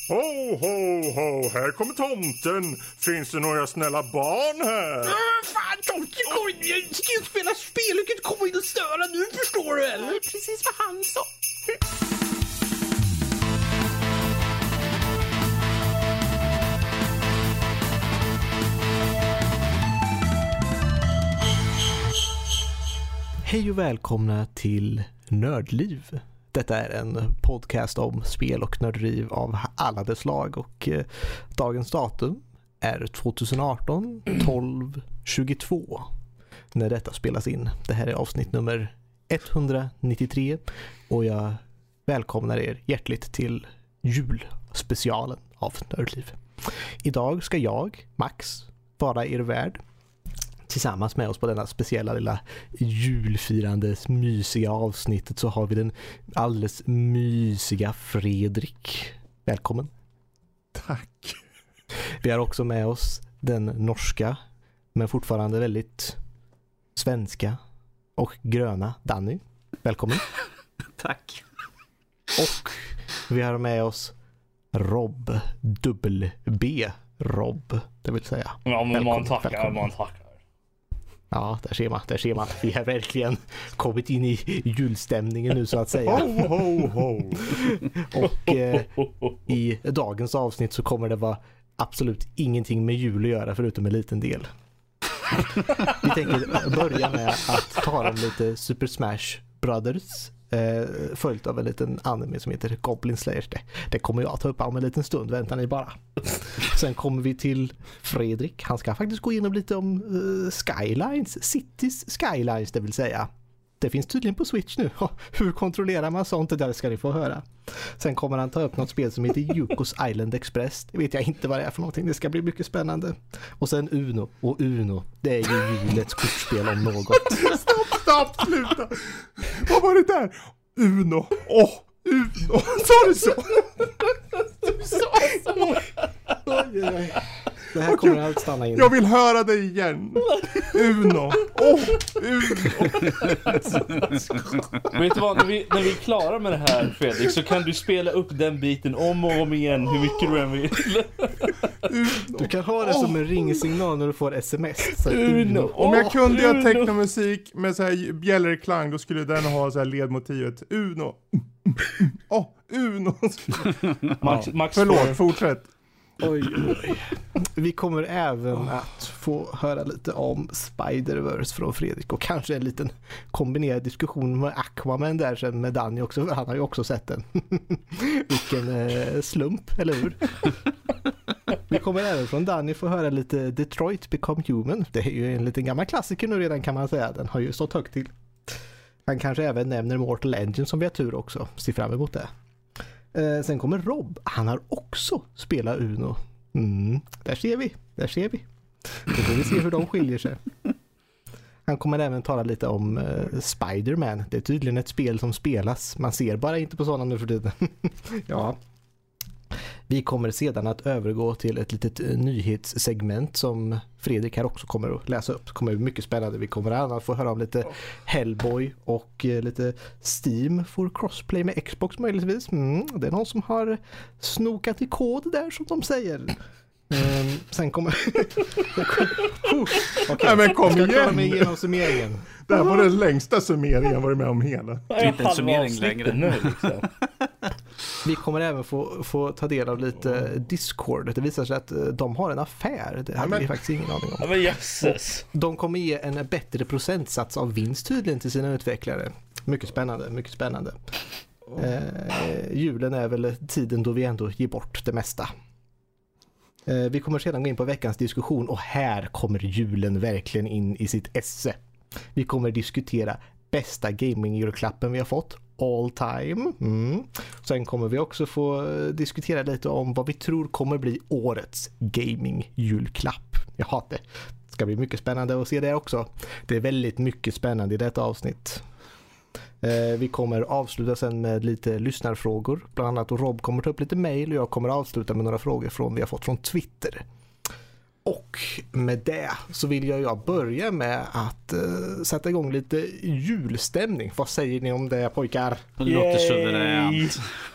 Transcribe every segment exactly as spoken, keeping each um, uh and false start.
Ho, ho, ho, här kommer tomten. Finns det några snälla barn här? Äh, fan, tomten kom in. Jag ska ju spela spel. Du kan inte komma in och störa nu, förstår du eller? Precis vad han sa. Hej och välkomna till Nördliv. Detta är en podcast om spel och nördliv av alla dess slag och eh, dagens datum är tjugoarton tolv tjugotvå när detta spelas in. Det här är avsnitt nummer etthundranittiotre och jag välkomnar er hjärtligt till julspecialen av Nördliv. Idag ska jag, Max, vara er värd. Tillsammans med oss på denna speciella lilla julfirande mysiga avsnittet så har vi den alldeles mysiga Fredrik. Välkommen. Tack. Vi har också med oss den norska men fortfarande väldigt svenska och gröna Danny. Välkommen. Tack. Och vi har med oss Rob, dubbel B Rob, det vill säga. Ja, men man tackar, välkommen. man tackar. Ja, där ser man, där ser man. Vi har verkligen kommit in i julstämningen nu så att säga. Ho, ho, ho. Och eh, i dagens avsnitt så kommer det vara absolut ingenting med jul att göra förutom en liten del. Vi tänker börja med att ta om lite Super Smash Brothers eh, följt av en liten anime som heter Goblin Slayer. Det, det kommer jag att ta upp om en liten stund, vänta ni bara. Sen kommer vi till Fredrik. Han ska faktiskt gå igenom lite om uh, Skylines, Cities Skylines det vill säga. Det finns tydligen på Switch nu. Hur kontrollerar man sånt? Det där ska ni få höra. Sen kommer han ta upp något spel som heter Yukos Island Express. Det vet jag inte vad det är för någonting. Det ska bli mycket spännande. Och sen Uno. Och Uno, det är ju julets kortspel om något. Stopp, stopp, sluta. Vad var det där? Uno. Åh, oh, Uno. Sa du så? Du sa så. Oj, oj. Det här kommer allt stanna in. Jag vill höra dig igen. Uno. Åh, oh, Uno. Vet du vad, när vi, när vi är klara med det här, Fredrik, så kan du spela upp den biten om och om igen hur mycket du än vill. Uno. Du kan ha det som en ringsignal när du får sms. Så Uno. Om jag kunde göra Uno. technomusik med så här bjällerklang, då skulle den ha så här ledmotivet Uno. Åh, oh, Uno. Max, Max Förlåt, fortsätt. Oj, oj. Vi kommer även att få höra lite om Spider-Verse från Fredrik och kanske en liten kombinerad diskussion med Aquaman där sen med Danny också, för han har ju också sett den. Vilken eh, slump, eller hur? Vi kommer även från Danny få höra lite Detroit Become Human. Det är ju en liten gammal klassiker nu redan kan man säga. Den har ju stått högt till. Han kanske även nämner Mortal Engine som vi har tur också. Se fram emot det. Eh, sen kommer Rob. Han har också spelat Uno. Mm, där ser vi. Där ser vi. Då får vi se hur de skiljer sig. Han kommer även tala lite om eh, Spider-Man. Det är tydligen ett spel som spelas. Man ser bara inte på sådana nu för tiden. Ja. Vi kommer sedan att övergå till ett litet eh, nyhetssegment som Fredrik här också kommer att läsa upp. Det kommer bli mycket spännande. Vi kommer att få höra om lite Hellboy och eh, lite Steam för crossplay med Xbox möjligtvis. Mm, det är någon som har snokat i kod där som de säger. Um, sen kommer... uh, okay. Nej, men kom Ska jag klara igen. mig igenom summeringen? Det här var den längsta summeringen jag varit med om hela. Det är inte en summering längre. Nu, liksom. Vi kommer även få, få ta del av lite Discord. Det visar sig att de har en affär. Det hade men... vi faktiskt ingen aning om. Ja, men jösses. De kommer ge en bättre procentsats av vinst tydligen till sina utvecklare. Mycket spännande, mycket spännande. Eh, julen är väl tiden då vi ändå ger bort det mesta. Eh, vi kommer sedan gå in på veckans diskussion och här kommer julen verkligen in i sitt esse. Vi kommer diskutera bästa gaming-julklappen vi har fått all time. Mm. Sen kommer vi också få diskutera lite om vad vi tror kommer bli årets gaming-julklapp. Ja, det ska bli mycket spännande att se det också. Det är väldigt mycket spännande i detta avsnitt. Eh, vi kommer avsluta sen med lite lyssnarfrågor. Bland annat och Rob kommer ta upp lite mejl och jag kommer avsluta med några frågor från vi har fått från Twitter. Och Och med det så vill jag, jag börja med att uh, sätta igång lite julstämning. Vad säger ni om det, pojkar? Det låter suveränt.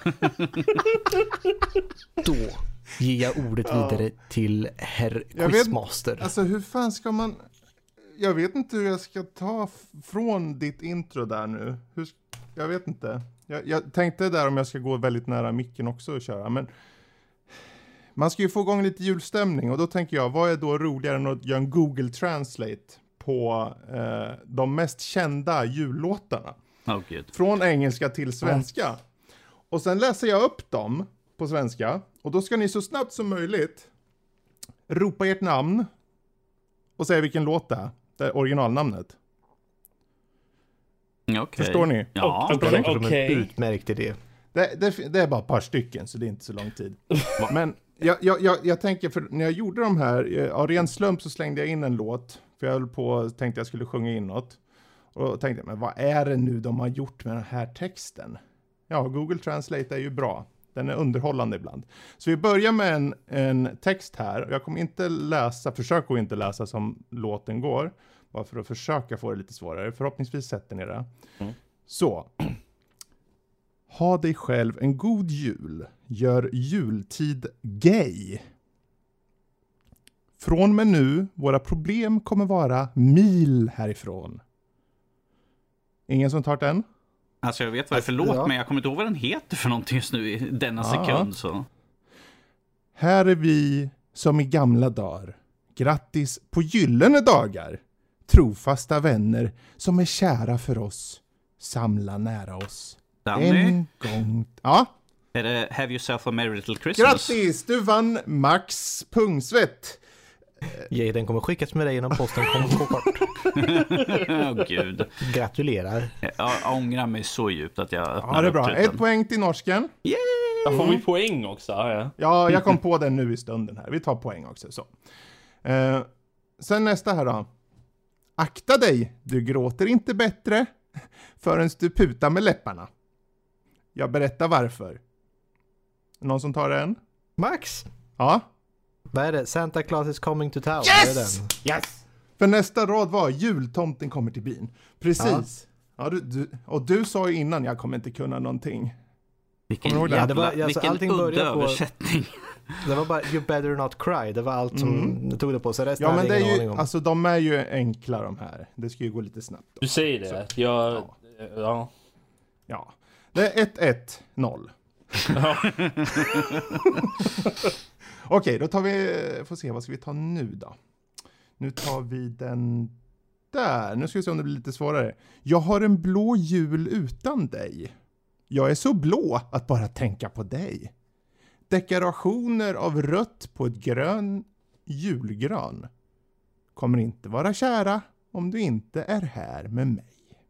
Då ger jag ordet vidare till herr Jag Quizmaster. vet, alltså hur fan ska man... Jag vet inte hur jag ska ta f- från ditt intro där nu. Hur, jag vet inte. Jag, jag tänkte där om jag ska gå väldigt nära micken också och köra, men... Man ska ju få igång lite julstämning och då tänker jag, vad är då roligare än att göra en Google Translate på eh, de mest kända jullåtarna? Oh, Gud. Från engelska till svenska. Och sen läser jag upp dem på svenska. Och då ska ni så snabbt som möjligt ropa ert namn och säga vilken låt det är. Det är originalnamnet. Okay. Förstår ni? Ja, Okej. Okej. Okay. Okej. Utmärkt idé. Det, det, det är bara ett par stycken så det är inte så lång tid. Men jag, jag, jag, jag tänker, för när jag gjorde de här, av ren slump så slängde jag in en låt. För jag höll på och tänkte jag skulle sjunga in något. Och då tänkte jag, men vad är det nu de har gjort med den här texten? Ja, Google Translate är ju bra. Den är underhållande ibland. Så vi börjar med en, en text här. Jag kommer inte läsa, försök att inte läsa som låten går. Bara för att försöka få det lite svårare. Förhoppningsvis sätter ni det. Mm. Så. Ha dig själv en god jul. Gör jultid gay. Från med nu, våra problem kommer vara mil härifrån. Ingen som tar den? Alltså jag vet vad det är för låt, Ja. men jag kommer inte ihåg vad den heter för någonting just nu i denna Ja. sekund. Så. Här är vi som i gamla dagar. Grattis på gyllene dagar. Trofasta vänner som är kära för oss. Samla nära oss. Danny, En gång... Ja, är det Have Yourself a Merry Little Christmas? grattis! Du vann Max Pungsvett. Ja, den kommer skickas med dig genom posten. Kommer gå kort. Åh gud. Gratulerar. Jag, jag ångrar mig så djupt att jag öppnade Ja, det är bra. upp truten. Ett poäng till norsken. Jag får vi poäng också? Ja. Ja, jag kom på den nu i stunden här. Vi tar poäng också. Så. Eh, sen nästa här då. Akta dig, du gråter inte bättre förrän du putar med läpparna. Jag berättar varför. Någon som tar den? Max, Ja. vad är det? Santa Claus is coming to town. Yes! Är det den? Yes! För nästa rad var jultomten kommer till byn. Precis. Ja. Ja, du, du, och du sa ju innan, jag kommer inte kunna någonting. Vilken Kommer du ihåg det? jävla, Ja, det var- alltså, vilken allting udda börjar på- översättning. Det var bara You better not cry. Det var allt som Mm. tog det på. Så resten Ja, hade men det jag ingen är aning ju, om. alltså de är ju enkla de här. Det ska ju gå lite snabbt då. Du säger det. Jag... Ja. Ja. Det är ett ett noll. Ja. Okej, då tar vi, får se, vad ska vi ta nu då? Nu tar vi den där. Nu ska vi se om det blir lite svårare. Jag har en blå jul utan dig. Jag är så blå att bara tänka på dig. Dekorationer av rött på ett grön julgran. Kommer inte vara kära om du inte är här med mig.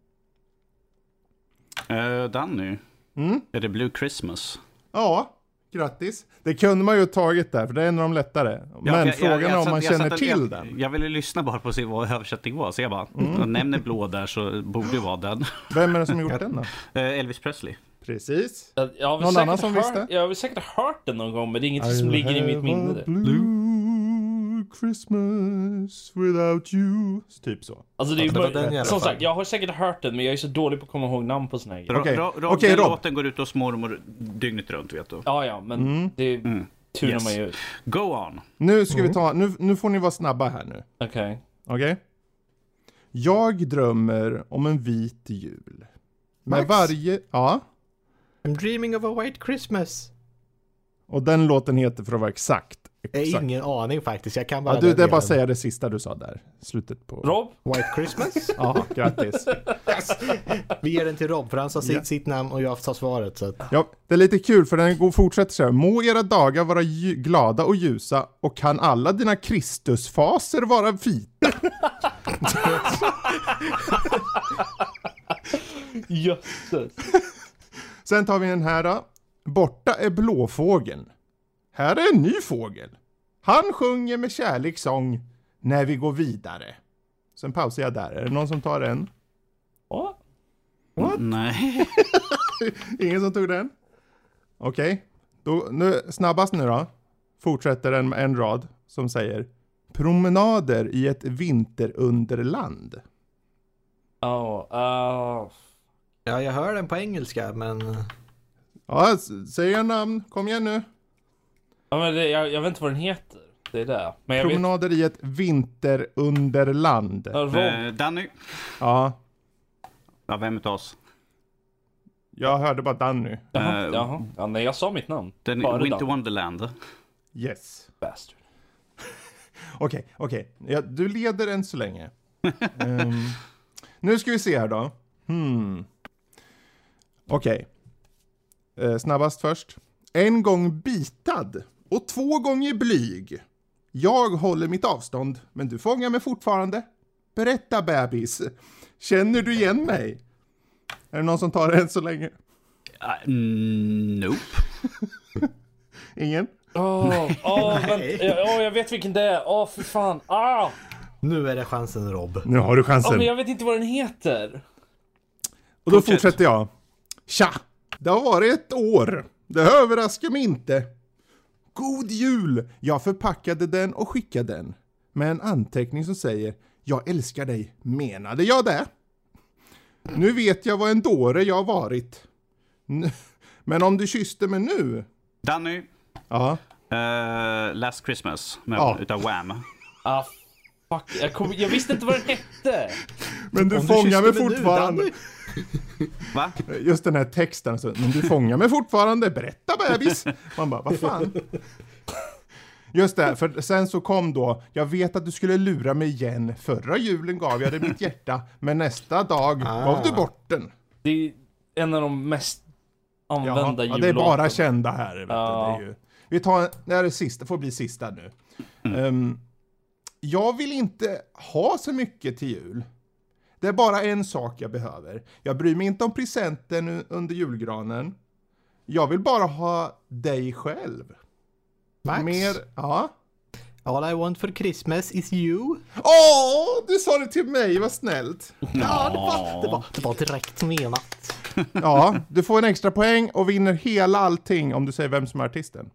Uh, Danny, Mm? är det Blue Christmas? Ja, grattis. Det kunde man ju ha tagit där, för det är en av de lättare. Men Ja, jag- frågan jag- är jag om satt- man jag känner satt- till jag, den. Jag ville lyssna bara på att se vad översättningen var, så jag bara, Mm. jag nämner blå där så borde det vara den. Vem är det som gjort den då? Uh, Elvis Presley. Precis. Jag, jag har väl Någon säkert annan som hört, visste? Jag har väl säkert hört den någon gång, men det är inget som I'll ligger i mitt have minne. a blue Christmas without you. Typ så. Alltså det är Ja, det var ju den i alla som fall. sagt, jag har säkert hört den, men jag är så dålig på att komma ihåg namn på såna här grejer. Ro- Okej. Ro- Rob, Okej, den Rob. låten går ut hos mormor dygnet runt, vet du. Ja, ja, men Mm. det Mm. tunar Yes. man ju ut. Go on. Nu ska vi ta, nu, nu får ni vara snabba här nu. Okej. Okej? Jag drömmer om en vit jul. Med Max? varje, ja. I'm dreaming of a white Christmas. Och den låten heter, för att vara exakt. Jag har exakt. ingen aning faktiskt. Jag kan bara Ja, du, den det är bara delen. att säga det sista du sa där. Slutet på. Rob? White Christmas? Ja, grattis. Vi ger den till Rob för han sa sitt, Ja. sitt namn och jag tar svaret. Så att... Ja, det är lite kul för den går fortsätter så här. Må era dagar vara ju- glada och ljusa och kan alla dina Kristusfaser vara vita. Jösses. Sen tar vi den här då. Borta är blåfågeln. Här är en ny fågel. Han sjunger med kärlekssång när vi går vidare. Sen pausar jag där. Är det någon som tar den? What? Nej. Ingen som tog den? Okej. Då, nu, snabbast nu då. Fortsätter den med en rad som säger Promenader i ett vinterunderland. Oh, uh... Ja, jag hör den på engelska, men... Ja, säg en namn. Kom igen nu. Ja, men det, jag, jag vet inte vad den heter. Det är det. Men jag Promenader vet... i ett vinterunderland. Ja, Rob... Eh, Danny. Ja, Ja, vem utav oss? jag hörde bara Danny. Jaha, Eh, jaha. Ja, nej, jag sa mitt namn. Den Före Winter Dan. Wonderland. Yes. Bastard. Okej, okej. Ja, du leder än så länge. Ehm, nu ska vi se här då. Hmm. Okej. Eh, snabbast först. En gång bitad och två gånger blyg. Jag håller mitt avstånd, men du fångar mig fortfarande. Berätta, bebis. Känner du igen mig? Är det någon som tar det än så länge? Uh, nope. Ingen? Åh, åh, vänta. Åh, jag vet vilken det är. Åh, för fan. Ah! Nu är det chansen, Rob. Nu har du Åh, chansen. men jag vet inte vad den heter. Och då Fortsätt. fortsätter jag. Tja, det har varit ett år. Det överraskar mig inte. God jul! Jag förpackade den och skickade den. Med en anteckning som säger: jag älskar dig. Menade jag det? Nu vet jag vad en dåre jag har varit. N- Men om du kysste mig nu... Danny. Ja. Uh, Last Christmas. Med, Ja. Utav Wham. Ah, fuck. Jag, kom... jag visste inte vad den hette. Men du Om du fångar kysste mig mig nu, fortfarande. Danny. Va? Just den här texten. Så, men du fångar mig fortfarande. Berätta, bebis. Man bara, vad fan? Just det, för sen så kom då, jag vet att du skulle lura mig igen. Förra julen gav jag dig mitt hjärta, men nästa dag Ah. gav du bort den. Det är en av de mest använda Jaha, ja, jullåtarna. det är bara kända här. Vet Ja. du, det är ju. Vi tar, det här är sista, får bli sista nu. Um, jag vill inte ha så mycket till jul. Det är bara en sak jag behöver. Jag bryr mig inte om presenten under julgranen. Jag vill bara ha dig själv. Max, Mer, ja. all I want for Christmas is you. Åh, du sa det till mig, vad snällt. Ja, det var, det var, det var direkt menat. Ja, du får en extra poäng och vinner hela allting om du säger vem som är artisten.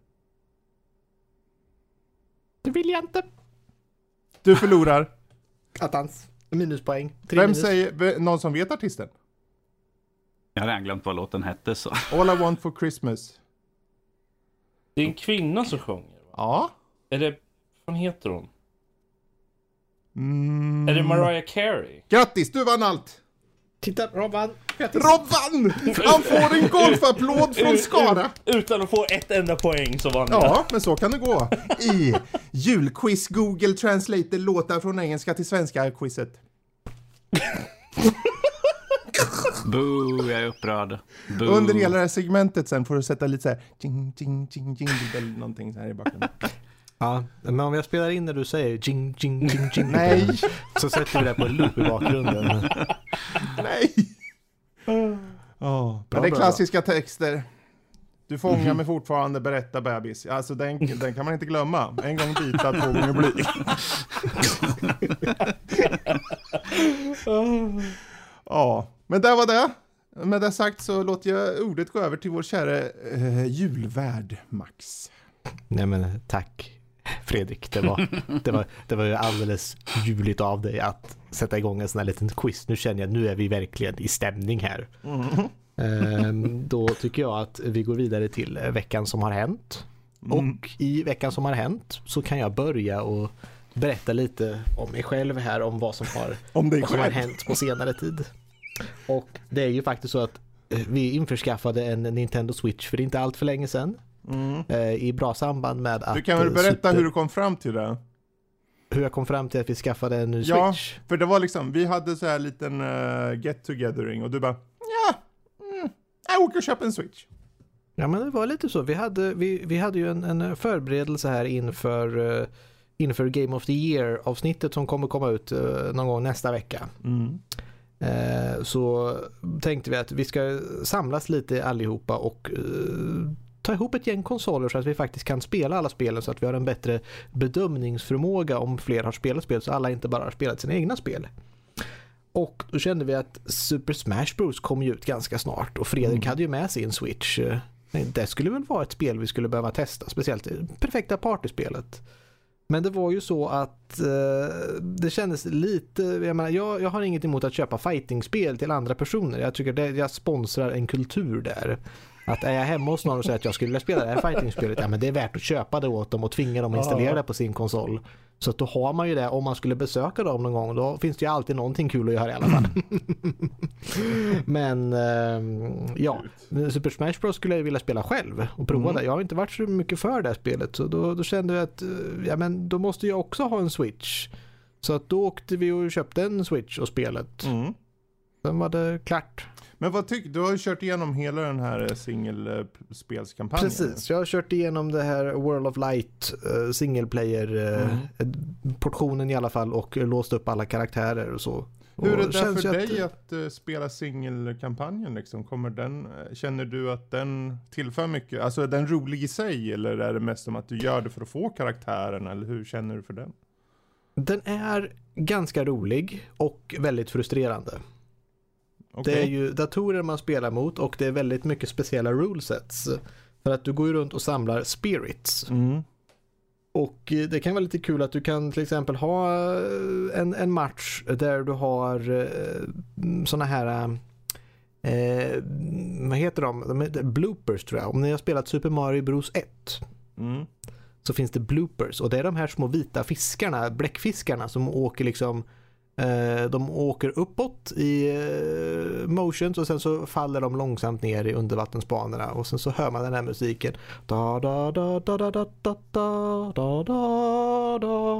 Det vill jag inte. Du förlorar. Attans. Minuspoäng. Tre Vem minus. säger, v- någon som vet artisten? Jag har redan glömt vad låten hette så. All I want for Christmas. Det är en kvinna som sjunger. Va? Ja. Är det... Vad heter hon? Mm. Är det Mariah Carey? Grattis, du vann allt! Titta, Robban. Grattis. Rob vann! Han får en golfapplåd från Skara. Utan att få ett enda poäng så vann jag. Ja, men så kan det gå. I julquiz Google Translator låtar från engelska till svenska quizet. Boo, jag är upprörd. Boo. Under hela det här segmentet sen får du sätta lite så här jing, jing, jing, jing, eller någonting så här i bakgrunden. Ja, men om jag spelar in när du säger jing, jing, jing, jing. Nej, Så sätter vi det på en loop i bakgrunden. nej. Oh, men det är bra, klassiska texter. Du fångar mig fortfarande, berätta bebis. Alltså den, den kan man inte glömma. En gång bita, två gånger bly. Ja, men det var det. Med det sagt så låter jag ordet gå över till vår kära eh, julvärd Max. Nej men tack Fredrik, det var, det var, det var ju alldeles juligt av dig att sätta igång en sån här liten quiz. Nu känner jag att nu är vi verkligen i stämning här. Mm. Ehm, då tycker jag att vi går vidare till veckan som har hänt. Mm. Och i veckan som har hänt så kan jag börja och berätta lite om mig själv här, om vad som har, Om dig vad som har själv. hänt på senare tid. Och det är ju faktiskt så att eh, vi införskaffade en Nintendo Switch för inte allt för länge sedan. Mm. Eh, I bra samband med att... Du kan väl eh, berätta Super- hur du kom fram till det? hur jag kom fram till att vi skaffade en ny Ja, Switch. för det var liksom, vi hade så här liten uh, get-togethering och du bara, ja, mm, jag åker och köper en Switch. Ja, men det var lite så. Vi hade, vi, vi hade ju en, en förberedelse här inför, uh, inför Game of the Year-avsnittet som kommer komma ut uh, någon gång nästa vecka. Mm. Uh, så tänkte vi att vi ska samlas lite allihopa och uh, ta ihop ett gäng konsoler så att vi faktiskt kan spela alla spelen, så att vi har en bättre bedömningsförmåga om fler har spelat spel, så alla inte bara har spelat sina egna spel. Och då kände vi att Super Smash Bros kom ju ut ganska snart och Fredrik Mm. hade ju med sin Switch. Det skulle väl vara ett spel vi skulle behöva testa, speciellt det perfekta partyspelet. Men det var ju så att eh, det kändes lite, jag menar, jag, jag har inget emot att köpa fightingspel till andra personer. Jag tycker det, jag sponsrar en kultur där. Att är jag hemma hos någon och säger att jag skulle vilja spela det här fightingspelet, ja men det är värt att köpa det åt dem och tvinga dem att installera det på sin konsol. Så att då har man ju det, om man skulle besöka dem någon gång, då finns det ju alltid någonting kul att göra i alla fall. Men eh, ja, Super Smash Bros skulle jag vilja spela själv och prova mm. det. Jag har inte varit så mycket för det här spelet, så då, då kände jag att ja men då måste jag också ha en Switch. Så att då åkte vi och köpte en Switch och spelet. Mm. Sen var det klart. Men vad tycker du? Du har ju kört igenom hela den här singelspelskampanjen. Precis, jag har kört igenom det här World of Light uh, singleplayer-portionen uh, i alla fall och låst upp alla karaktärer och så. Hur är det och där för dig att, att uh, spela singelkampanjen liksom? Kommer den, känner du att den tillför mycket? Alltså är den rolig i sig eller är det mest om att du gör det för att få karaktärerna eller hur känner du för den? Den är ganska rolig och väldigt frustrerande. Okay. Det är ju datorer man spelar mot och det är väldigt mycket speciella rulesets. För att du går ju runt och samlar spirits. Mm. Och det kan vara lite kul att du kan till exempel ha en, en match där du har såna här eh, vad heter de? de är bloopers tror jag. Om ni har spelat Super Mario Bros ett mm. så finns det bloopers och det är de här små vita fiskarna, bläckfiskarna som åker liksom de åker uppåt i motions och sen så faller de långsamt ner i undervattensbanorna och sen så hör man den här musiken da da da da da da da da da da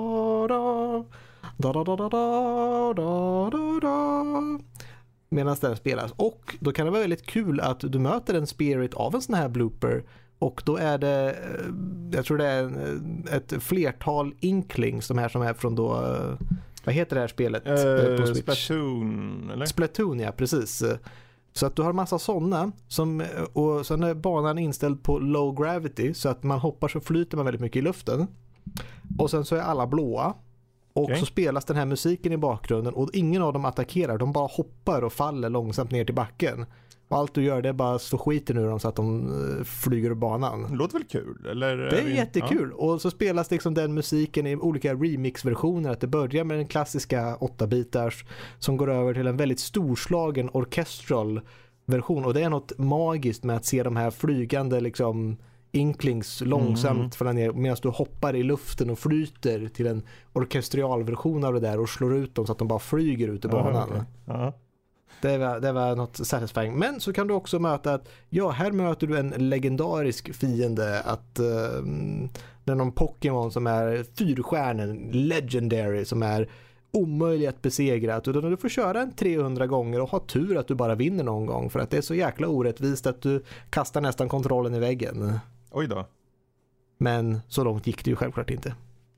da da da da da da medan den spelas och då kan det vara väldigt kul att du möter en spirit av en sån här blooper och då är det jag tror det är ett flertal inklings de här som är från då vad heter det här spelet uh, på Switch? Splatoon, eller? Splatoon, ja, precis. Så att du har massa sådana som, och sen är banan inställd på low gravity så att man hoppar så flyter man väldigt mycket i luften. Och sen så är alla blåa. Och okay. så spelas den här musiken i bakgrunden och ingen av dem attackerar. De bara hoppar och faller långsamt ner till backen. Och allt du gör det är bara slå skiten ur dem så att de flyger ur banan. Det låter väl kul? Eller det är, är jättekul. Ja. Och så spelas liksom den musiken i olika remix-versioner. Att det börjar med den klassiska åtta-bitars som går över till en väldigt storslagen orkestral version. Och det är något magiskt med att se de här flygande liksom inklings långsamt mm. falla ner medan du hoppar i luften och flyter till en orkestrialversion av det där och slår ut dem så att de bara flyger ut i banan. Ja, okay. Ja. Det var, det var något satisfying. Men så kan du också möta att ja, här möter du en legendarisk fiende att uh, det är någon Pokémon som är fyrstjärnen, legendary, som är omöjlig att besegra. Att du, du får köra en trehundra gånger och ha tur att du bara vinner någon gång för att det är så jäkla orättvist att du kastar nästan kontrollen i väggen. Oj då. Men så långt gick det ju självklart inte.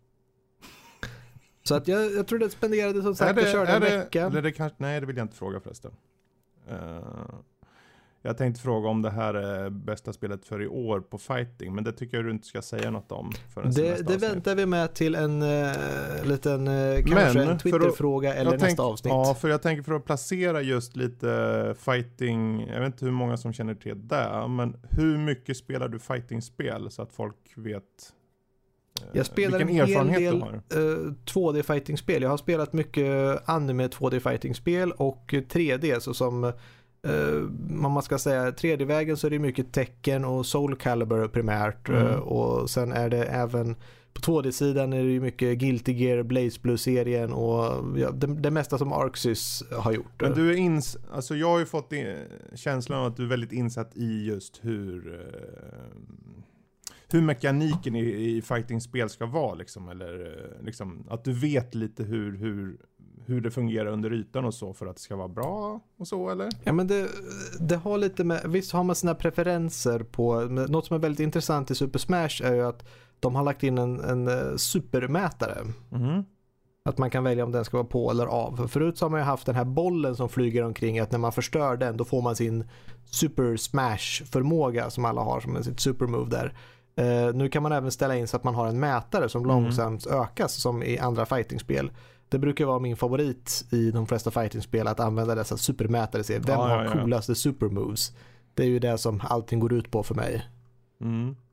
Så att jag, jag tror det spenderade som sagt att köra en det, vecka. Eller det kanske, nej, det vill jag inte fråga förresten. Uh, jag tänkte fråga om det här är bästa spelet för i år på fighting, men det tycker jag du inte ska säga något om. Det, det väntar vi med till en uh, liten uh, kanske men, en Twitter-fråga eller nästa tänk, avsnitt. Ja, för jag tänker för att placera just lite fighting, jag vet inte hur många som känner till det, men hur mycket spelar du fighting-spel så att folk vet... Jag spelar en hel del uh, två D-fighting-spel. Jag har spelat mycket anime två D-fighting-spel och tre D, så som uh, man ska säga tre D-vägen så är det mycket Tekken och Soul Calibur primärt mm. uh, och sen är det även på två D-sidan är det mycket Guilty Gear, Blaze Blue-serien och ja, det, det mesta som Arxis har gjort. Men du är ins- alltså jag har ju fått känslan av att du är väldigt insatt i just hur... Uh, hur mekaniken i, i fighting-spel ska vara liksom, eller liksom, att du vet lite hur, hur, hur det fungerar under ytan och så för att det ska vara bra och så, eller? Ja, men det, det har lite med, visst har man sina preferenser på, något som är väldigt intressant i Super Smash är ju att de har lagt in en, en supermätare. Mm. Att man kan välja om den ska vara på eller av. För förut så har man ju haft den här bollen som flyger omkring, att när man förstör den då får man sin Super Smash-förmåga som alla har som är sitt supermove där. Uh, nu kan man även ställa in så att man har en mätare som mm. långsamt ökas som i andra fightingspel. Det brukar vara min favorit i de flesta fightingspel att använda dessa supermätare. Se vem ja, har ja, ja. coolaste supermoves. Det är ju det som allting går ut på för mig. Mm.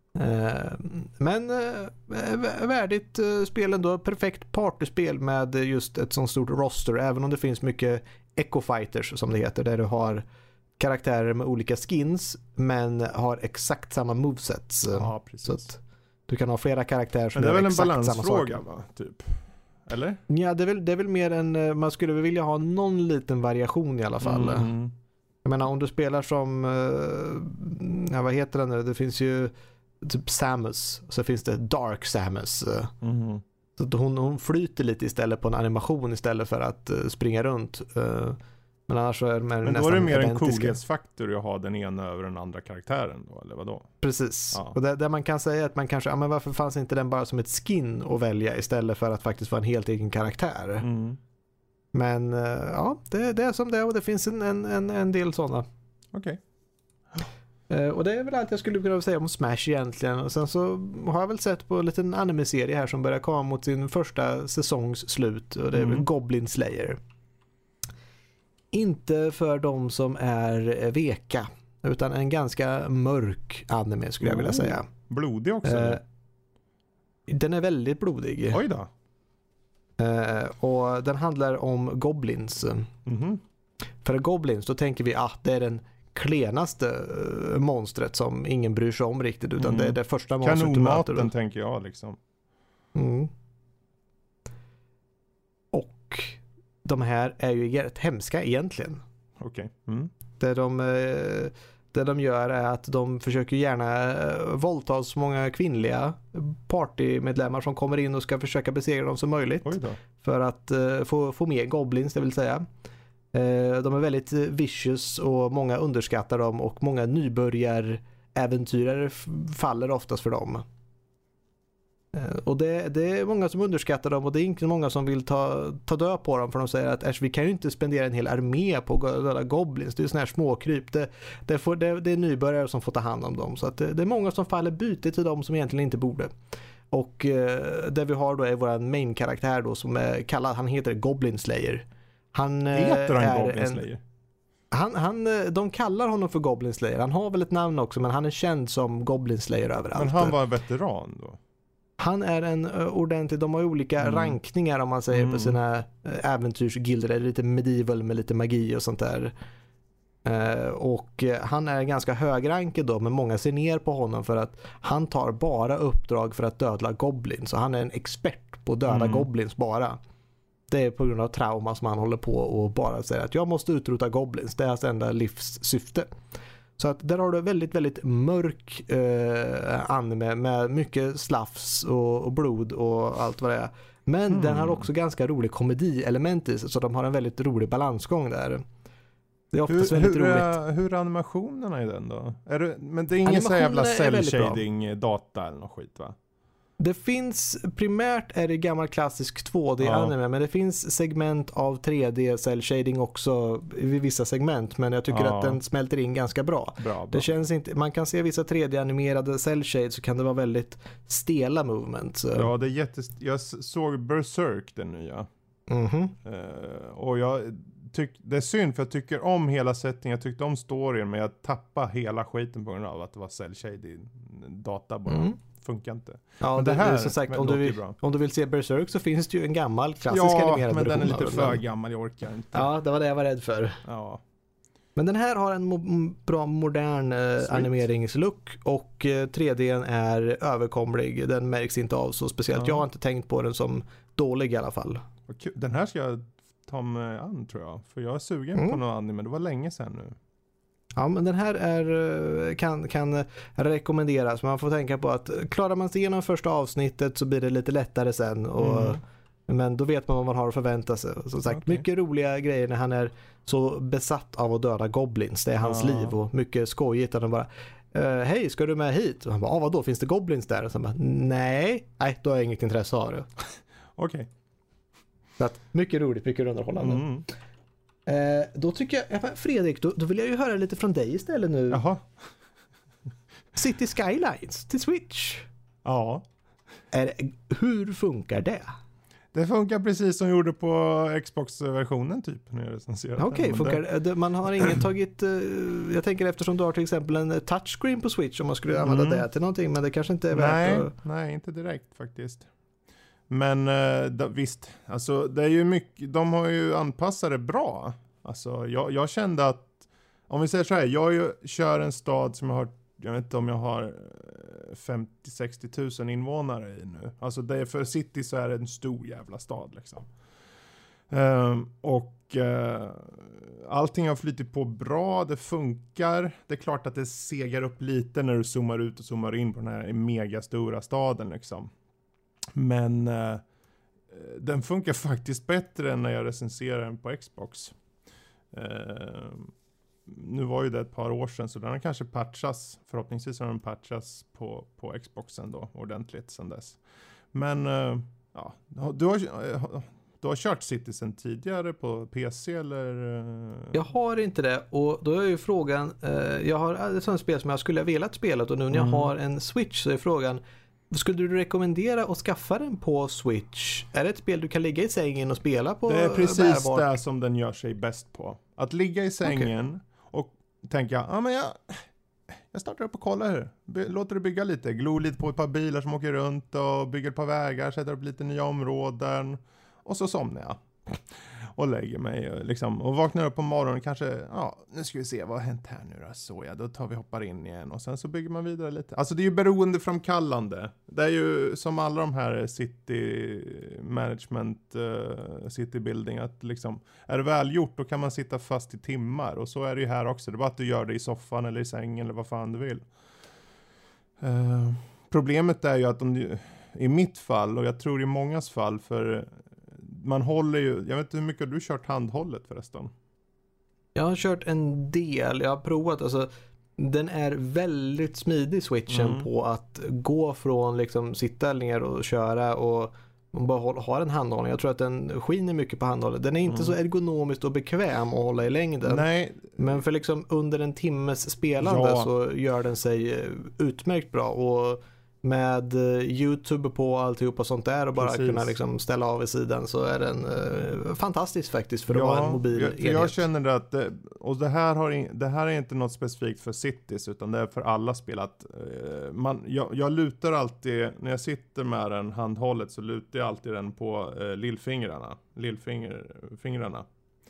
Eh, men eh, värdigt eh, spel ändå, perfekt partyspel med just ett sånt stort roster, även om det finns mycket Echo Fighters som det heter, där du har karaktärer med olika skins men har exakt samma movesets. Ja, precis. Så att du kan ha flera karaktärer som men det är väl en exakt balansfråga, va? Typ. Eller? Ja, det är, väl, det är väl mer en, man skulle väl vilja ha någon liten variation i alla fall. Mm. Jag menar, om du spelar som ja, vad heter det nu? Det finns ju typ Samus, så finns det Dark Samus. Mm. Så att hon, hon flyter lite istället på en animation istället för att uh, springa runt. Uh, men annars så är det Men då är det mer en coolhetsfaktor att ha den ena över den andra karaktären då, eller vadå? Precis. Ja. Och där, där man kan säga att man kanske, ja men varför fanns inte den bara som ett skin att välja istället för att faktiskt vara en helt egen karaktär? Mm. Men uh, ja, det, det är som det är och det finns en, en, en, en del sådana. Okej. Okay. Uh, och det är väl allt jag skulle kunna säga om Smash egentligen. Och sen så har jag väl sett på en liten anime-serie här som börjar komma mot sin första säsongs slut. Och det är mm. väl Goblin Slayer. Inte för de som är veka, utan en ganska mörk anime skulle jag vilja säga. Blodig också? Uh, den är väldigt blodig. Oj då. Uh, och den handlar om goblins. Mm-hmm. För goblins, då tänker vi att ah, det är den klenaste uh, monstret som ingen bryr sig om riktigt, utan mm. det är det första monstret du möter. Kanonmaten tänker jag liksom. Mm. Och de här är ju rätt hemska egentligen. Okej. Okay. Mm. Det de, det de gör är att de försöker gärna våldta så många kvinnliga partymedlemmar som kommer in och ska försöka besegra dem som möjligt. För att få, få med goblins, det vill säga. De är väldigt vicious och många underskattar dem och många nybörjaräventyrare faller oftast för dem. Och det, det är många som underskattar dem och det är inte många som vill ta, ta död på dem, för de säger att äsch, vi kan ju inte spendera en hel armé på döda goblins, det är ju såna här småkryp, det, det, får, det, det är nybörjare som får ta hand om dem, så att det, det är många som faller byte till dem som egentligen inte borde. Och eh, det vi har då är våran main-karaktär då som är kallad, han heter Goblin Slayer. Han heter han är Goblin Slayer? En, han, han, de kallar honom för Goblin Slayer, han har väl ett namn också, men han är känd som Goblin Slayer överallt. Men han var en veteran då? Han är en uh, ordentlig, de har ju olika mm. rankningar om man säger mm. på sina uh, äventyrsgilder. Det är lite medieval med lite magi och sånt där. Uh, och uh, han är ganska högrankad då, men många ser ner på honom för att han tar bara uppdrag för att dödla goblins. Så han är en expert på att döda mm. goblins bara. Det är på grund av trauma som han håller på och bara säger att jag måste utrota goblins. Det är hans enda livssyfte. Så att där har du väldigt, väldigt mörk eh, anime med mycket slafs och, och blod och allt vad det är. Men mm. den har också ganska rolig komedielement i sig, så de har en väldigt rolig balansgång där. Det är oftast hur, väldigt hur roligt. Är, hur är animationerna i den då? Är det, men det är ingen så jävla cell-shading data eller något skit, va? Det finns, primärt är det gammal klassisk två D-anime, ja. Men det finns segment av tre D cell shading också vid vissa segment, men jag tycker ja. att den smälter in ganska bra. Bra, bra. Det känns inte, man kan se vissa tre D-animerade cell shades, så kan det vara väldigt stela movements. Ja, det är jättes... Jag såg Berserk, den nya. Mhm. Uh, och jag tyck... det är synd, för jag tycker om hela settingen, jag tyckte om storyn, men jag tappade hela skiten på grund av att det var cell shading data bara. Mm. Funkar inte. Ja, men det, det här är som sagt, om du, vill, om du vill se Berserk så finns det ju en gammal klassisk ja, animerad men den är lite för men... gammal, jag orkar inte. Ja, det var det jag var rädd för. Ja. Men den här har en mo- bra modern eh, animeringslook och eh, tre D:n är överkomlig. Den märks inte av så speciellt. Ja. Jag har inte tänkt på den som dålig i alla fall. Den här ska jag ta mig an, tror jag. För jag är sugen mm. på någon anime. Det var länge sedan nu. Ja, men den här är, kan, kan rekommenderas. Man får tänka på att klarar man sig igenom första avsnittet så blir det lite lättare sen. Och, mm. Men då vet man vad man har att förvänta sig. Som sagt, okay. mycket roliga grejer när han är så besatt av att döda goblins. Det är hans ja. liv och mycket skojigt. Och de bara, uh, hej, ska du med hit? Och han bara, ah, vadå, finns det goblins där? Och så bara, nej, nej, då har jag inget intresse av det. Okej. Okay. Så att, mycket roligt, mycket underhållande. Mm. Eh, då tycker jag, Fredrik, då, då vill jag ju höra lite från dig istället nu. Jaha. City Skylines till Switch. Ja. Är, hur funkar det? Det funkar precis som gjorde på Xbox-versionen typ. Okej, okay, funkar det? Man har ingen tagit, uh, jag tänker eftersom du har till exempel en touchscreen på Switch om man skulle använda mm. det till någonting, men det kanske inte är nej, värt att... Nej, inte direkt faktiskt. Men uh, da, visst, alltså det är ju mycket, de har ju anpassat det bra. Alltså jag, jag kände att, om vi säger så här, jag ju, kör en stad som jag har, jag vet inte om jag har femtio till sextio tusen invånare i nu. Alltså det är för City så är det en stor jävla stad liksom. Um, och uh, allting har flyttit på bra, det funkar. Det är klart att det segar upp lite när du zoomar ut och zoomar in på den här mega stora staden liksom. Men uh, den funkar faktiskt bättre än när jag recenserar den på Xbox. Uh, nu var ju det ett par år sedan, så den har kanske patchats. Förhoppningsvis har den patchats på, på Xboxen då ordentligt sedan dess. Men uh, ja, du har, uh, du har kört Citizen tidigare på P C eller? Uh... Jag har inte det, och då är ju frågan, uh, jag har ett sånt spel som jag skulle ha velat spela, och nu när jag mm. har en Switch så är frågan, skulle du rekommendera att skaffa den på Switch? Är det ett spel du kan ligga i sängen och spela på? Det är precis bärbart? Det som den gör sig bäst på. Att ligga i sängen okay. och tänka, ja ah, men jag, jag startar upp och kollar här. Be, låter det bygga lite. Glor lite på ett par bilar som åker runt och bygger ett par vägar. Sätter upp lite nya områden. Och så somnar jag. Och lägger mig liksom, och vaknar upp på morgonen kanske, ja, nu ska vi se vad har hänt här nu då, så ja, då tar vi hoppar in igen och sen så bygger man vidare lite. Alltså det är ju beroendeframkallande. Det är ju som alla de här city management, uh, city building, att liksom, är det välgjort då kan man sitta fast i timmar, och så är det ju här också. Det är bara att du gör det i soffan eller i sängen eller vad fan du vill. Uh, problemet är ju att om du, i mitt fall, och jag tror i mångas fall, för man håller ju, jag vet inte hur mycket du har kört handhållet förresten. Jag har kört en del, jag har provat, alltså den är väldigt smidig switchen mm. på att gå från liksom sitta ner och köra och bara ha en handhållning. Jag tror att den skiner mycket på handhållet. Den är inte mm. så ergonomiskt och bekväm att hålla i längden. Nej. Men för liksom under en timmes spelande ja. så gör den sig utmärkt bra, och med YouTube på alltihopa sånt där och bara Precis. kunna liksom ställa av i sidan, så är den uh, fantastisk faktiskt för att ja, vara en mobil jag, enhet. Jag känner att det, och det här, har in, det här är inte något specifikt för Cities, utan det är för alla spel att uh, man, jag, jag lutar alltid, när jag sitter med den handhållet så lutar jag alltid den på uh, lillfingrarna lillfingrarna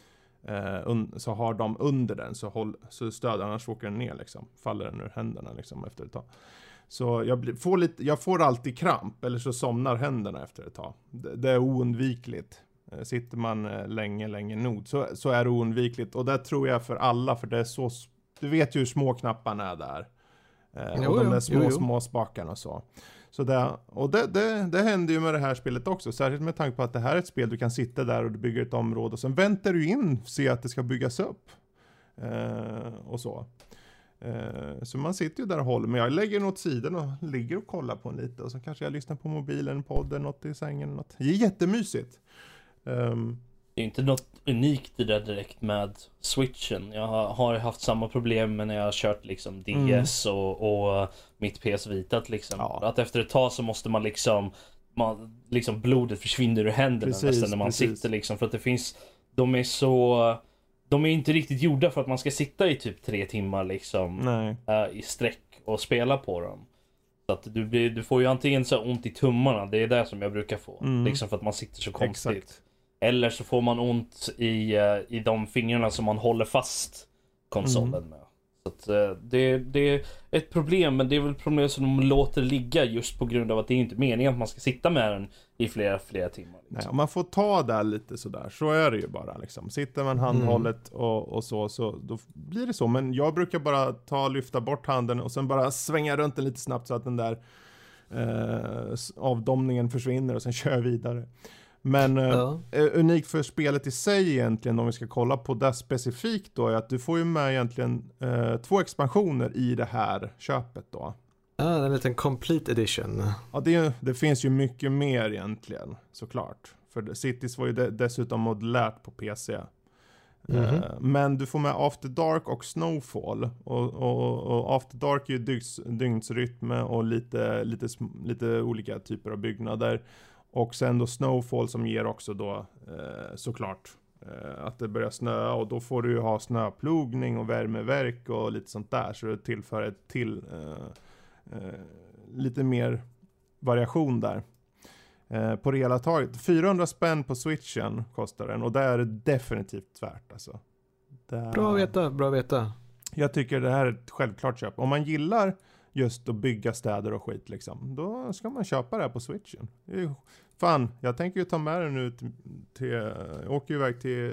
uh, un, så har de under den så, håll, så stöd, annars åker den ner liksom, faller den ur händerna liksom efter ett tag. Så jag, blir, får lite, jag får alltid kramp, eller så somnar händerna efter ett tag. Det, det är oundvikligt. Sitter man länge, länge nog så, så är det oundvikligt. Och det tror jag för alla, för det är så, du vet ju hur små knapparna är där. Eh, jo, och de där små, jo, jo. små spakarna och så. så det, och det, det, det händer ju med det här spelet också. Särskilt med tanke på att det här är ett spel du kan sitta där och du bygger ett område. Och sen väntar du in, se att det ska byggas upp. Eh, och så. Uh, så man sitter ju där och håller, men jag lägger den åt sidan och ligger och kollar på en lite, och så kanske jag lyssnar på mobilen, podden, något i sängen, något. Det är jättemysigt. Um, det är inte något unikt det där direkt med Switchen. Jag har, har haft samma problem när jag har kört liksom D S mm. och, och mitt P S Vita liksom. Ja. Att efter ett tag så måste man liksom man, liksom blodet försvinner ur händerna precis, nästan när man precis. sitter liksom, för att det finns, de är så de är inte riktigt gjorda för att man ska sitta i typ tre timmar liksom äh, i sträck och spela på dem. Så att du, blir, du får ju antingen så ont i tummarna, det är det som jag brukar få. Mm. Liksom för att man sitter så konstigt. Exakt. Eller så får man ont i, uh, i de fingrarna som man håller fast konsolen mm. med. Så att, uh, det, det är ett problem, men det är väl problem som de låter ligga just på grund av att det är inte meningen att man ska sitta med den i flera, flera timmar. Liksom. Nej, man får ta där lite sådär, så är det ju bara liksom. Sitter man handhållet mm. och, och så, så då blir det så. Men jag brukar bara ta lyfta bort handen och sen bara svänga runt den lite snabbt så att den där eh, avdomningen försvinner och sen kör jag vidare. Men ja. eh, unikt för spelet i sig egentligen, om vi ska kolla på det specifikt då, är att du får ju med egentligen eh, två expansioner i det här köpet då. Ja, ah, en liten complete edition. Ja, det, det finns ju mycket mer egentligen, såklart. För Cities var ju de, dessutom modulärt på P C. Mm-hmm. Uh, men du får med After Dark och Snowfall. Och, och, och After Dark är ju dygns, dygnsrytm och lite, lite, lite olika typer av byggnader. Och sen då Snowfall som ger också då eh, såklart eh, att det börjar snöa, och då får du ju ha snöplogning och värmeverk och lite sånt där, så det tillför ett till eh, eh, lite mer variation där. Eh, på det hela taget. fyrahundra spänn på Switchen kostar den, och det är det definitivt värt alltså. Det... Bra att veta, bra att veta. Jag tycker det här är ett självklart köp. Om man gillar just att bygga städer och skit liksom, då ska man köpa det här på Switchen. Det är ju... Fan, jag tänker ju ta med den nu till, till jag åker ju iväg till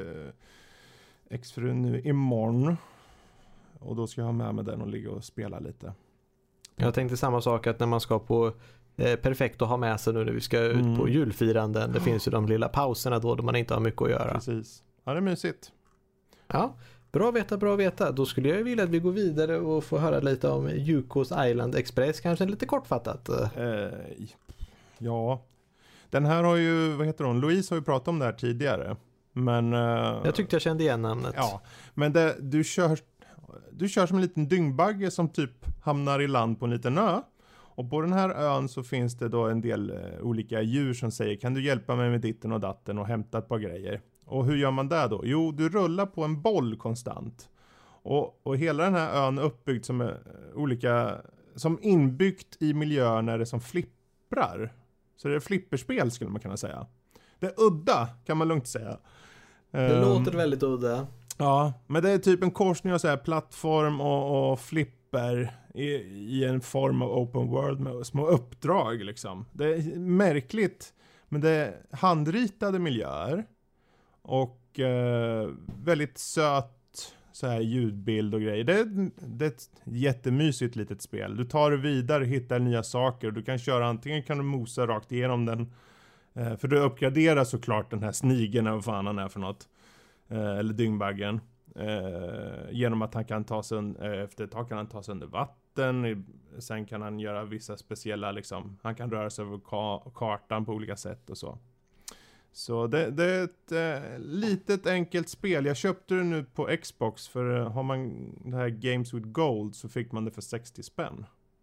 exfrun nu imorgon, och då ska jag ha med mig den och ligga och spela lite. Jag tänkte samma sak, att när man ska på eh, perfekt att ha med sig nu när vi ska ut Mm. på julfiranden, det finns ju de lilla pauserna då, då man inte har mycket att göra. Precis. Ja, det är mysigt. Ja, bra att veta, bra att veta. Då skulle jag vilja att vi går vidare och får höra lite om Yukos Island Express, kanske lite kortfattat. Eh, ja, den här har ju, vad heter hon? Louise har ju pratat om det här tidigare. Men... Eh, Jag tyckte jag kände igen namnet. Ja, men det, du kör du kör som en liten dyngbagge som typ hamnar i land på en liten ö. Och på den här ön så finns det då en del eh, olika djur som säger, kan du hjälpa mig med ditten och datten och hämta ett par grejer? Och hur gör man det då? Jo, du rullar på en boll konstant. Och, och hela den här ön är uppbyggd som eh, olika, som inbyggt i miljöer när det som flipprar. Så det är flipperspel skulle man kunna säga. Det är udda, kan man lugnt säga. Det um, låter väldigt udda. Ja, men det är typ en korsning av så här plattform och, och flipper i, i en form av open world med små uppdrag liksom. Det är märkligt, men det är handritade miljöer och eh, väldigt söt så här ljudbild och grejer. Det är, det är ett jättemysigt litet spel. Du tar det vidare, hittar nya saker. Du kan köra, antingen kan du mosa rakt igenom den, eh, för du uppgraderar såklart den här snigeln, vad fan han är för något. Eller dyngbaggen, eh, genom att han kan ta sig un- efter ett tag kan han ta sig under vatten, sen kan han göra vissa speciella liksom, han kan röra sig över ka- kartan på olika sätt och så. Så det, det är ett eh, litet enkelt spel. Jag köpte det nu på Xbox, för eh, har man det här Games with Gold så fick man det för sextio spänn.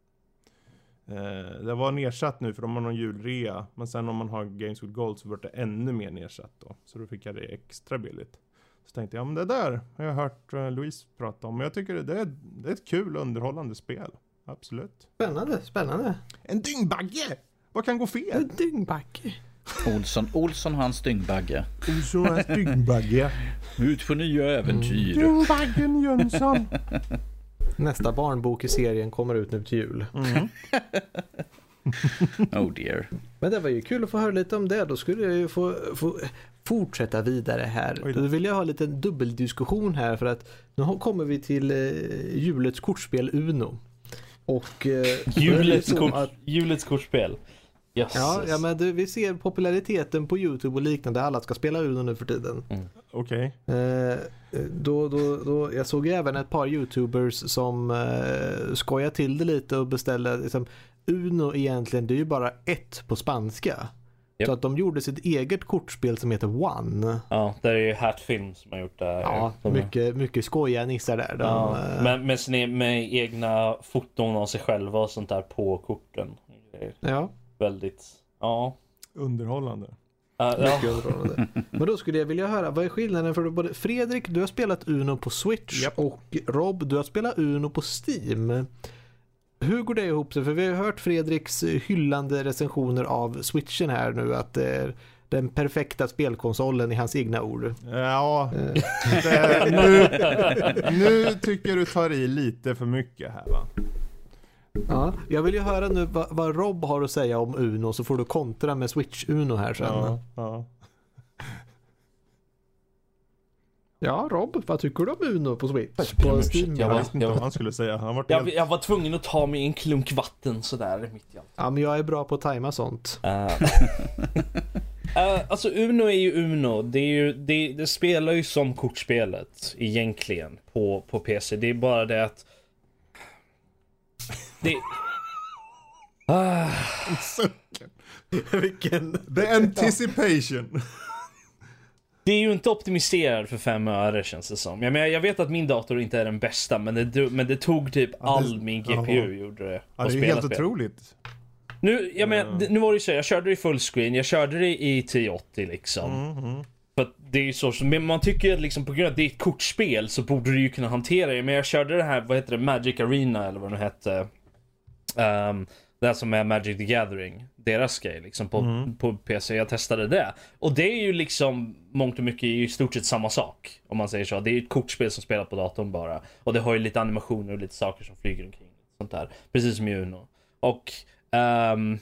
Eh, det var nedsatt nu för de har någon julrea, men sen om man har Games with Gold så var det ännu mer nedsatt då. Så då fick jag det extra billigt. Så tänkte jag, ja men det där har jag hört uh, Louise prata om. Men jag tycker det, det, är, det är ett kul underhållande spel. Absolut. Spännande, spännande. En dyngbagge! Vad kan gå fel? En dyngbagge. Olsson, Olsson hans dyngbagge. Olsson hans dyngbagge. Ut på nya äventyr. Dyngbaggen Jönsson. Nästa barnbok i serien kommer ut nu till jul. Mm. Oh dear. Men det var ju kul att få höra lite om det. Då skulle jag ju få, få fortsätta vidare här. Oj då. Då vill jag ha en liten dubbeldiskussion här, för att nu kommer vi till eh, julets kortspel Uno. Och eh, Julets, så kort, att- julets kortspel. Yes. Ja, ja, men du, vi ser populariteten på YouTube och liknande. Alla ska spela Uno nu för tiden. Okej. Eh, då, då, då, jag såg ju även ett par YouTubers som eh, skojar till det lite och beställde liksom, Uno egentligen, det är ju bara ett på spanska. Yep. Så att de gjorde sitt eget kortspel som heter One. Ja, det är ju Hatfilm som har gjort det här. Ja, De- mycket, mycket skojiga nissar där. De, Ja, eh, med, med, sina, med egna foton av sig själva och sånt där på korten. Det är ja, väldigt, ja. Underhållande. Uh, ja. mycket underhållande. Men då skulle jag vilja höra, vad är skillnaden för både Fredrik, du har spelat Uno på Switch, Japp. och Rob, du har spelat Uno på Steam. Hur går det ihop sig? För vi har hört Fredriks hyllande recensioner av Switchen här nu, att det är den perfekta spelkonsolen i hans egna ord. Ja, det, nu, nu tycker du tar i lite för mycket här va? Ja, jag vill ju höra nu vad, vad Rob har att säga om Uno, så får du kontra med Switch Uno här sen. Ja, Ja, ja. Rob, vad tycker du om Uno på Switch? Jag ber om På ursäkt, Steam? jag Jag var- visste inte vad han skulle säga. Han var Jag, helt... jag var tvungen att ta mig en klunk vatten sådär mitt i allt. Ja, men jag är bra på att tajma sånt. Uh. uh, alltså Uno är ju Uno. Det, är ju, det, det spelar ju som kortspelet egentligen på, på P C. Det är bara det att det... Ah, Vilken... The anticipation. det är ju inte optimiserad för fem öre känns det som. Jag, menar, jag vet att min dator inte är den bästa, men det, men det tog typ Ja, det- all min G P U Jaha. gjorde det. Ja, att det är ju spela helt spel. otroligt. Nu, jag men, nu var det ju så, jag körde det i fullscreen, jag körde det i tio åttio liksom. Mm-hmm. För att det är ju så, men man tycker att liksom på grund av att det är ett kortspel så borde du ju kunna hantera det. Men jag körde det här, vad heter det, Magic Arena eller vad det hette. Um, det här som är Magic the Gathering, deras grej liksom på, mm. på P C. Jag testade det. Och det är ju liksom, mångt och mycket i stort sett samma sak, om man säger så. Det är ju ett kortspel som spelar på datorn bara. Och det har ju lite animationer och lite saker som flyger omkring. Sånt där. Precis som i Uno. Och um,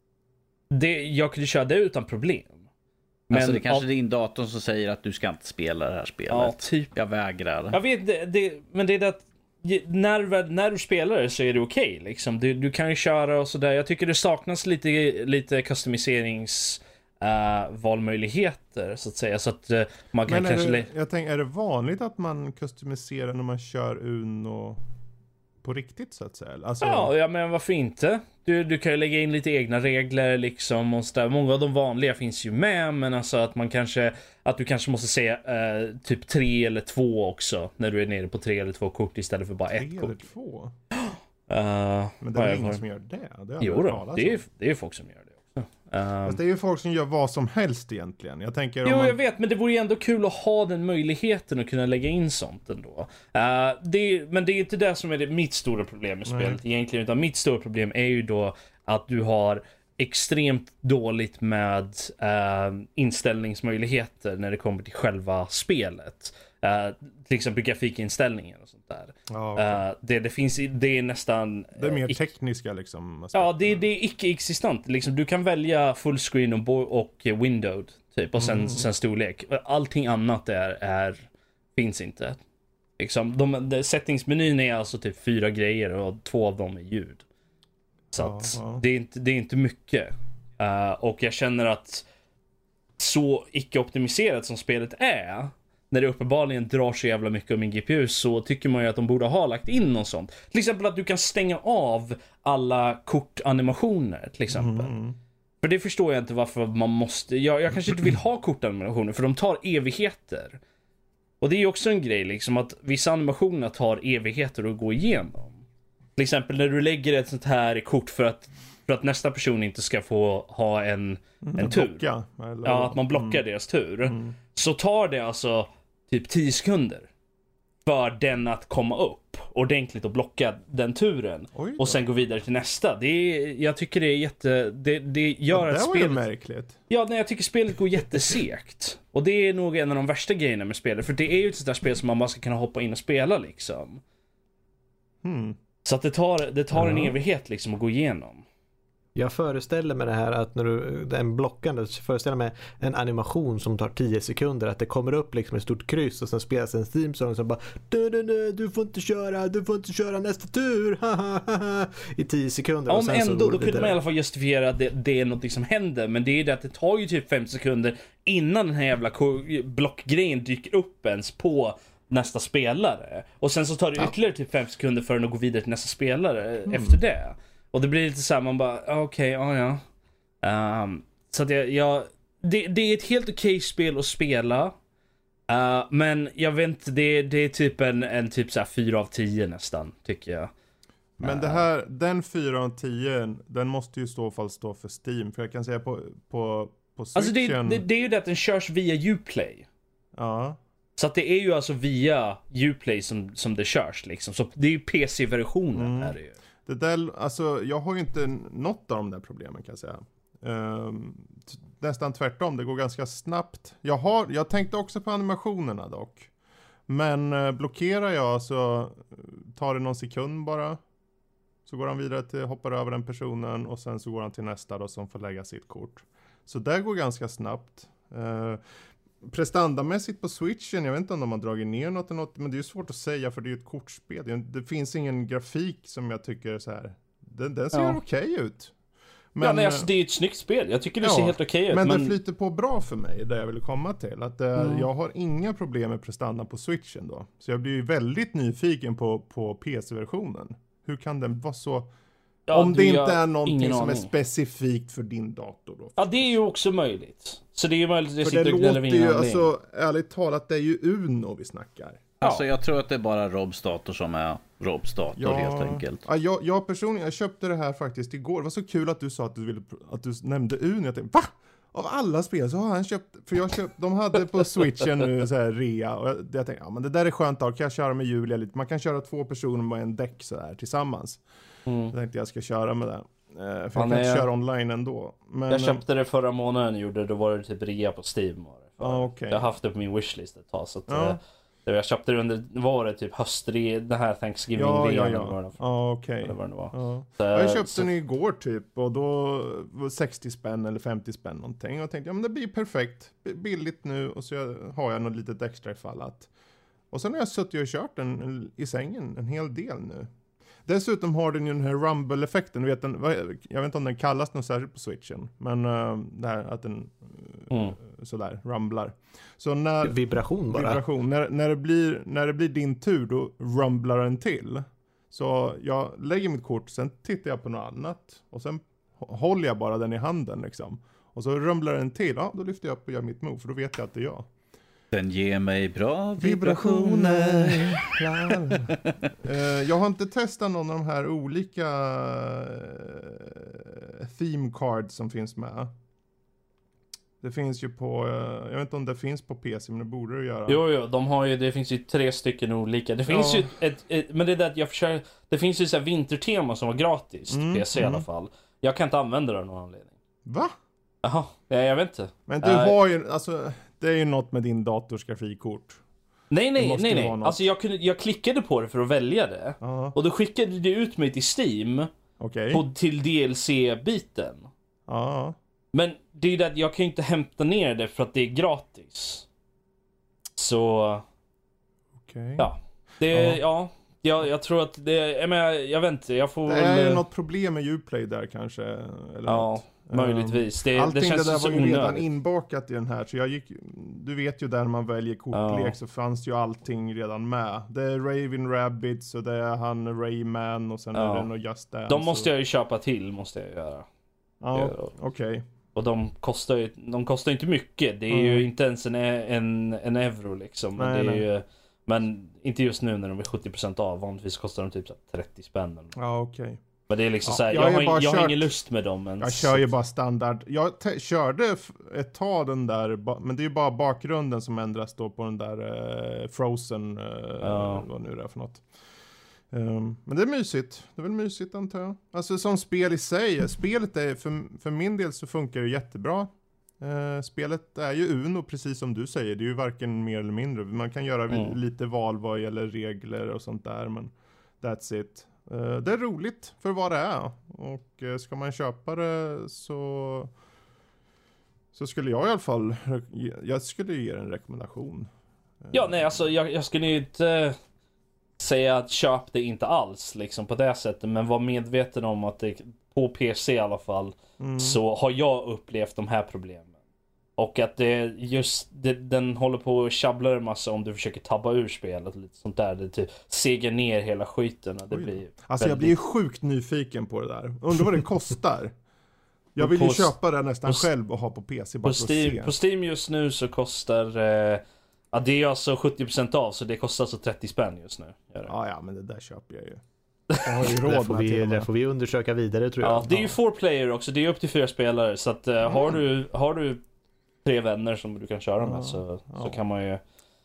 det, jag kunde köra det utan problem. Men alltså det är kanske av... din dator som säger att du ska inte spela det här spelet. Ja, typ. Jag vägrar. Jag vet, det, det, men det är det att när, när du spelar så är det okej okay, liksom. du, du kan ju köra och sådär. Jag tycker det saknas lite, lite customiserings uh, valmöjligheter så att säga. Så att uh, man kan men kanske... Det, jag tänker, är det vanligt att man customiserar när man kör Uno på riktigt så att säga? Alltså... Ja, ja, men varför inte? Du, du kan ju lägga in lite egna regler liksom och så där. Många av de vanliga finns ju med, men alltså att man kanske att du kanske måste säga uh, typ tre eller två också när du är nere på tre eller två kort istället för bara tre ett kort. Eller två? Uh, men det är ingen som gör det. Det jo då, det är, det är folk som gör det. Uh, det är ju folk som gör vad som helst egentligen. Jag tänker jo, om man... jag vet, men det vore ju ändå kul att ha den möjligheten att kunna lägga in sånt ändå. Uh, det är, men det är inte det som är det, mitt stora problem med spelet Nej. egentligen, utan mitt stora problem är ju då att du har extremt dåligt med uh, inställningsmöjligheter när det kommer till själva spelet. Uh, till exempel grafikinställningar och sånt där. Ja, okay. uh, det, det finns det är nästan det är mer uh, tekniska liksom. Ja, det, det är icke-existent. Liksom, du kan välja fullscreen och, bo- och windowed typ, och sen, mm. sen storlek. Allting annat är, är finns inte. Liksom, de, de, settingsmenyn är alltså typ fyra grejer och två av dem är ljud. Så ja, att ja. Det, är inte, det är inte mycket. Uh, och jag känner att så icke-optimiserat som spelet är, när det uppenbarligen drar så jävla mycket av min G P U, så tycker man ju att de borde ha lagt in något sånt. Till exempel att du kan stänga av alla kortanimationer till exempel. Mm. För det förstår jag inte varför man måste. Jag, jag kanske inte vill ha kortanimationer för de tar evigheter. Och det är ju också en grej liksom att vissa animationer tar evigheter att gå igenom. Till exempel när du lägger ett sånt här kort för att för att nästa person inte ska få ha en, mm, en tur. Blocka, eller... Ja, att man blockar mm. deras tur. Mm. Så tar det alltså typ tio sekunder för den att komma upp ordentligt och blocka den turen och sen gå vidare till nästa. Det är, jag tycker det är jätte det, det gör ja, att spelet märkligt. Ja, nej, jag tycker spelet går jättesegt. Och det är nog en av de värsta grejerna med spelet, för det är ju ett sånt där spel som man bara ska kunna hoppa in och spela liksom. Hmm. Så att det tar det tar ja. en evighet liksom att gå igenom. Jag föreställer mig det här att när du den blockande, så föreställer mig en animation som tar tio sekunder, att det kommer upp liksom ett stort kryss och sen spelas en themesong som bara du, du, du, du får inte köra, du får inte köra nästa tur i tio sekunder. Ja, och sen men ändå, så då kunde man i alla fall justifiera att det, det är något som händer, men det är det att det tar ju typ fem sekunder innan den här jävla blockgrejen dyker upp ens på nästa spelare. Och sen så tar det ja. ytterligare typ fem sekunder för att gå vidare till nästa spelare mm. efter det. Och det blir lite så här, man bara, okej, okay, ja ja. Um, så att jag, jag det, det är ett helt okej okay spel att spela. Uh, men jag vet inte, det, det är typ en, en typ så här fyra av tio nästan, tycker jag. Men uh. det här, den fyra av tio, den måste ju i så fall stå för Steam. För jag kan säga på, på, på Switchen... Alltså det, det, det är ju det att den körs via Uplay. Ja. Så att det är ju alltså via Uplay som, som det körs liksom. Så det är ju P C-versionen mm. här är ju. Det där, alltså, jag har ju inte något av de där problemen kan jag säga. Um, t- nästan tvärtom, det går ganska snabbt. Jag, har, jag tänkte också på animationerna dock. Men uh, blockerar jag så tar det någon sekund bara. Så går han vidare till, hoppar över den personen och sen så går han till nästa då som får lägga sitt kort. Så det går ganska snabbt. Uh, prestandamässigt på Switchen, jag vet inte om de har dragit ner något eller något, men det är ju svårt att säga för det är ju ett kortspel. Det, det finns ingen grafik som jag tycker så här. Den, den ser ja. okej okay ut. Men, ja, nej, alltså, det är ett snyggt spel. Jag tycker det ja, ser helt okej okay ut. Men, men det flyter på bra för mig, det jag vill komma till. Att, äh, mm. Jag har inga problem med prestanda på Switchen då. Så jag blir ju väldigt nyfiken på, på P C-versionen. Hur kan den vara så... Ja, om det inte är någonting som aning. är specifikt för din dator då. Ja, det är ju också möjligt. Så det är ju möjligt att det sitter och gnäller vid ju, alltså, ärligt talat, det är ju Uno vi snackar. Alltså jag tror att det är bara Robs dator som är Robs dator Ja, helt enkelt. Ja, jag, jag personligen, jag köpte det här faktiskt igår. Det var så kul att du sa att du ville, att du nämnde Uno. Jag tänkte, va? Av alla spel så har han köpt, för jag köpt, de hade på Switchen nu så här rea. Och jag, jag tänkte, ja men det där är skönt, då kan jag köra med Julia lite. Man kan köra två personer med en däck så här tillsammans. Mm. Jag tänkte jag ska köra med det. För jag kan inte köra online ändå. Men, jag köpte det förra månaden gjorde, då var det typ rea på Steam. Ah, okay. Jag har haft det på min wishlist ett tag. Så att, ja. Jag köpte det under, var det typ höstre, det här Thanksgiving ja, ja, ja. Ja, okej. Okay. Ja. Jag köpte så... den igår typ och då var sextio spänn eller femtio spänn någonting. Och jag tänkte, ja men det blir perfekt. Billigt nu och så har jag något litet extra ifall att. Och sen har jag suttit och kört den i sängen en hel del nu. Dessutom har den ju den här rumble-effekten. Vet den, jag vet inte om den kallas något särskilt på Switchen. Men uh, det här att den uh, mm. sådär rumblar. Så när, vibration bara. Vibration. När, när, det blir, när det blir din tur då rumblar den till. Så jag lägger mitt kort, sen tittar jag på något annat. Och sen håller jag bara den i handen liksom. Och så rumblar den till. Ja, då lyfter jag upp och gör mitt move. För då vet jag att det är jag. Den ger mig bra vibrationer. uh, jag har inte testat någon av de här olika uh, theme cards som finns med. Det finns ju på, uh, jag vet inte om det finns på P C, men det borde det göra. Jo, jo, de har ju, det finns ju tre stycken olika. Det finns ja. ju ett, ett, men det är det att jag försöker, det finns ju så här vintertema som var gratis till mm, P C mm. i alla fall. Jag kan inte använda det av någon anledning. Va? Jaha, jag, jag vet inte. Men du uh, har ju, alltså... Det är ju något med din dators grafikkort. Nej, nej, nej, nej. Alltså jag, kunde, jag klickade på det för att välja det. Uh-huh. Och då skickade det ut mig till Steam. Okay. På, till D L C-biten. Uh-huh. Men det är ju det att jag kan ju inte hämta ner det för att det är gratis. Så... Okej. Okay. Ja. Det, uh-huh. ja. Jag, jag tror att det... Jag, menar, jag vet inte, jag får... Det är ju något problem med Uplay där kanske. Eller ja. Något. Möjligtvis. Det, Allting det, känns det där så var ju redan onödigt. inbakat i den här. Så jag gick, du vet ju där man väljer kortlek ja. Så fanns ju allting redan med. Det är Raven Rabbids och det är han Rayman och sen ja. Är det nog Just Dance. De måste jag ju köpa till, måste jag göra. Ja, okej. Okay. Och de kostar ju de kostar inte mycket. Det är mm. ju inte ens en, en, en euro liksom. Men, nej, det är ju, men inte just nu när de är sjuttio procent av. Vanligtvis kostar de typ trettio spänn. Ja, okej. Okay. Men det är liksom ja, så här, jag, jag, har, jag kört, har ingen lust med dem ens. Jag kör ju bara standard. Jag te- körde ett tag den där, men det är ju bara bakgrunden som ändras då på den där uh, Frozen, uh, ja. Vad nu det är för något. Um, men det är mysigt. Det är väl mysigt antar jag. Alltså som spel i sig, spelet är, för, för min del så funkar det jättebra. Uh, spelet är ju Uno, precis som du säger. Det är ju varken mer eller mindre. Man kan göra mm. lite val vad gäller regler och sånt där, men that's it. Uh, det är roligt för vad det är. Och uh, ska man köpa det så så skulle jag i alla fall jag skulle ge en rekommendation. Uh, ja, nej alltså jag, jag skulle ju inte säga att köp det inte alls liksom på det sättet, men var medveten om att det på P C i alla fall mm. så har jag upplevt de här problemen. Och att det just det, den håller på att tjabbla en massa om du försöker tabba ur spelet och lite sånt där. Det typ segar ner hela skiten. Det blir alltså väldigt... jag blir sjukt nyfiken på det där. Undrar vad det kostar. Jag vill ju på, köpa det nästan på, själv och ha på P C bara på Steam, se. På Steam just nu så kostar eh, ja, det är alltså sjuttio procent av, så det kostar alltså trettio spänn just nu. Ja, ja, men det där köper jag ju. Jag har ju råd det, får vi, det får vi undersöka vidare tror jag. Ja, det är ju four player också. Det är upp till fyra spelare. Så att, uh, mm. har, du, har du tre vänner som du kan köra med ja, så, ja. så kan man ju...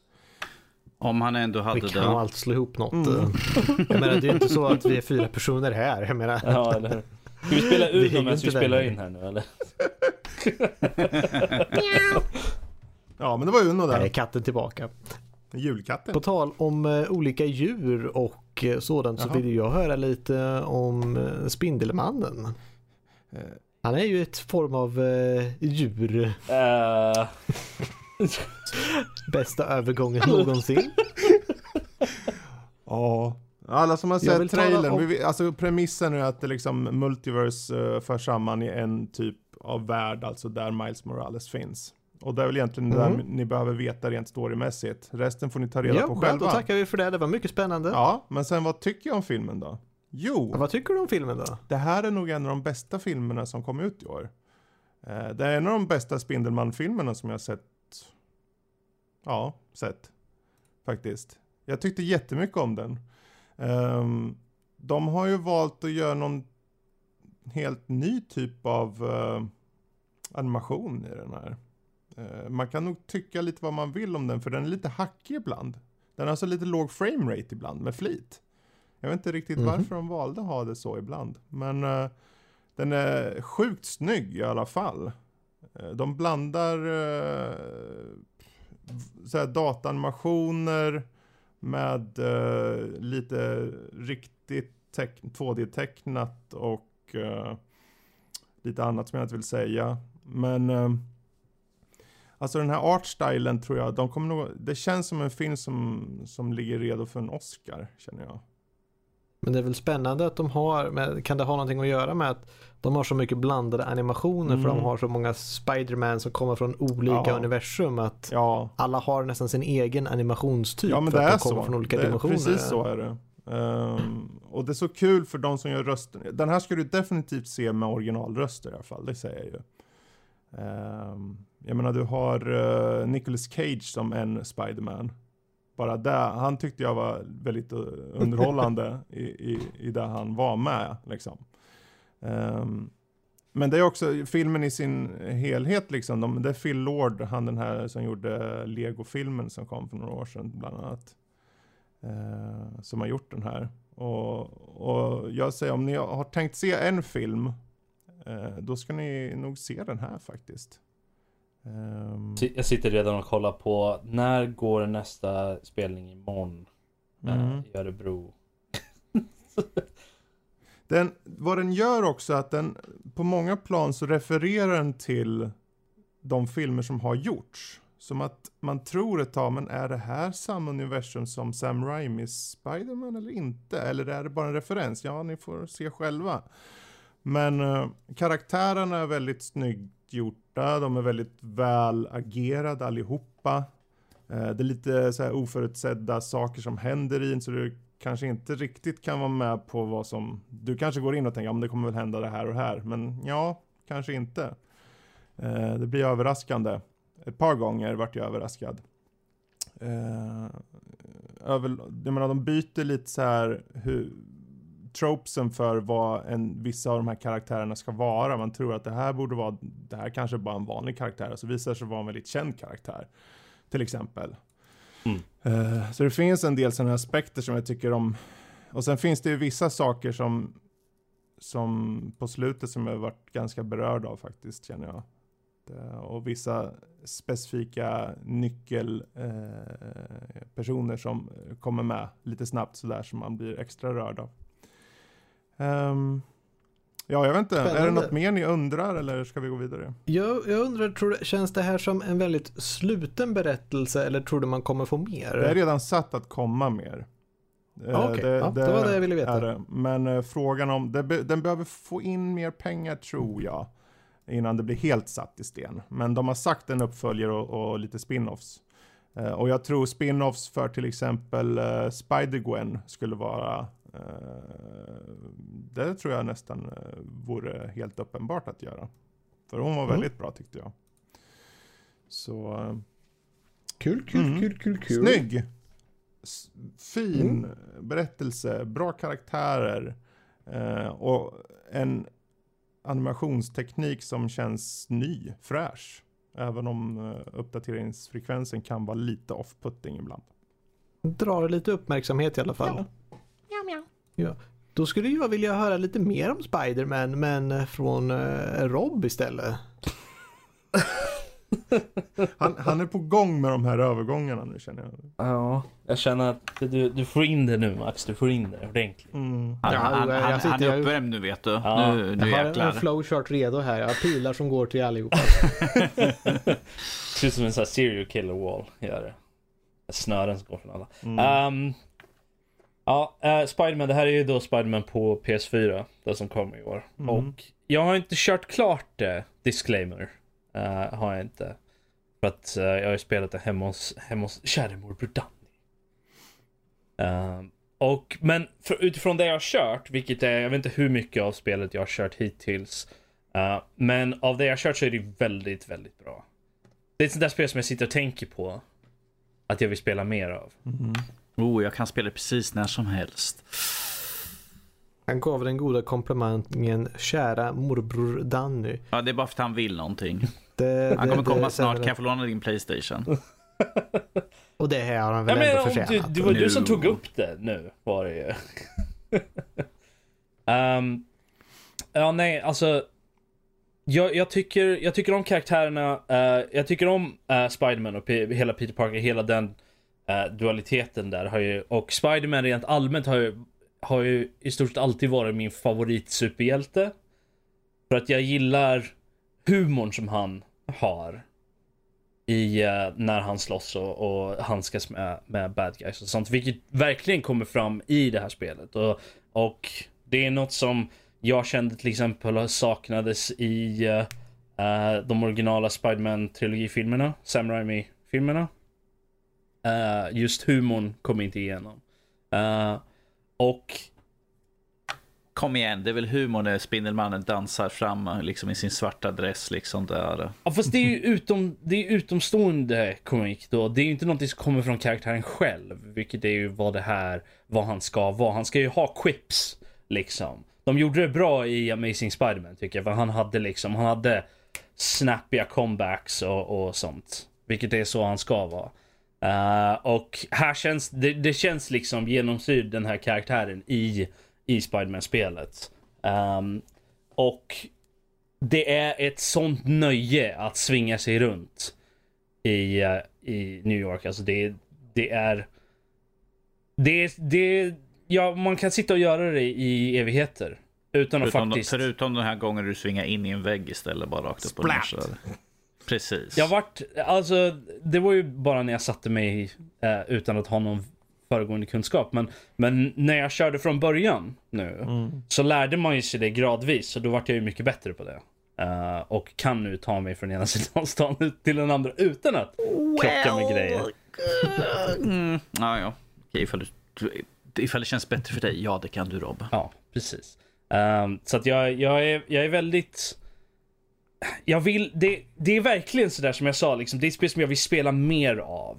Om han ändå hade det. Vi kan allt slå ihop något. Mm. Jag menar, det är inte så att vi är fyra personer här. Jag menar... Ja, eller hur? Ska vi spela ut dem medan vi spelar in här nu, eller? Ja, men det var ju Uno där. Nej, katten tillbaka. Julkatten. På tal om uh, olika djur och uh, sådant. Jaha. Så vill jag höra lite om uh, Spindelmannen. Uh. Han är ju ett form av uh, djur. Uh. Bästa övergången någonsin. Ja. Alla som har sett trailern, om... vi, alltså premissen är att det liksom multiverse uh, för samman i en typ av värld, alltså där Miles Morales finns. Och det är väl egentligen mm. det där ni behöver veta rent storymässigt. Resten får ni ta reda ja, på själva. Ja, då tackar vi för det. Det var mycket spännande. Ja, men sen vad tycker jag om filmen då? Jo. Ja, vad tycker du om filmen då? Det här är nog en av de bästa filmerna som kom ut i år. Uh, det är en av de bästa Spindelman-filmerna som jag sett. Ja, sett. Faktiskt. Jag tyckte jättemycket om den. Um, de har ju valt att göra någon helt ny typ av uh, animation i den här. Uh, man kan nog tycka lite vad man vill om den, för den är lite hackig ibland. Den har alltså lite låg framerate ibland med flit. Jag vet inte riktigt mm-hmm. varför de valde att ha det så ibland. Men uh, den är sjukt snygg i alla fall. Uh, de blandar uh, såhär dataanimationer med uh, lite riktigt teck- två D-tecknat och uh, lite annat som jag inte vill säga. Men uh, alltså den här artstylen tror jag, de kommer nog, det känns som en film som, som ligger redo för en Oscar, känner jag. Men det är väl spännande att de har, med, kan det ha någonting att göra med att de har så mycket blandade animationer mm. för de har så många Spider-Man som kommer från olika ja. universum att ja. alla har nästan sin egen animationstyp ja, men för det att är de kommer så. från olika det dimensioner. Precis så är det. Um, och det är så kul för de som gör rösten. Den här ska du definitivt se med originalröster i alla fall, det säger jag ju. Um, jag menar, du har uh, Nicolas Cage som en Spider-Man. Bara där, han tyckte jag var väldigt uh, underhållande i, i, i där han var med liksom. Um, men det är också filmen i sin helhet liksom. De, det är Phil Lord, han den här som gjorde Lego-filmen som kom för några år sedan bland annat. Uh, som har gjort den här. Och, och jag säger, om ni har tänkt se en film, uh, då ska ni nog se den här faktiskt. Um, jag sitter redan och kollar på när går nästa spelning imorgon mm. uh, i Örebro. den, vad den gör också att den på många plan så refererar den till de filmer som har gjorts. Som att man tror ett tag, men är det här samma universum som Sam Raimis Spider-Man eller inte? Eller är det bara en referens? Ja, ni får se själva. Men uh, karaktärerna är väldigt snyggt gjorda. De är väldigt väl agerade allihopa. Uh, det är lite så här oförutsedda saker som händer i en, så du kanske inte riktigt kan vara med på vad som... Du kanske går in och tänker, ja, men det kommer väl hända det här och här. Men ja, kanske inte. Uh, det blir överraskande. Ett par gånger vart jag överraskad. Uh, över, jag menar, de byter lite så här hur, tropesen för vad en, vissa av de här karaktärerna ska vara. Man tror att det här borde vara, det här kanske bara en vanlig karaktär, och så visar det sig vara en väldigt känd karaktär. Till exempel. Mm. Uh, så det finns en del sådana aspekter som jag tycker om. Och sen finns det ju vissa saker som, som på slutet som jag varit ganska berörd av faktiskt, känner jag. Och vissa specifika nyckelpersoner eh, som kommer med lite snabbt sådär, som man blir extra rörd av. Um, ja, jag vet inte. Spännande. Är det något mer ni undrar, eller ska vi gå vidare? Jag, jag undrar, tror du, känns det här som en väldigt sluten berättelse, eller tror du man kommer få mer? Det är redan satt att komma mer. Ah, okay. det, ja, det, det var det jag ville veta. Det. Men uh, frågan om, det be, den behöver få in mer pengar, tror jag, innan det blir helt satt i sten. Men de har sagt en uppföljare och, och lite spin-offs. Uh, och jag tror spin-offs för till exempel uh, Spider-Gwen skulle vara... Uh, det tror jag nästan uh, vore helt uppenbart att göra. För hon var mm. väldigt bra, tyckte jag. Så... Uh, kul, kul, mm. kul, kul, kul. Snygg! S- fin mm. berättelse, bra karaktärer. Uh, och en... animationsteknik som känns ny, fräsch. Även om uh, uppdateringsfrekvensen kan vara lite off-putting ibland. Drar lite uppmärksamhet i alla fall. Ja. Ja, ja. Ja. Då skulle jag vilja höra lite mer om Spider-Man, men från uh, Rob istället. han, han är på gång med de här övergångarna nu, känner jag. Ja, jag känner att du, du får in det nu, Max. Du får in det ordentligt. Mm. Han, han, han, han, han är uppvärmd nu, vet du. Ja. Nu, nu jag har en flowchart redo här. Jag har pilar som går till allihopa. Det ser ut som en sån här serial killer wall. Gör det. Snören som går från alla. Mm. Um, ja, uh, Spider-Man. Det här är ju då Spider-Man på P S fyra. Det som kommer i år. Mm. Och jag har inte kört klart det. Disclaimer. Uh, har jag inte. För att uh, jag har ju spelat det hemma hos, hemma hos kärmor Danny. Uh, och, men för, utifrån det jag har kört, vilket är, jag vet inte hur mycket av spelet jag har kört hittills. Uh, men av det jag har kört så är det väldigt, väldigt bra. Det är ett sånt där spel som jag sitter och tänker på att jag vill spela mer av. Mm. Oh, jag kan spela precis när som helst. Han gav den goda komplimangen kära morbror Danny. Ja, det är bara för att han vill någonting. Det, han kommer det, komma det, snart. det. Kan jag få låna din PlayStation? Och det här har han väl Ja, men ändå om förtjänat. du, det var Nu. du som tog upp det nu, var det ju. um, ja, nej, alltså. Jag, jag, tycker, jag tycker om karaktärerna. Uh, jag tycker om uh, Spider-Man och P- hela Peter Parker. Hela den uh, dualiteten där. Har ju, och Spider-Man rent allmänt har ju, har ju i stort sett alltid varit min favorit superhjälte. För att jag gillar humorn som han har. I uh, när han slåss och, och handskas med, med bad guys och sånt. Vilket verkligen kommer fram i det här spelet. Och, och det är något som jag kände till exempel saknades i uh, uh, de originala Spider-Man-trilogifilmerna. Sam Raimi-filmerna. Uh, just humorn kom inte igenom. Uh, och Kom igen, det är väl humor när Spindelmannen dansar fram liksom i sin svarta dress liksom där. Ja, fast det är ju utom, det är utomstående komik då. Det är ju inte något som kommer från karaktären själv. Vilket är ju vad det här, vad han ska vara. Han ska ju ha quips liksom. De gjorde det bra i Amazing Spider-Man tycker jag. För han hade liksom, han hade snappiga comebacks och, och sånt. Vilket är så han ska vara. Uh, och här känns, det, det känns liksom genomsyrd den här karaktären i i Spider-Man-spelet. Um, och det är ett sånt nöje att svinga sig runt i, uh, i New York. Alltså det, det är det, det ja, man kan sitta och göra det i evigheter utan att förutom, faktiskt förutom den här gången du svingar in i en vägg istället bara rakt upp och ner. Precis. Jag vart, alltså det var ju bara när jag satte mig uh, utan att ha någon föregående kunskap, men, men när jag körde från början nu mm. så lärde man ju sig det gradvis, så då vart jag ju mycket bättre på det uh, och kan nu ta mig från ena sidan stan ut till den andra utan att well, krocka med grejer. mm. Ja, ja. Okej, ifall, du, ifall det känns bättre för dig, ja det kan du Rob. Ja, precis. Um, så att jag, jag, är, jag är väldigt jag vill, det, det är verkligen sådär som jag sa liksom, det är ett spel som jag vill spela mer av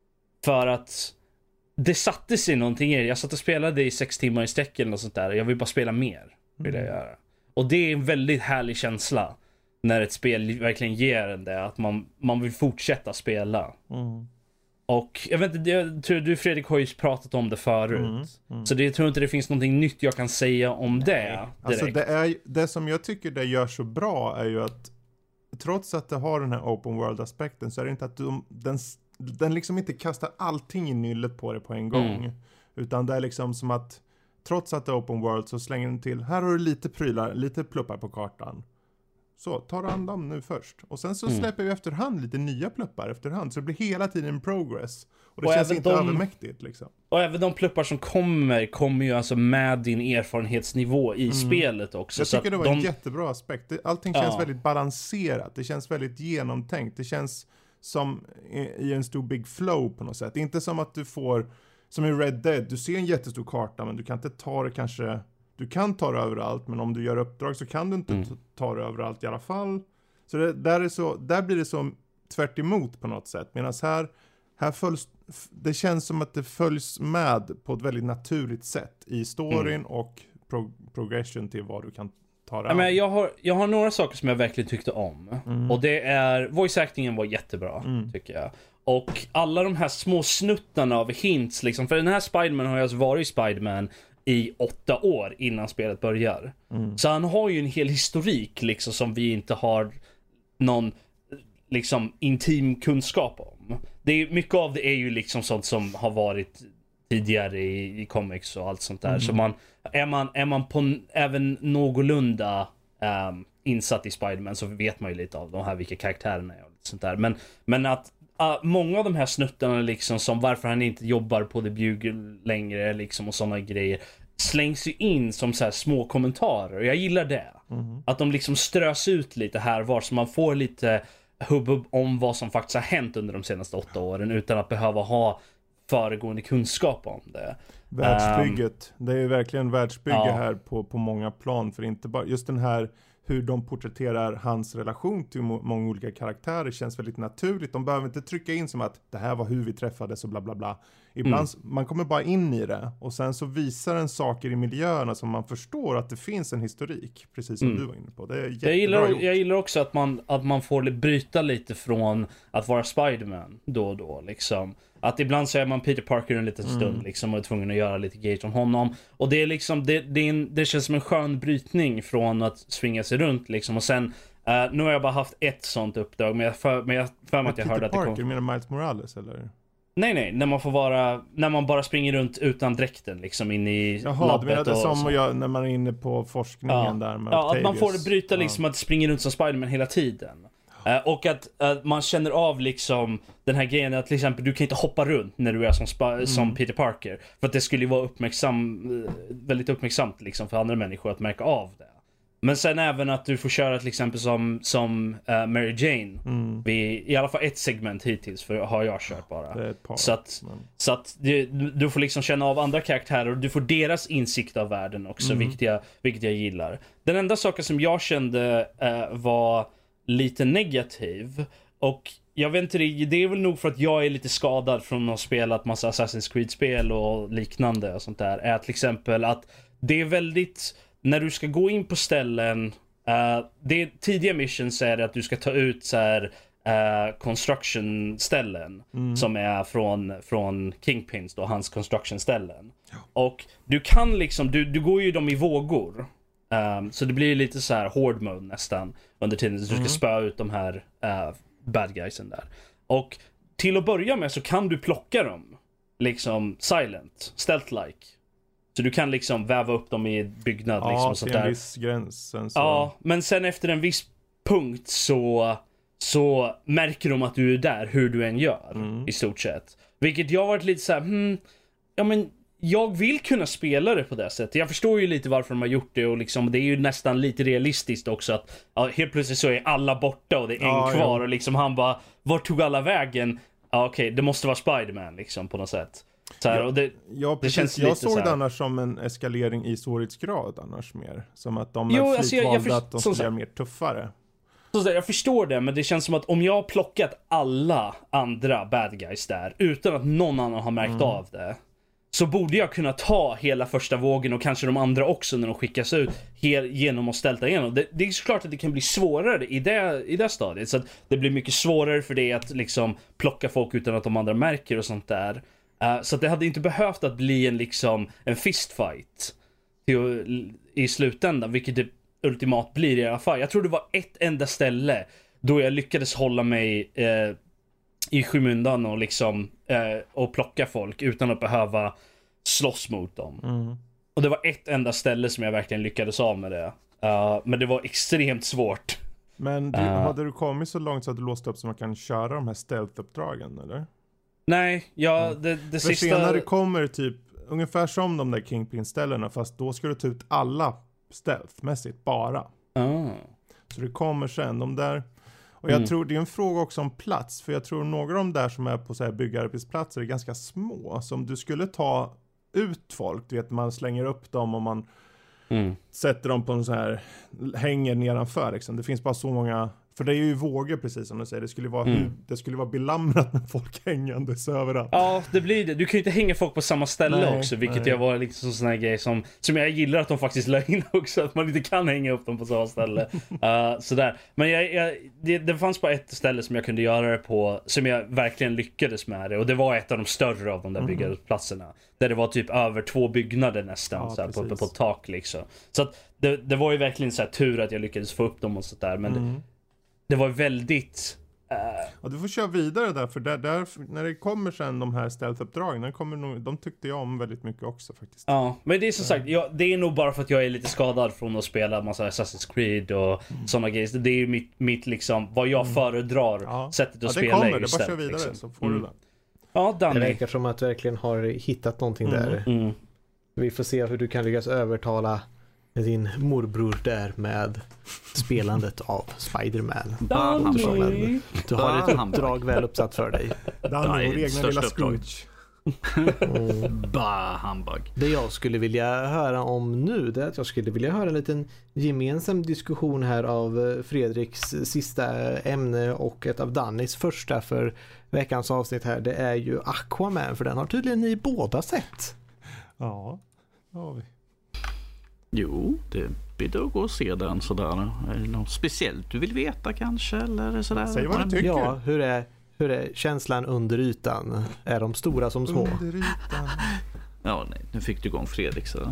för att det satte sig någonting i det. Jag satt och spelade i sex timmar i sträck eller något sånt där. Jag vill bara spela mer. Vill jag göra. Och det är en väldigt härlig känsla. När ett spel verkligen ger en det. Att man, man vill fortsätta spela. Mm. Och jag vet inte, jag tror du Fredrik har ju pratat om det förut. Mm. Mm. Så det, jag tror inte det finns någonting nytt jag kan säga om det direkt. Alltså det, är, det som jag tycker det gör så bra är ju att trots att det har den här open world-aspekten så är det inte att de, den den liksom inte kastar allting i nyllet på det på en gång. Mm. Utan det är liksom som att trots att det är open world så slänger den till, här har du lite prylar, lite pluppar på kartan. Så, ta an dem nu först. Och sen så mm. släpper vi efterhand lite nya pluppar efterhand. Så det blir hela tiden en progress. Och det och känns inte de, övermäktigt liksom. Och även de pluppar som kommer, kommer ju alltså med din erfarenhetsnivå i mm. spelet också. Jag så tycker det var de... en jättebra aspekt. Allting känns ja. väldigt balanserat. Det känns väldigt genomtänkt. Det känns som i en stor big flow på något sätt. Inte som att du får, som i Red Dead, du ser en jättestor karta men du kan inte ta det kanske, du kan ta det överallt men om du gör uppdrag så kan du inte mm. ta det överallt i alla fall. Så det, där, är så, där blir det så tvärt emot på något sätt. Medan här, här följs, det känns som att det följs med på ett väldigt naturligt sätt i storyn mm. och pro, progression till vad du kan Ja, men jag, har, jag har några saker som jag verkligen tyckte om. Mm. Och det är, voice actingen var jättebra, mm. tycker jag. Och alla de här små snuttarna av hints, liksom. För den här Spider-Man har ju alltså varit Spider-Man i åtta år innan spelet börjar. Mm. Så han har ju en hel historik, liksom, som vi inte har någon liksom intim kunskap om. Det är, mycket av det är ju liksom sånt som har varit tidigare i, i comics och allt sånt där. Mm. Så man, är man, är man på även någorlunda um, insatt i Spider-Man så vet man ju lite av de här, vilka karaktärerna är och sånt där. Men, men att uh, många av de här snuttarna liksom, som varför han inte jobbar på The Bugle längre liksom, och såna grejer slängs ju in som så här små kommentarer. Och jag gillar det. Mm. Att de liksom strös ut lite här var, så man får lite hubbub om vad som faktiskt har hänt under de senaste åtta åren utan att behöva ha föregående kunskap om det. Världsbygget. Um, det är ju verkligen världsbygge ja. här på, på många plan. För inte bara just den här hur de porträtterar hans relation till må- många olika karaktärer känns väldigt naturligt. De behöver inte trycka in som att det här var hur vi träffades och bla bla bla. ibland, Mm. man kommer bara in i det och sen så visar den saker i miljöerna som man förstår att det finns en historik, precis som Mm. du var inne på. Det är jättebra Jag gillar, gjort. jag gillar också att man, att man får bryta lite från att vara Spider-Man då och då liksom. Att ibland så är man Peter Parker en liten stund Mm. liksom och är tvungen att göra lite grejer om honom. Och det är liksom, det, det, är en, det känns som en skön brytning från att svinga sig runt liksom. Och sen, uh, nu har jag bara haft ett sånt uppdrag, men jag för, men jag för mig att jag Peter hörde att det Parker, kom... menar Miles Morales eller? Nej, nej, när man får vara, när man bara springer runt utan dräkten liksom in i Jaha, du labbet menar det och som så. att jag, när man är inne på forskningen Ja. där med Ja, att man får Octavius. bryta liksom att springa runt som Spider-Man hela tiden. Uh, och att uh, man känner av liksom den här grejen att till exempel du kan inte hoppa runt när du är som, spa- Mm. som Peter Parker. För att det skulle ju vara uppmärksam, uh, väldigt uppmärksamt liksom för andra människor att märka av det. Men sen även att du får köra till exempel som, som uh, Mary Jane. Mm. Vid, i alla fall ett segment hittills, för har jag kört bara. Det är ett par. Så att, Men... så att du, du får liksom känna av andra karaktärer och du får deras insikt av världen också, Mm. vilket, jag, vilket jag gillar. Den enda saken som jag kände uh, var lite negativ, och jag vet inte, det är väl nog för att jag är lite skadad från att ha spelat massa Assassin's Creed-spel och liknande och sånt där, är till exempel att det är väldigt, när du ska gå in på ställen, uh, det är, tidiga missions är det att du ska ta ut så här uh, construction-ställen Mm. som är från, från Kingpins då, hans construction-ställen. Ja. Och du kan liksom, du, du går ju dem i vågor. Um, så det blir lite så här hård mode nästan under tiden så du ska Mm. spöa ut de här uh, bad guysen där. Och till att börja med så kan du plocka dem liksom silent, stealth-like. Så du kan liksom väva upp dem i en byggnad Ja, liksom och sånt till en där. viss gräns. Sen så... Ja, men sen efter en viss punkt så så märker de att du är där hur du än gör Mm. i stort sett. Vilket jag har varit lite så här, hmm, ja men jag vill kunna spela det på det sättet. Jag förstår ju lite varför de har gjort det och liksom, det är ju nästan lite realistiskt också att ja, helt plötsligt så är alla borta och det är en Ja, kvar ja. och liksom han bara, vart tog alla vägen? Ja okej, okay, det måste vara Spider-Man liksom på något sätt. Så här, Ja, och det, Ja, precis. känns jag lite såg så här- det annars som en eskalering i svårighetsgrad annars mer. Som att de Jo, är alltså, jag- jag flikt valda först- att de som skulle sagt- göra mer tuffare. Så där, jag förstår det, men det känns som att om jag har plockat alla andra bad guys där utan att någon annan har märkt Mm. av det, så borde jag kunna ta hela första vågen och kanske de andra också när de skickas ut hel, genom att ställa igenom. Det, det är såklart att det kan bli svårare i det, i det stadiet, så att det blir mycket svårare för det att liksom plocka folk utan att de andra märker och sånt där. Uh, så att det hade inte behövt att bli en liksom en fistfight till, i slutändan, vilket det ultimat blir i alla fall. Jag tror det var ett enda ställe då jag lyckades hålla mig eh, i skymundan och liksom eh, och plocka folk utan att behöva slåss mot dem. Mm. Och det var ett enda ställe som jag verkligen lyckades av med det. Uh, men det var extremt svårt. Men du, Uh. hade du kommit så långt så att du låst upp så man kan köra de här stealth-uppdragen, eller? Nej, ja, det, det För sista... senare kommer typ ungefär som de där Kingpin-ställena, fast då ska du ta ut alla stealth-mässigt bara. Ah. Så det kommer sen, de där... Och jag Mm. tror det är en fråga också om plats, för jag tror några av de där som är på så här byggarbetsplatser är ganska små. Så om du skulle ta ut folk, du vet man slänger upp dem och man Mm. sätter dem på en så här, hänger nedanför liksom. Det finns bara så många, för det är ju vågor precis som du säger, det skulle vara, Mm. hur, det skulle vara belamrat med folk hängandes överallt. Ja, det blir det. Du kan ju inte hänga folk på samma ställe Nej, också, vilket nej. jag var liksom en sån här grej som, som jag gillar att de faktiskt la in också, att man inte kan hänga upp dem på samma ställe. uh, sådär. Men jag, jag, det, det fanns bara ett ställe som jag kunde göra det på, som jag verkligen lyckades med det, och det var ett av de större av de där Mhm. byggarbetsplatserna. Där det var typ över två byggnader nästan, Ja, så här, på, på, precis. på ett tak liksom. Så att det, det var ju verkligen så här tur att jag lyckades få upp dem och sådär, men det, Mm. det var väldigt... Uh, Ja, du får köra vidare där, för där, där, när det kommer sen de här stealth-uppdragen, de, kommer nog, de tyckte jag om väldigt mycket också faktiskt. Ja, men det är som sagt, jag, det är nog bara för att jag är lite skadad från att spela massa Assassin's Creed och Mm. sådana grejer. Det är ju mitt, mitt liksom, vad jag föredrar Ja. sättet att Ja, det spela kommer, är det är just bara att köra det, vidare liksom. så får Mm. du det. Ja, Det Danny. verkar som att du verkligen har hittat någonting Mm. där. Mm. Vi får se hur du kan lyckas övertala din morbror där med spelandet av Spider-Man. Danny. Du har ett Bam. uppdrag väl uppsatt för dig. Danny, Nej, vår egna största lilla uppdraget. Scrooge. Mm. Bah, humbug. Det jag skulle vilja höra om nu, det är att jag skulle vilja höra en liten gemensam diskussion här av Fredriks sista ämne och ett av Dannys första för veckans avsnitt här. Det är ju Aquaman, för den har tydligen ni båda sett. Ja, det har vi. Jo, det blir då att gå och se den sådär. Är det något speciellt du vill veta kanske? Eller sådär? Säg vad du tycker. Ja, hur är, hur är känslan under ytan? Är de stora som små? Under ytan. Ja, nej, nu fick du igång Fredrik. Så.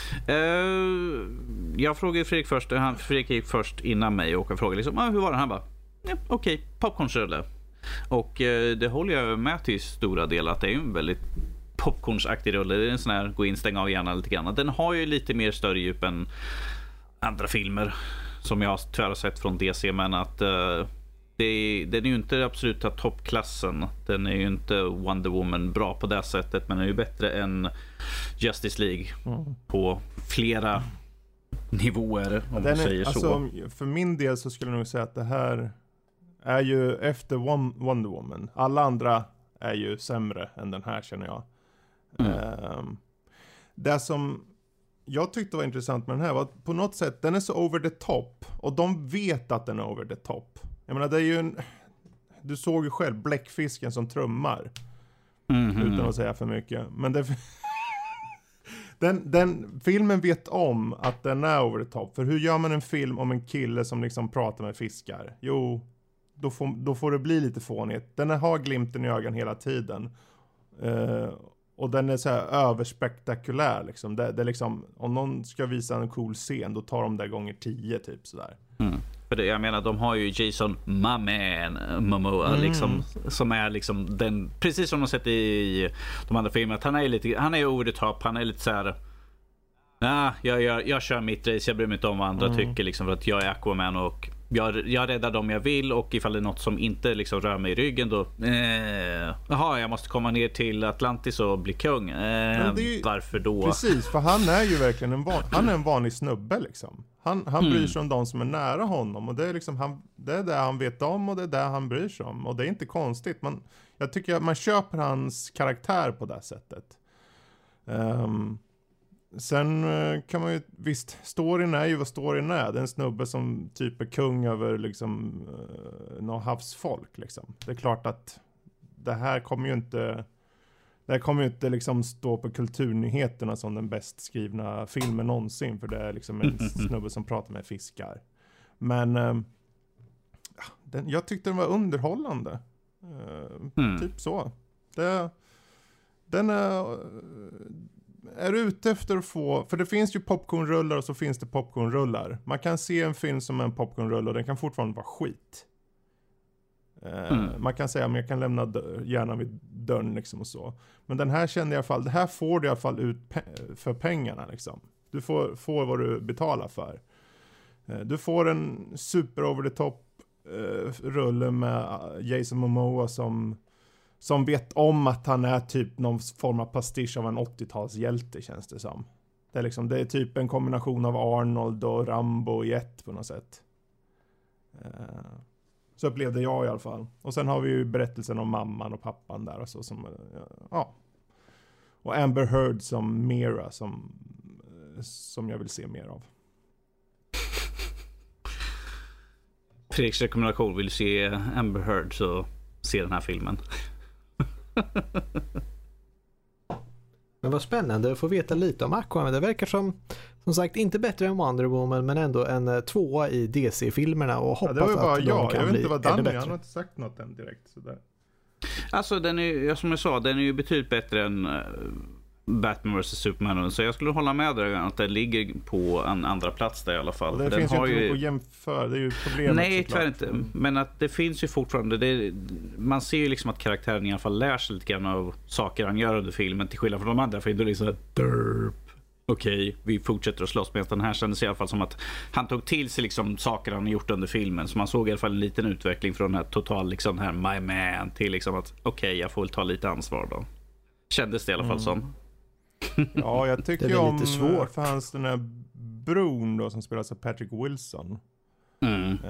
Uh, jag frågade Fredrik först. Han, Fredrik gick först innan mig och jag frågade liksom, ah, hur var det? Han bara, ja, okej, okay, popcornsrulle. Och uh, det håller jag med till stora delar att det är en väldigt popcornsaktig rulle. Det är en sån här gå in, stänga av hjärnan lite grann. Den har ju lite mer större djup än andra filmer som jag tyvärr har sett från D C, men att uh, det är, den är ju inte absoluta toppklassen. Den är ju inte Wonder Woman bra på det sättet, men den är ju bättre än Justice League mm. på flera nivåer, om man säger är, så. Alltså, för min del så skulle jag nog säga att det här är ju efter Wonder Woman. Alla andra är ju sämre än den här, känner jag. Mm. Um, det som jag tyckte var intressant med den här var att på något sätt den är så over the top, och de vet att den är over the top. Jag menar, det är ju en, du såg ju själv bläckfisken som trummar mm-hmm. utan att säga för mycket, men det den, den filmen vet om att den är over the top. För hur gör man en film om en kille som liksom pratar med fiskar? Jo, då får, då får det bli lite fånigt. Den har glimten i ögonen hela tiden. Uh, och den är så här överspektakulär liksom. Det, det är liksom, om någon ska visa en cool scen, då tar de det gånger tio typ sådär. Mm. För det, jag menar, de har ju Jason Momoa, Momoa mm. liksom, som är liksom den, precis som de sett i de andra filmerna, han är lite, han är over the top, han är lite så här. Nah, jag, jag, jag kör mitt race, jag bryr mig inte om vad andra mm. tycker liksom, för att jag är Aquaman och jag, jag räddar dem jag vill, och ifall det är något som inte liksom rör mig i ryggen, då eh, jaha, jag måste komma ner till Atlantis och bli kung. Eh, ju, varför då? Precis, för han är ju verkligen en, van, han är en vanlig snubbe liksom. Han, han mm. bryr sig om de som är nära honom, och det är liksom han, det är det han vet om, och det är det han bryr sig om, och det är inte konstigt. Man, jag tycker att man köper hans karaktär på det sättet. Um, Sen kan man ju, visst, storyn är ju vad storyn är. Det är en snubbe som typ är kung över liksom uh, någon havsfolk liksom. Det är klart att det här kommer ju inte det här kommer ju inte liksom stå på kulturnyheterna som den bäst skrivna filmen någonsin, för det är liksom en snubbe som pratar med fiskar. Men uh, den, jag tyckte den var underhållande. Uh, mm. Typ så. Det, den är uh, är du ute efter att få, för det finns ju popcornrullar och så finns det popcornrullar. Man kan se en film som en popcornrulle och den kan fortfarande vara skit. Mm. Man kan säga att jag kan lämna dörr, gärna vid dörren liksom och så. Men den här kände jag i alla fall, det här får du i alla fall ut pe- för pengarna liksom. Du får, får vad du betalar för. Du får en super over the top uh, rulle med Jason Momoa som Som vet om att han är typ någon form av pastisch av en åttiotalshjälte, känns det som. Det är, liksom, det är typ en kombination av Arnold och Rambo i ett på något sätt. Uh, så upplevde jag i alla fall. Och sen har vi ju berättelsen om mamman och pappan där och så. Som, uh, ja. Och Amber Heard som Mera som, uh, som jag vill se mer av. Fredriks rekommendation, vill du se Amber Heard så se den här filmen. Men vad spännande att få veta lite om Aquaman. Det verkar som som sagt inte bättre än Wonder Woman, men ändå en tvåa i D C-filmerna, och hoppas ja, det var bara, att de ja, kan jag vet bli inte vad ännu Dan bättre. Han har inte sagt något än direkt sådär. Alltså den är, som jag sa, den är ju betydligt bättre än uh, Batman versus Superman, så jag skulle hålla med dig att den ligger på en andra plats där i alla fall. Och det den finns har ju inte ju att jämföra, det är ju problemet. Nej, såklart. tyvärr inte. Men att det finns ju fortfarande, det, man ser ju liksom att karaktären i alla fall lär sig lite grann av saker han gör under filmen, till skillnad från de andra, för det är liksom derp. Okej, okay, vi fortsätter att slåss, med den här kändes i alla fall som att han tog till sig liksom saker han gjort under filmen, så man såg i alla fall en liten utveckling från den här total liksom här my man till liksom att okej, okay, jag får väl ta lite ansvar då. Kändes det i alla fall mm. som. Ja, jag tycker ju om svårt. För hans den här bron då som spelas av Patrick Wilson. Mm. Uh,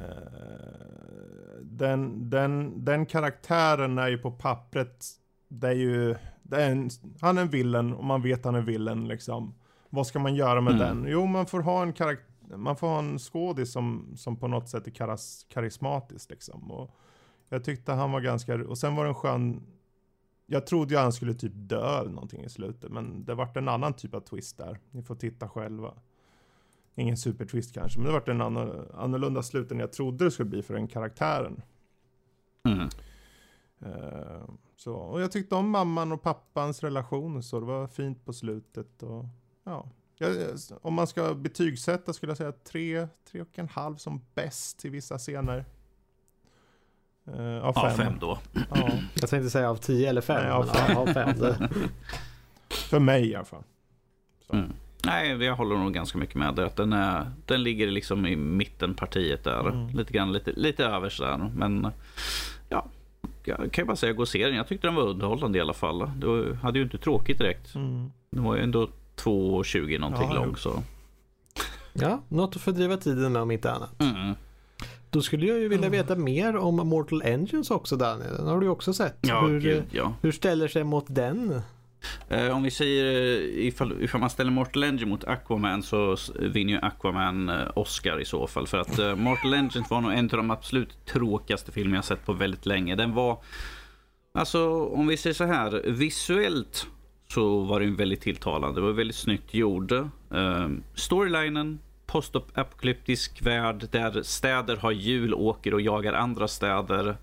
den, den, den karaktären är ju på pappret, det är ju det är en, han är en villain och man vet han är villain liksom. Vad ska man göra med mm. den? Jo, man får ha en karaktär, man får ha en skådis som, som på något sätt är karas, karismatisk liksom. Och jag tyckte han var ganska, och sen var det en skön, jag trodde ju han skulle typ dö eller någonting i slutet, men det vart en annan typ av twist där. Ni får titta själva. Ingen supertwist kanske, men det vart en annan, annorlunda slut än jag trodde det skulle bli för den karaktären. Mm. Uh, så, och jag tyckte om mamman och pappans relation, så det var fint på slutet. Och, ja. Jag, om man ska betygsätta skulle jag säga tre, tre och en halv som bäst i vissa scener. Uh, av fem. Av fem då. Ja. Jag tänkte säga av tio eller fem. Nej, av men fem. Av fem det. För mig i alla fall. Mm. Nej, jag håller nog ganska mycket med det. Den, är, den ligger liksom i mittenpartiet där. Mm. Lite grann, lite, lite över där. Men ja, jag kan ju bara säga gå och se den. Jag tyckte den var underhållande i alla fall. Det hade ju inte tråkigt direkt. Mm. Det var ju ändå två tjugo någonting ja, lång. Så. Ja, något att fördriva tiden med om inte annat. Mm. Då skulle jag ju vilja veta mm. mer om Mortal Engines också, Daniel. Den har du ju också sett. Ja, hur, gud, ja. hur ställer sig mot den? Eh, om vi säger ifall, ifall man ställer Mortal Engine mot Aquaman så vinner ju Aquaman eh, Oscar i så fall. För att eh, Mortal Engine var nog en av de absolut tråkigaste filmer jag sett på väldigt länge. Den var, alltså om vi säger så här, visuellt så var den väldigt tilltalande. Det var väldigt snyggt gjord. Eh, storylinen, postapokalyptisk värld där städer har hjul, åker och jagar andra städer.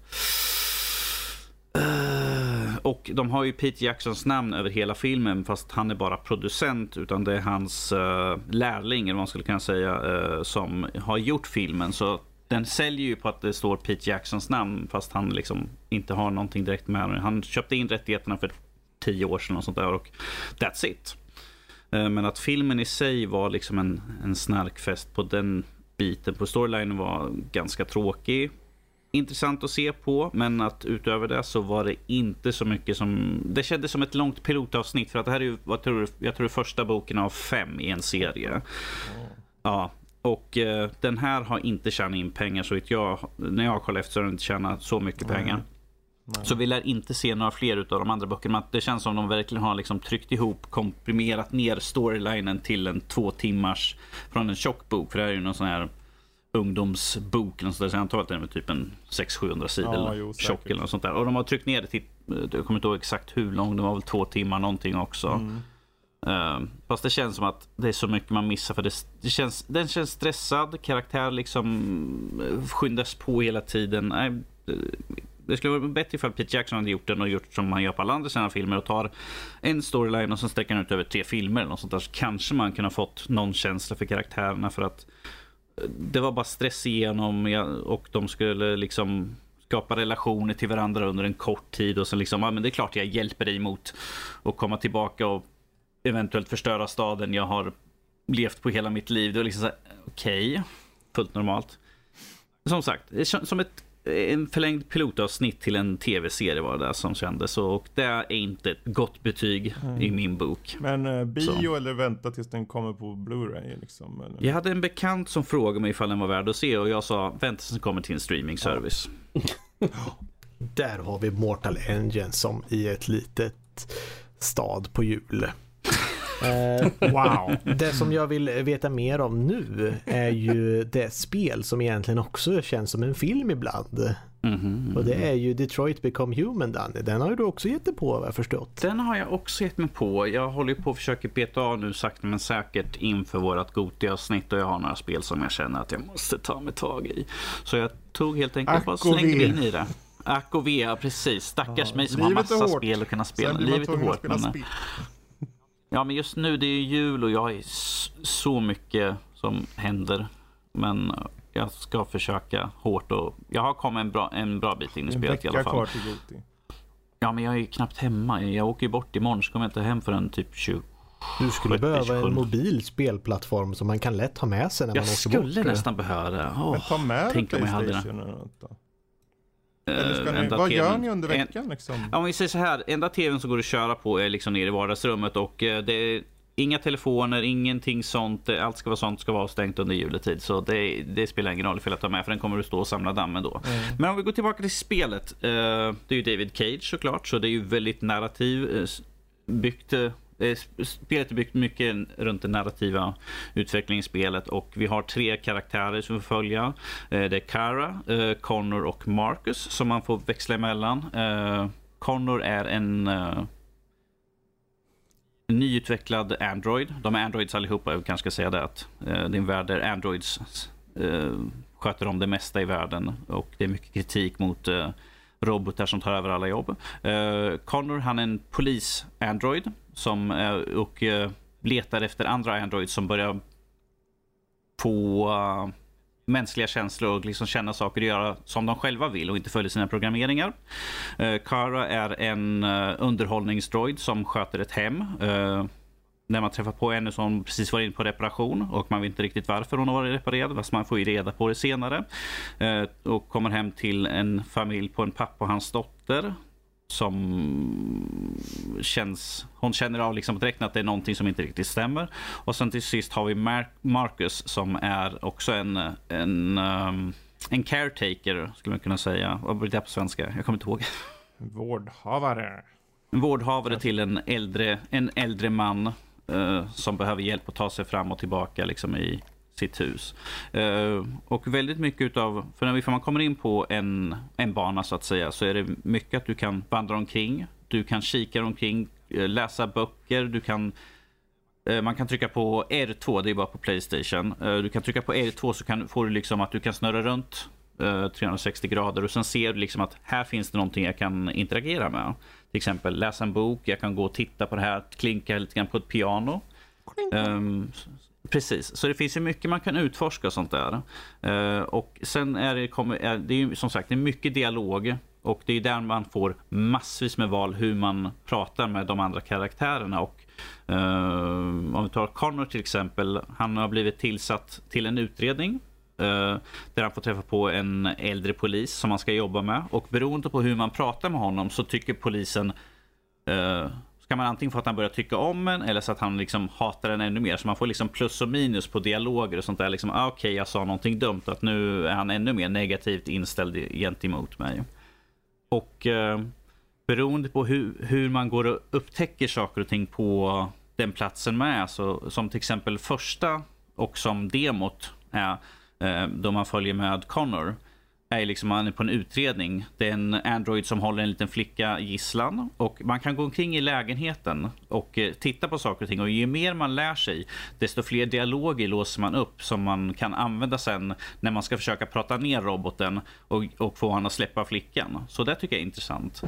Och de har ju Peter Jacksons namn över hela filmen, fast han är bara producent, utan det är hans uh, lärling, eller vad man skulle kunna säga, uh, som har gjort filmen. Så den säljer ju på att det står Peter Jacksons namn, fast han liksom inte har någonting direkt med det. Han köpte in rättigheterna för tio år sedan och sånt där, och that's it. Uh, men att filmen i sig var liksom en, en snarkfest på den biten. På storylinen var ganska tråkig. Intressant att se på, men att utöver det så var det inte så mycket som... Det kändes som ett långt pilotavsnitt, för att det här är ju, vad tror, jag tror, första boken av fem i en serie. Mm. Ja, och eh, den här har inte tjänat in pengar, så att jag, när jag har kollat efter så har den inte tjänat så mycket pengar. Mm. Mm. Så vi lär inte se några fler utav de andra böckerna. Det känns som de verkligen har liksom tryckt ihop, komprimerat ner storylinen till en två timmars från en tjock bok, för det här är ju någon sån här ungdomsbok eller så där, så jag antar att den är typ en sex till sjuhundra sidor ja, eller tjock eller något sånt där. Och de har tryckt ner det till, jag kommer inte ihåg exakt hur lång, det var väl två timmar någonting också. Mm. Uh, fast det känns som att det är så mycket man missar, för det, det känns, den känns stressad, karaktär liksom skyndas på hela tiden. Nej, det skulle vara bättre ifall Peter Jackson hade gjort den och gjort som han gör på alla andra sina filmer och tar en storyline och sen sträcker han ut över tre filmer eller något sånt där, så kanske man kunde ha fått någon känsla för karaktärerna, för att det var bara stress igenom, och de skulle liksom skapa relationer till varandra under en kort tid, och sen liksom, ja men det är klart jag hjälper dig mot att komma tillbaka och eventuellt förstöra staden jag har levt på hela mitt liv. Det var liksom så här, okej, okay, fullt normalt. Som sagt, som ett en förlängd pilotavsnitt till en tv-serie var det där som kändes, och det är inte ett gott betyg mm. i min bok. Men uh, bio så. Eller vänta tills den kommer på Blu-ray liksom, eller? Jag hade en bekant som frågade mig ifall den var värd att se, och jag sa vänta tills den kommer till en streaming-service. Ja. Där har vi Mortal Engine som i ett litet stad på jul. Uh, wow. Det som jag vill veta mer om nu är ju det spel som egentligen också känns som en film ibland. Mm-hmm. Och det är ju Detroit Become Human, Danny. Den har ju du också gett dig på, vad jag förstått. Den har jag också gett mig på. Jag håller på att försöka beta av nu sakta men säkert inför vårat Gotia-avsnitt, och jag har några spel som jag känner att jag måste ta mig tag i. Så jag tog helt enkelt bara slängde mig in i det. Ack och ve, precis. Stackars ja, mig som har massa spel att kunna spela. Livet är hårt, men... Ja, men just nu det är ju jul och jag är så mycket som händer. Men jag ska försöka hårt, och jag har kommit en bra, en bra bit in i spelet i alla fall. Ja, men jag är ju knappt hemma. Jag åker ju bort imorgon, så kommer jag inte hem förrän typ tjugo. Du skulle behöva en mobil spelplattform som man kan lätt ha med sig när jag man åker bort. Jag skulle nästan behöva det. Oh, men ta med tänk om jag hade det. Eller ska ni, vad gör ni under veckan liksom? Ja, om vi säger så här, enda tvn som går att köra på är liksom nere i vardagsrummet, och det är inga telefoner, ingenting sånt, allt ska vara sånt ska vara stängt under juletid, så det, det spelar ingen roll för att ta med, för den kommer att stå och samla dammen då. Mm. Men om vi går tillbaka till spelet, det är ju David Cage såklart, så det är ju väldigt narrativ byggt spelet är byggt mycket runt den narrativa utvecklingsspelet och vi har tre karaktärer som vi får följa. Det är Kara, Connor och Marcus som man får växla emellan. Connor är en nyutvecklad Android. De är Androids allihopa, jag kanske ska säga det att det är en värld där Androids sköter om det mesta i världen och det är mycket kritik mot robotar som tar över alla jobb. Uh, Connor, han är en polis-android som uh, och uh, letar efter andra androids som börjar få uh, mänskliga känslor och liksom känna saker och göra som de själva vill och inte följer sina programmeringar. Uh, Kara är en uh, underhållningsdroid som sköter ett hem. Uh, när man träffar på henne som precis var in på reparation och man vet inte riktigt varför hon har varit reparerad, fast man får ju reda på det senare. Eh, och kommer hem till en familj på en pappa och hans dotter som känns, hon känner av liksom direkt att det är någonting som inte riktigt stämmer. Och sen till sist har vi Mar- Marcus som är också en en, um, en caretaker skulle man kunna säga. Vad blir det på svenska? Jag kommer inte ihåg. Vårdhavare. En vårdhavare till en äldre, en äldre man Uh, som behöver hjälp att ta sig fram och tillbaka liksom i sitt hus. Uh, och väldigt mycket av, för när man kommer in på en, en bana så att säga, så är det mycket att du kan vandra omkring, du kan kika omkring, uh, läsa böcker, du kan uh, man kan trycka på R två, det är bara på PlayStation. Uh, du kan trycka på R två så kan, får du liksom att du kan snurra runt uh, trehundrasextio grader och sen ser du liksom att här finns det någonting jag kan interagera med. Till exempel läsa en bok, jag kan gå och titta på det här, klinka lite grann på ett piano. Um, precis, så det finns ju mycket man kan utforska och sånt där. Uh, och sen är det, kommer, är, det är ju som sagt det är mycket dialog och det är där man får massvis med val hur man pratar med de andra karaktärerna. Och uh, om vi tar Connor till exempel, han har blivit tillsatt till en utredning. Uh, där han får träffa på en äldre polis som man ska jobba med och beroende på hur man pratar med honom så tycker polisen uh, ska man antingen få att han börjar tycka om en eller så att han liksom hatar den ännu mer, så man får liksom plus och minus på dialoger och sånt där liksom, ah, okej okay, jag sa någonting dumt, att nu är han ännu mer negativt inställd gentemot mig. Och uh, beroende på hur, hur man går och upptäcker saker och ting på den platsen med, så, som till exempel första och som demot är då man följer med Connor är liksom man är på en utredning. Det är en android som håller en liten flicka gisslan och man kan gå omkring i lägenheten och titta på saker och ting och ju mer man lär sig desto fler dialoger låser man upp som man kan använda sen när man ska försöka prata ner roboten och, och få han att släppa flickan. Så det tycker jag är intressant.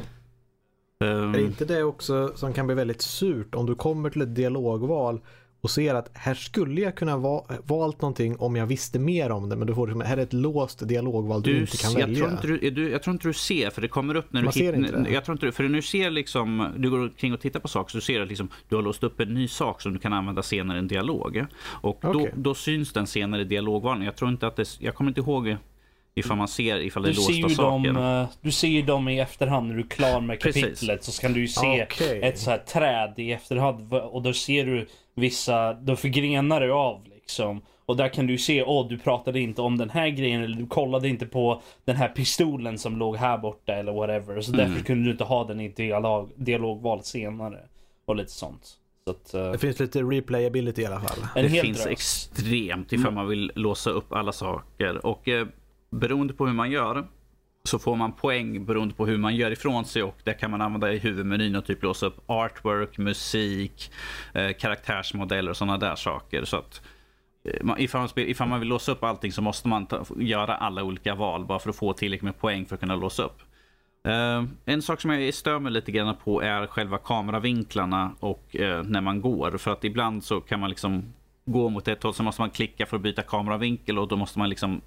Är inte det också som kan bli väldigt surt om du kommer till ett dialogval och ser att här skulle jag kunna va- valt någonting om jag visste mer om det, men du får liksom, här är ett låst dialogval du, du inte kan jag välja. Tror inte du, du, jag tror inte du ser, för det kommer upp när Man du ser inte det. Jag tror inte du, för när du ser liksom, du går kring och tittar på saker så du ser att liksom, du har låst upp en ny sak som du kan använda senare i en dialog. Och okay. då, då syns den senare i dialogvalen. Jag tror inte att det, jag kommer inte ihåg ifall man ser ifall det är låsta saker. Dem, du ser ju dem i efterhand när du är klar med kapitlet. Precis. Så kan du ju se okay. ett så här träd i efterhand och då ser du vissa, då förgrenar du av liksom. Och där kan du se, åh du pratade inte om den här grejen eller du kollade inte på den här pistolen som låg här borta eller whatever. Så mm. därför kunde du inte ha den i dialog, dialogval senare och lite sånt. Så att, uh, det finns lite replayability i alla fall. Det finns drös. extremt ifall man vill låsa upp alla saker och uh, beroende på hur man gör så får man poäng beroende på hur man gör ifrån sig och det kan man använda i huvudmenyn och typ låsa upp artwork, musik, eh, karaktärsmodeller och sådana där saker. Så att eh, ifall, man spel, ifall man vill låsa upp allting så måste man ta, göra alla olika val bara för att få tillräckligt med poäng för att kunna låsa upp. Eh, en sak som jag stör mig lite grann på är själva kameravinklarna och eh, när man går. För att ibland så kan man liksom gå mot ett håll så måste man klicka för att byta kameravinkel och då måste man liksom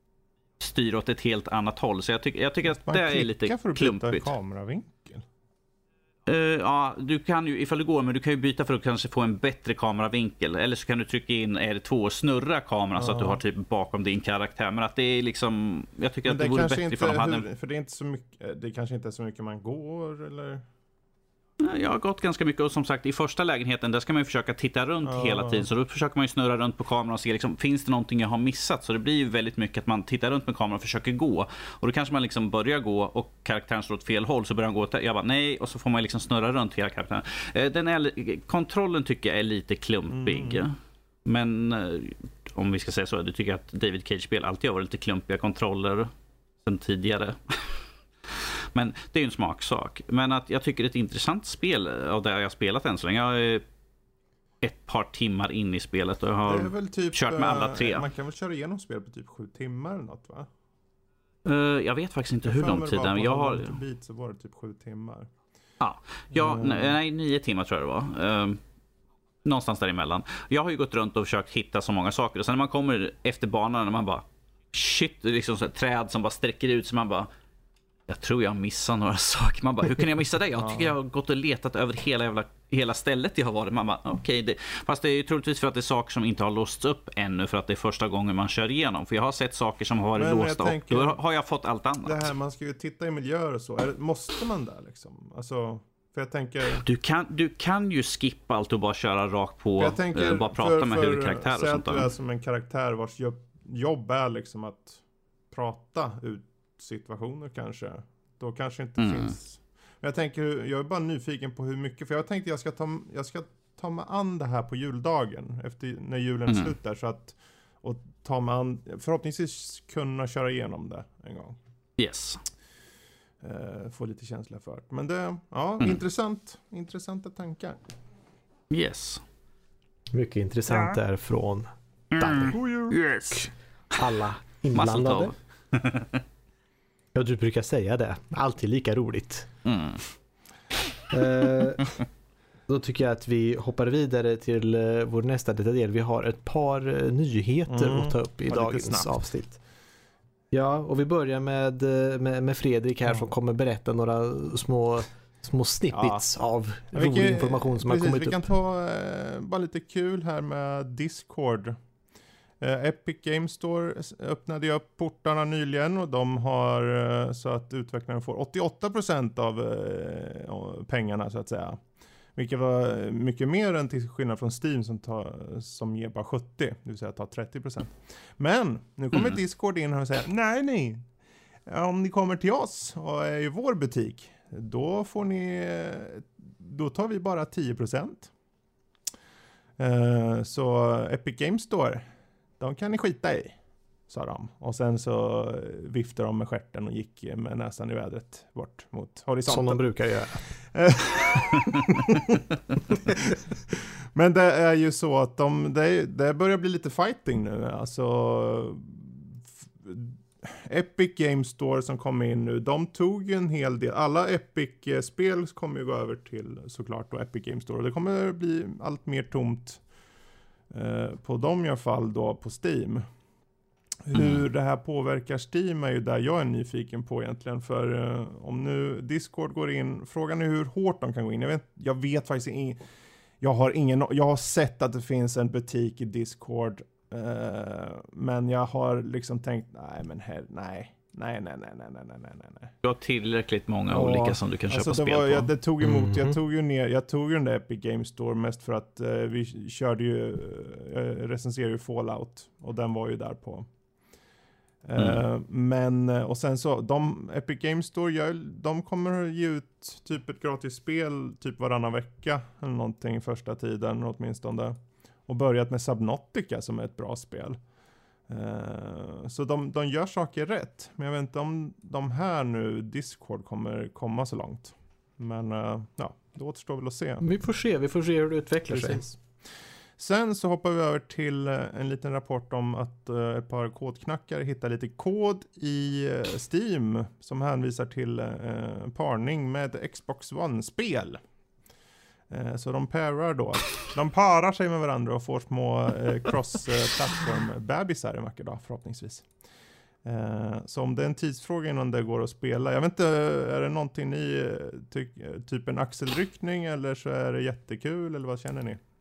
styra åt ett helt annat håll. Så jag, tycker jag tycker att det är lite för att klumpigt. Byta kameravinkel? Uh, ja, du kan ju, ifall du går, men du kan ju byta för att kanske få en bättre kameravinkel. Eller så kan du trycka in R två och snurra kameran ja. så att du har typ bakom din karaktär. Men att det är liksom, jag tycker men att det, det vore bättre ifall de hade hur, för det är inte så mycket, det kanske inte är så mycket man går, eller? Jag har gått ganska mycket och som sagt i första lägenheten där ska man ju försöka titta runt Ja. hela tiden. Så då försöker man ju snurra runt på kameran och se liksom, finns det någonting jag har missat. Så det blir ju väldigt mycket att man tittar runt med kameran och försöker gå. Och då kanske man liksom börjar gå och karaktären står åt fel håll så börjar han gå åt, jag bara nej och så får man liksom snurra runt hela karaktären. Eh, Den är, kontrollen tycker jag är lite klumpig. Mm. Men eh, om vi ska säga så, du tycker att David Cage-spel alltid har varit lite klumpiga kontroller sen tidigare. Men det är ju en smaksak. Men att jag tycker det är ett intressant spel av det jag har spelat än så länge. Jag är ett par timmar in i spelet och jag har det är väl typ, kört med alla tre. Man kan väl köra igenom spel på typ sju timmar eller något, va? Uh, jag vet faktiskt inte hur lång tid det jag har. Bit så var det typ sju timmar. Ja, ja mm. nej, nio timmar tror jag det var. Uh, någonstans däremellan. Jag har ju gått runt och försökt hitta så många saker. Och sen när man kommer efter banan och man bara shit, det är liksom så ett träd som bara sträcker ut så man bara jag tror jag missar några saker. Man bara, hur kan jag missa det? Jag tycker jag har gått och letat över hela, jävla, hela stället jag har varit. Man bara, okej. Okay, fast det är ju troligtvis för att det är saker som inte har låsts upp ännu för att det är första gången man kör igenom. För jag har sett saker som har varit Men låsta och tänker, då har jag fått allt annat. Det här, man ska ju titta i miljöer och så. Är, måste man där liksom? Alltså, för jag tänker... Du kan, du kan ju skippa allt och bara köra rakt på. Jag tänker, bara prata för, med för, huvudkaraktär och sånt där. att du är som en karaktär vars jobb, jobb är liksom att prata ut situationer kanske. Då kanske inte mm. finns... Jag tänker, jag är bara nyfiken på hur mycket, för jag tänkte jag ska ta, jag ska ta mig an det här på juldagen, efter, när julen mm. är slut där, så att, och ta mig an, förhoppningsvis kunna köra igenom det en gång. Yes. Uh, få lite känsla för det. Men det, ja, mm. intressant, intressanta tankar. Yes. Mycket intressant där från Danny. Mm. Yes. Alla inblandade. Ja, du brukar säga det. Alltid lika roligt. Mm. Eh, då tycker jag att vi hoppar vidare till eh, vår nästa del. Vi har ett par eh, nyheter mm. att ta upp i ja, dagens avsnitt. Ja, och vi börjar med, med, med Fredrik här mm. som kommer berätta några små, små snippets ja. av ja, rolig kan, information som precis, har kommit vi upp. Vi kan ta eh, bara lite kul här med Discord. Uh, Epic Games Store öppnade upp portarna nyligen och de har uh, så att utvecklarna får åttioåtta procent av uh, pengarna så att säga. Vilket var mycket mer än till skillnad från Steam som, tar, som ger bara sjuttio, det vill säga tar trettio procent. Men nu kommer mm. Discord in och säger nej nej, om ni kommer till oss och är i vår butik, då får ni, då tar vi bara tio procent. Uh, så Epic Games Store, de kan ni skita i, sa de. Och sen så viftade de med stjärten och gick med näsan i vädret bort mot horisonten. Som de brukar göra. Men det är ju så att de, det, det börjar bli lite fighting nu. Alltså Epic Games Store som kom in nu, de tog ju en hel del. Alla Epic-spel kommer ju gå över till såklart då Epic Games Store. Det kommer bli allt mer tomt eh, på dem i alla fall då på Steam. Hur mm. det här påverkar Steam är ju där jag är nyfiken på egentligen. För eh, om nu Discord går in, frågan är hur hårt de kan gå in. Jag vet, jag vet faktiskt inte. Jag har ingen, jag har sett att det finns en butik i Discord. Eh, men jag har liksom tänkt, nej men här, nej. Nej, nej, nej, nej, nej, nej, nej, nej. Du har tillräckligt många ja, olika som du kan köpa alltså det spel var, på. Jag, det tog emot, Mm-hmm. jag tog ju ner, jag tog ju den där Epic Games Store mest för att eh, vi körde ju, eh, recenserade ju Fallout. Och den var ju där på. Mm. Uh, men, och sen så, de, Epic Games Store, gör, de kommer ge ut typ ett gratis spel typ varannan vecka eller någonting första tiden åtminstone. Och börjat med Subnautica som är ett bra spel. Uh, så de, de gör saker rätt. Men jag vet inte om de här nu, Discord, kommer komma så långt. Men uh, ja, det återstår väl att se. Vi får se, vi får se hur det utvecklar Precis. sig. Sen så hoppar vi över till en liten rapport om att uh, ett par kodknackare hittar lite kod i uh, Steam som hänvisar till uh, parning med Xbox One-spel. Uh, så de parar då. De parar sig med varandra och får små uh, cross-plattform-bebisar en vacker dag förhoppningsvis. Uh, så om det är en tidsfråga innan det går att spela. Jag vet inte, är det någonting ni ty- typ en axelryckning eller så är det jättekul eller vad känner ni?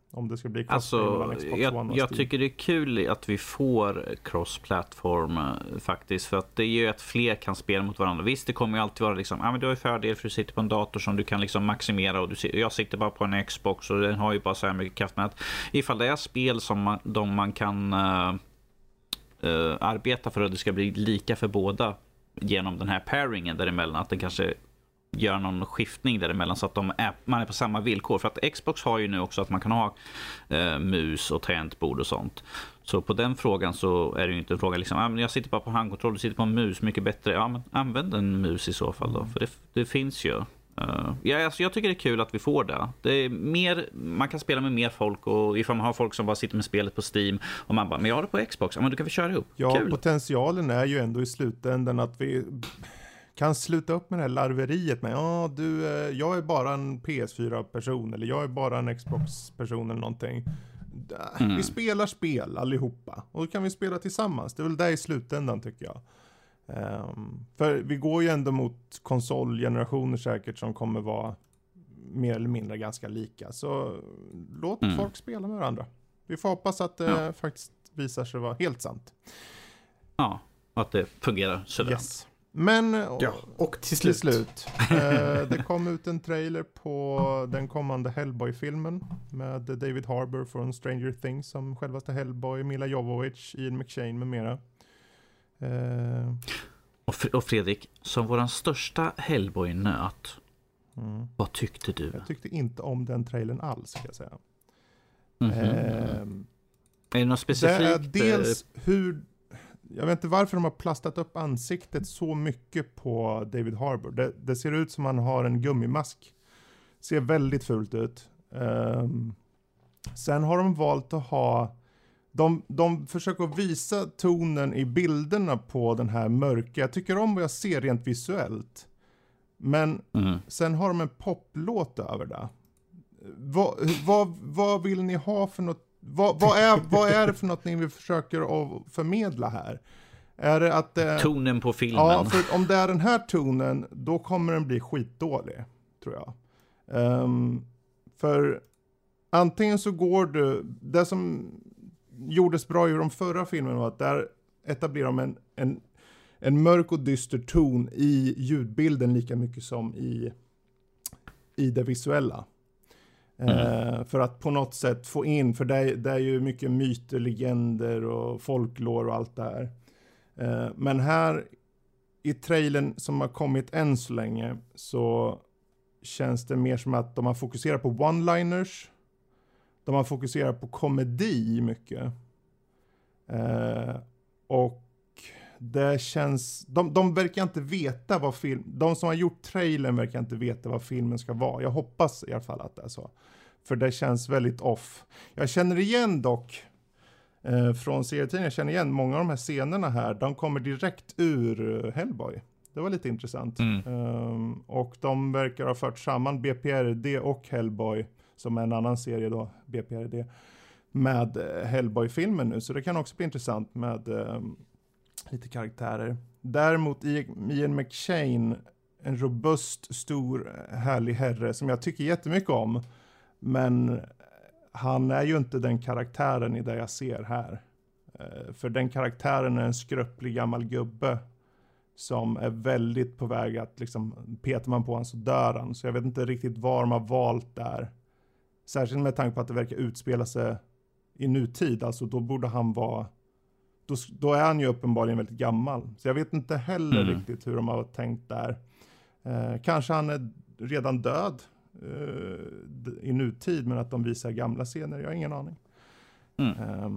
Om det ska bli alltså, jag, jag tycker det är kul att vi får cross-platform faktiskt, för att det gör att fler kan spela mot varandra. Visst, det kommer ju alltid vara liksom, ja, men du har ju fördel för du sitter på en dator som du kan liksom maximera, och du, jag sitter bara på en Xbox och den har ju bara så här mycket kraft, med att ifall det är spel som man, de man kan uh, uh, arbeta för att det ska bli lika för båda genom den här pairingen däremellan, att den kanske gör någon skiftning däremellan så att de är, man är på samma villkor. För att Xbox har ju nu också att man kan ha eh, mus och tangentbord och sånt. Så på den frågan så är det ju inte en fråga liksom, ah, men jag sitter bara på handkontroll, du sitter på en mus, mycket bättre. Ja, men använd en mus i så fall då, för det, det finns ju. Uh, ja, alltså jag tycker det är kul att vi får det. Det är mer, man kan spela med mer folk, och ifall man har folk som bara sitter med spelet på Steam och man bara, men jag har det på Xbox, ja, men då kan vi köra ihop. Ja, kul. Potentialen är ju ändå i slutändan att vi kan sluta upp med det här larveriet med, ja du, jag är bara en P S fyra-person eller jag är bara en Xbox-person eller någonting. Mm. Vi spelar spel allihopa och då kan vi spela tillsammans. Det är väl det i slutändan tycker jag. Um, för vi går ju ändå mot konsolgenerationer säkert som kommer vara mer eller mindre ganska lika. Så låt mm. folk spela med varandra. Vi får hoppas att det ja. faktiskt visar sig vara helt sant. Ja, att det fungerar sådär. Yes. Men ja, och till slut, till slut eh, det kom ut en trailer på den kommande Hellboy-filmen med David Harbour från Stranger Things som självaste Hellboy, Mila Jovovich, Ian McShane med mera. Eh. Och Fredrik, som våran största Hellboy-nöt, mm. vad tyckte du? Jag tyckte inte om den trailern alls, ska jag säga. Mm-hmm. Eh, är det något specifikt? Det är dels hur... Jag vet inte varför de har plastat upp ansiktet så mycket på David Harbour. Det, det ser ut som han har en gummimask. Ser väldigt fult ut. Um, sen har de valt att ha... De, de försöker visa tonen i bilderna på den här mörka. Jag tycker om vad jag ser rent visuellt. Men mm. sen har de en poplåt över det. Vad, vad, vad vill ni ha för något? Vad, vad, är, vad är det för något ni försöker att förmedla här? Är det att det, tonen på filmen? Ja, för om det är den här tonen, då kommer den bli skitdålig, tror jag. Um, för antingen så går du... Det som gjordes bra i de förra filmerna var att där etablerar de en, en, en mörk och dyster ton i ljudbilden lika mycket som i, i det visuella. Mm. Uh, för att på något sätt få in, för det, det är ju mycket myter, legender och folklore och allt det här. Uh, men här i trailern som har kommit än så länge så känns det mer som att de har fokuserat på one-liners. De har fokuserat på komedi mycket. Uh, och det känns... De, de verkar inte veta vad film... De som har gjort trailern verkar inte veta vad filmen ska vara. Jag hoppas i alla fall att det är så. För det känns väldigt off. Jag känner igen dock eh, från serietidningen. Jag känner igen många av de här scenerna här. De kommer direkt ur Hellboy. Det var lite intressant. Mm. Um, och de verkar ha fört samman B P R D och Hellboy, som är en annan serie då, B P R D, med Hellboy-filmen nu. Så det kan också bli intressant med... Um, lite karaktärer. Däremot Ian McShane, en robust, stor, härlig herre som jag tycker jättemycket om. Men han är ju inte den karaktären i det jag ser här. För den karaktären är en skröplig gammal gubbe som är väldigt på väg att liksom, petar man på honom så dör han. Så jag vet inte riktigt vad de har valt där. Särskilt med tanke på att det verkar utspela sig i nutid. Alltså då borde han vara... Då, då är han ju uppenbarligen väldigt gammal. Så jag vet inte heller mm. riktigt hur de har tänkt där. Eh, kanske han är redan död eh, i nutid, men att de visar gamla scener. Jag har ingen aning. Mm. Eh,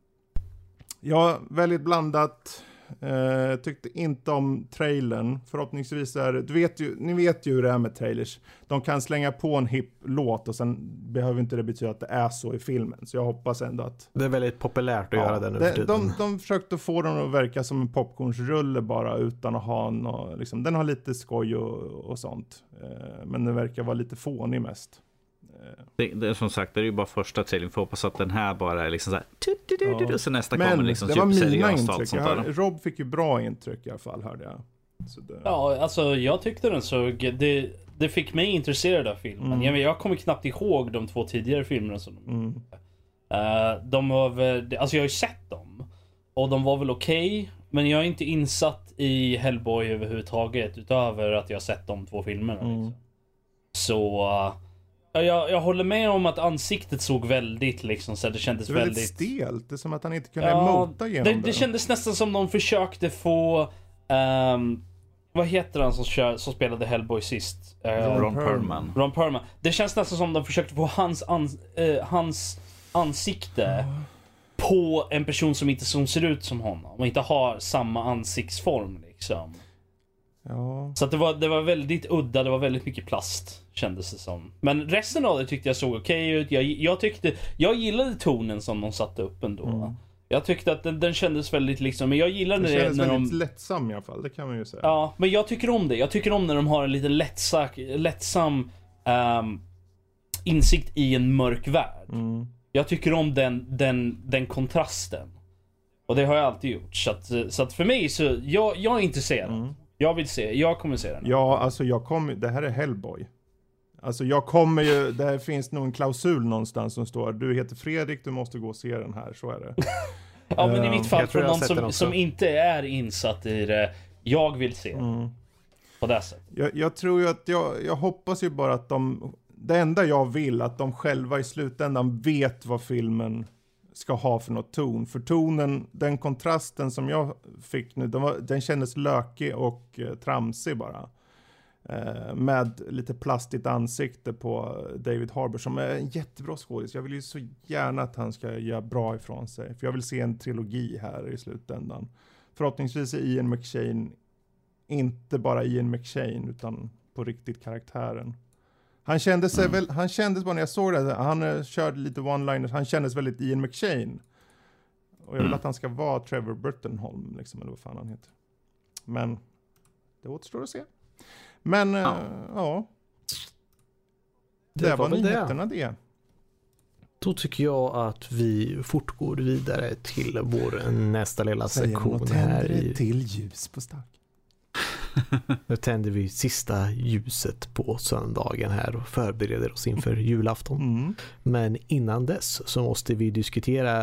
ja, väldigt blandat. Eh, tyckte inte om trailern. Förhoppningsvis är det, du vet ju, ni vet ju hur det är med trailers. De kan slänga på en hipp låt och sen behöver inte det betyda att det är så i filmen. Så jag hoppas ändå att... Det är väldigt populärt att ja, göra det nu de, de, de försökte få den att verka som en popcornsrulle bara utan att ha något, liksom, den har lite skoj och, och sånt. Eh, men den verkar vara lite fånig mest. Det, det är som sagt, det är ju bara första trailern. Får hoppas att den här bara är liksom så här, ja. Och så nästa men kommer liksom det var mina intryck. Hör, Rob fick ju bra intryck i alla fall, hörde jag. Så det... Ja, alltså jag tyckte den såg det, det fick mig intresserad av filmen. Mm. Jag, jag kommer knappt ihåg de två tidigare filmerna som de Mm. uh, de var väl, alltså jag har ju sett dem. Och de var väl okej. Okay, men jag är inte insatt i Hellboy överhuvudtaget. Utöver att jag har sett de två filmerna. Mm. Liksom. Så uh, jag, jag håller med om att ansiktet såg väldigt liksom, så det kändes det är väldigt, väldigt stelt. Det är som att han inte kunde ja, mota igenom det, det. det kändes nästan som de försökte få um, vad heter han som, kör, som spelade Hellboy sist? Uh, Ron Perlman. Ron Perlman. Det känns nästan som de försökte få hans, ans, uh, hans ansikte mm. på en person som inte som ser ut som honom. Och inte har samma ansiktsform liksom. Ja. Så att det, var, det var väldigt udda, det var väldigt mycket plast kändes det som. Men resten av det tyckte jag såg okej ut. Jag, jag tyckte, jag gillade tonen som de satte upp ändå. Mm. Jag tyckte att den, den kändes väldigt liksom, men jag gillar det när, kändes när väldigt de... lättsam i alla fall, det kan man ju säga. Ja, men jag tycker om det. Jag tycker om när de har en lite lättsak, lättsam um, insikt i en mörk värld. Mm. Jag tycker om den, den, den kontrasten. Och det har jag alltid gjort. Så att, så att för mig så, jag, jag är intresserad. Mm. Jag vill se, jag kommer se den. Ja, alltså jag kommer, det här är Hellboy. Alltså jag kommer ju, det finns nog en klausul någonstans som står, du heter Fredrik, du måste gå och se den här, så är det. Ja, men i mitt fall från någon som, som som inte är insatt i det, jag vill se mm. på det sättet. Jag, jag tror ju att, jag, jag hoppas ju bara att de, det enda jag vill, att de själva i slutändan vet vad filmen ska ha för något ton. För tonen, den kontrasten som jag fick nu, den, var, den kändes lökig och eh, tramsig bara. Eh, med lite plastigt ansikte på David Harbour som är en jättebra skådis. Jag vill ju så gärna att han ska göra bra ifrån sig. För jag vill se en trilogi här i slutändan. Förhoppningsvis är Ian McShane inte bara Ian McShane utan på riktigt karaktären. Han kändes sig mm. väl, han kändes bara när jag såg det, han uh, körde lite one-liners, han kändes väldigt Ian McShane. Och jag vill mm. att han ska vara Trevor Burtonholm liksom, eller vad fan han heter. Men det återstår att se. Men ja, uh, ja. Det, det var, var nyheterna det. det. Då tycker jag att vi fortgår vidare till vår nästa lilla sektion här i... till ljus på stark. Nu tänder vi sista ljuset på söndagen här och förbereder oss inför julafton. Mm. Men innan dess så måste vi diskutera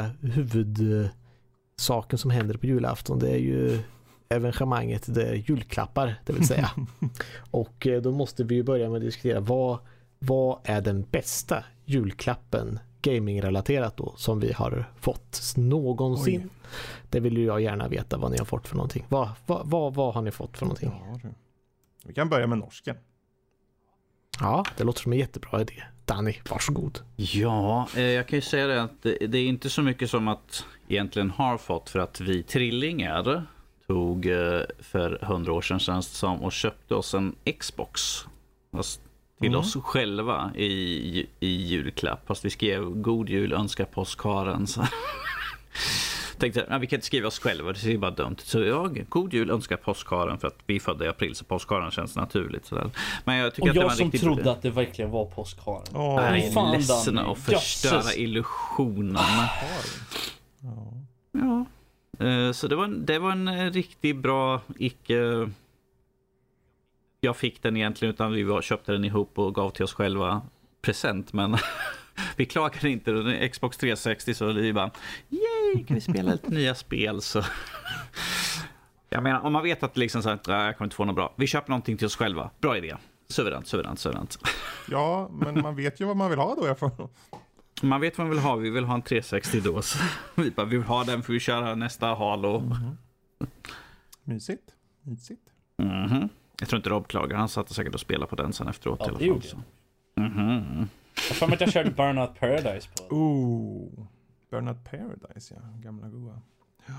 huvudsaken som händer på julafton. Det är ju evenemanget, det är julklappar, det vill säga. Och då måste vi börja med att diskutera vad, vad är den bästa julklappen gaming-relaterat då som vi har fått någonsin. Oj. Det vill ju jag gärna veta vad ni har fått för någonting. Vad, vad, vad, vad har ni fått för någonting? Ja, vi kan börja med norsken. Ja, det låter som en jättebra idé. Danny, varsågod. Ja, eh, jag kan ju säga det att det, det är inte så mycket som att egentligen har fått, för att vi trillingar tog eh, för hundra år sedan känns det som och köpte oss en Xbox. Alltså, till mm. oss själva i, i julklapp. Fast vi skrev god jul, önskar påskharen. Så tänkte jag, vi kan inte skriva oss själva, det är bara dumt. Så jag, god jul, önskar påskharen, för att vi födde i april så påskharen känns naturligt. Sådär. Men jag tycker och att jag det var som riktigt... trodde att det verkligen var påskharen. Oh, Nej, fan, ledsen att förstöra Jesus. illusionen. Ja. ja. Så det var, det var en riktigt bra icke... Jag fick den egentligen, utan vi köpte den ihop och gav till oss själva present, men vi klagade inte. Den är Xbox tre sextio, så vi bara yay, kan vi spela lite nya spel så. Jag menar, om man vet att liksom så här, jag kommer inte få något bra. Vi köper någonting till oss själva. Bra idé. Suveränt, suveränt, suveränt. Ja, men man vet ju vad man vill ha då i alla fall. Man vet vad man vill ha. Vi vill ha en tre sextio då. Så vi bara, vi vill ha den för vi köra nästa Halo. Mm-hmm. Mysigt. Mysigt. Mhm. Jag tror inte Rob klagar, han satt säkert och spelade på den sen efteråt. Ja, i alla fall. Mm-hmm. Jag får att jag körde Burnout Paradise på. Oh, Burnout Paradise, ja. Gamla goa. Ja.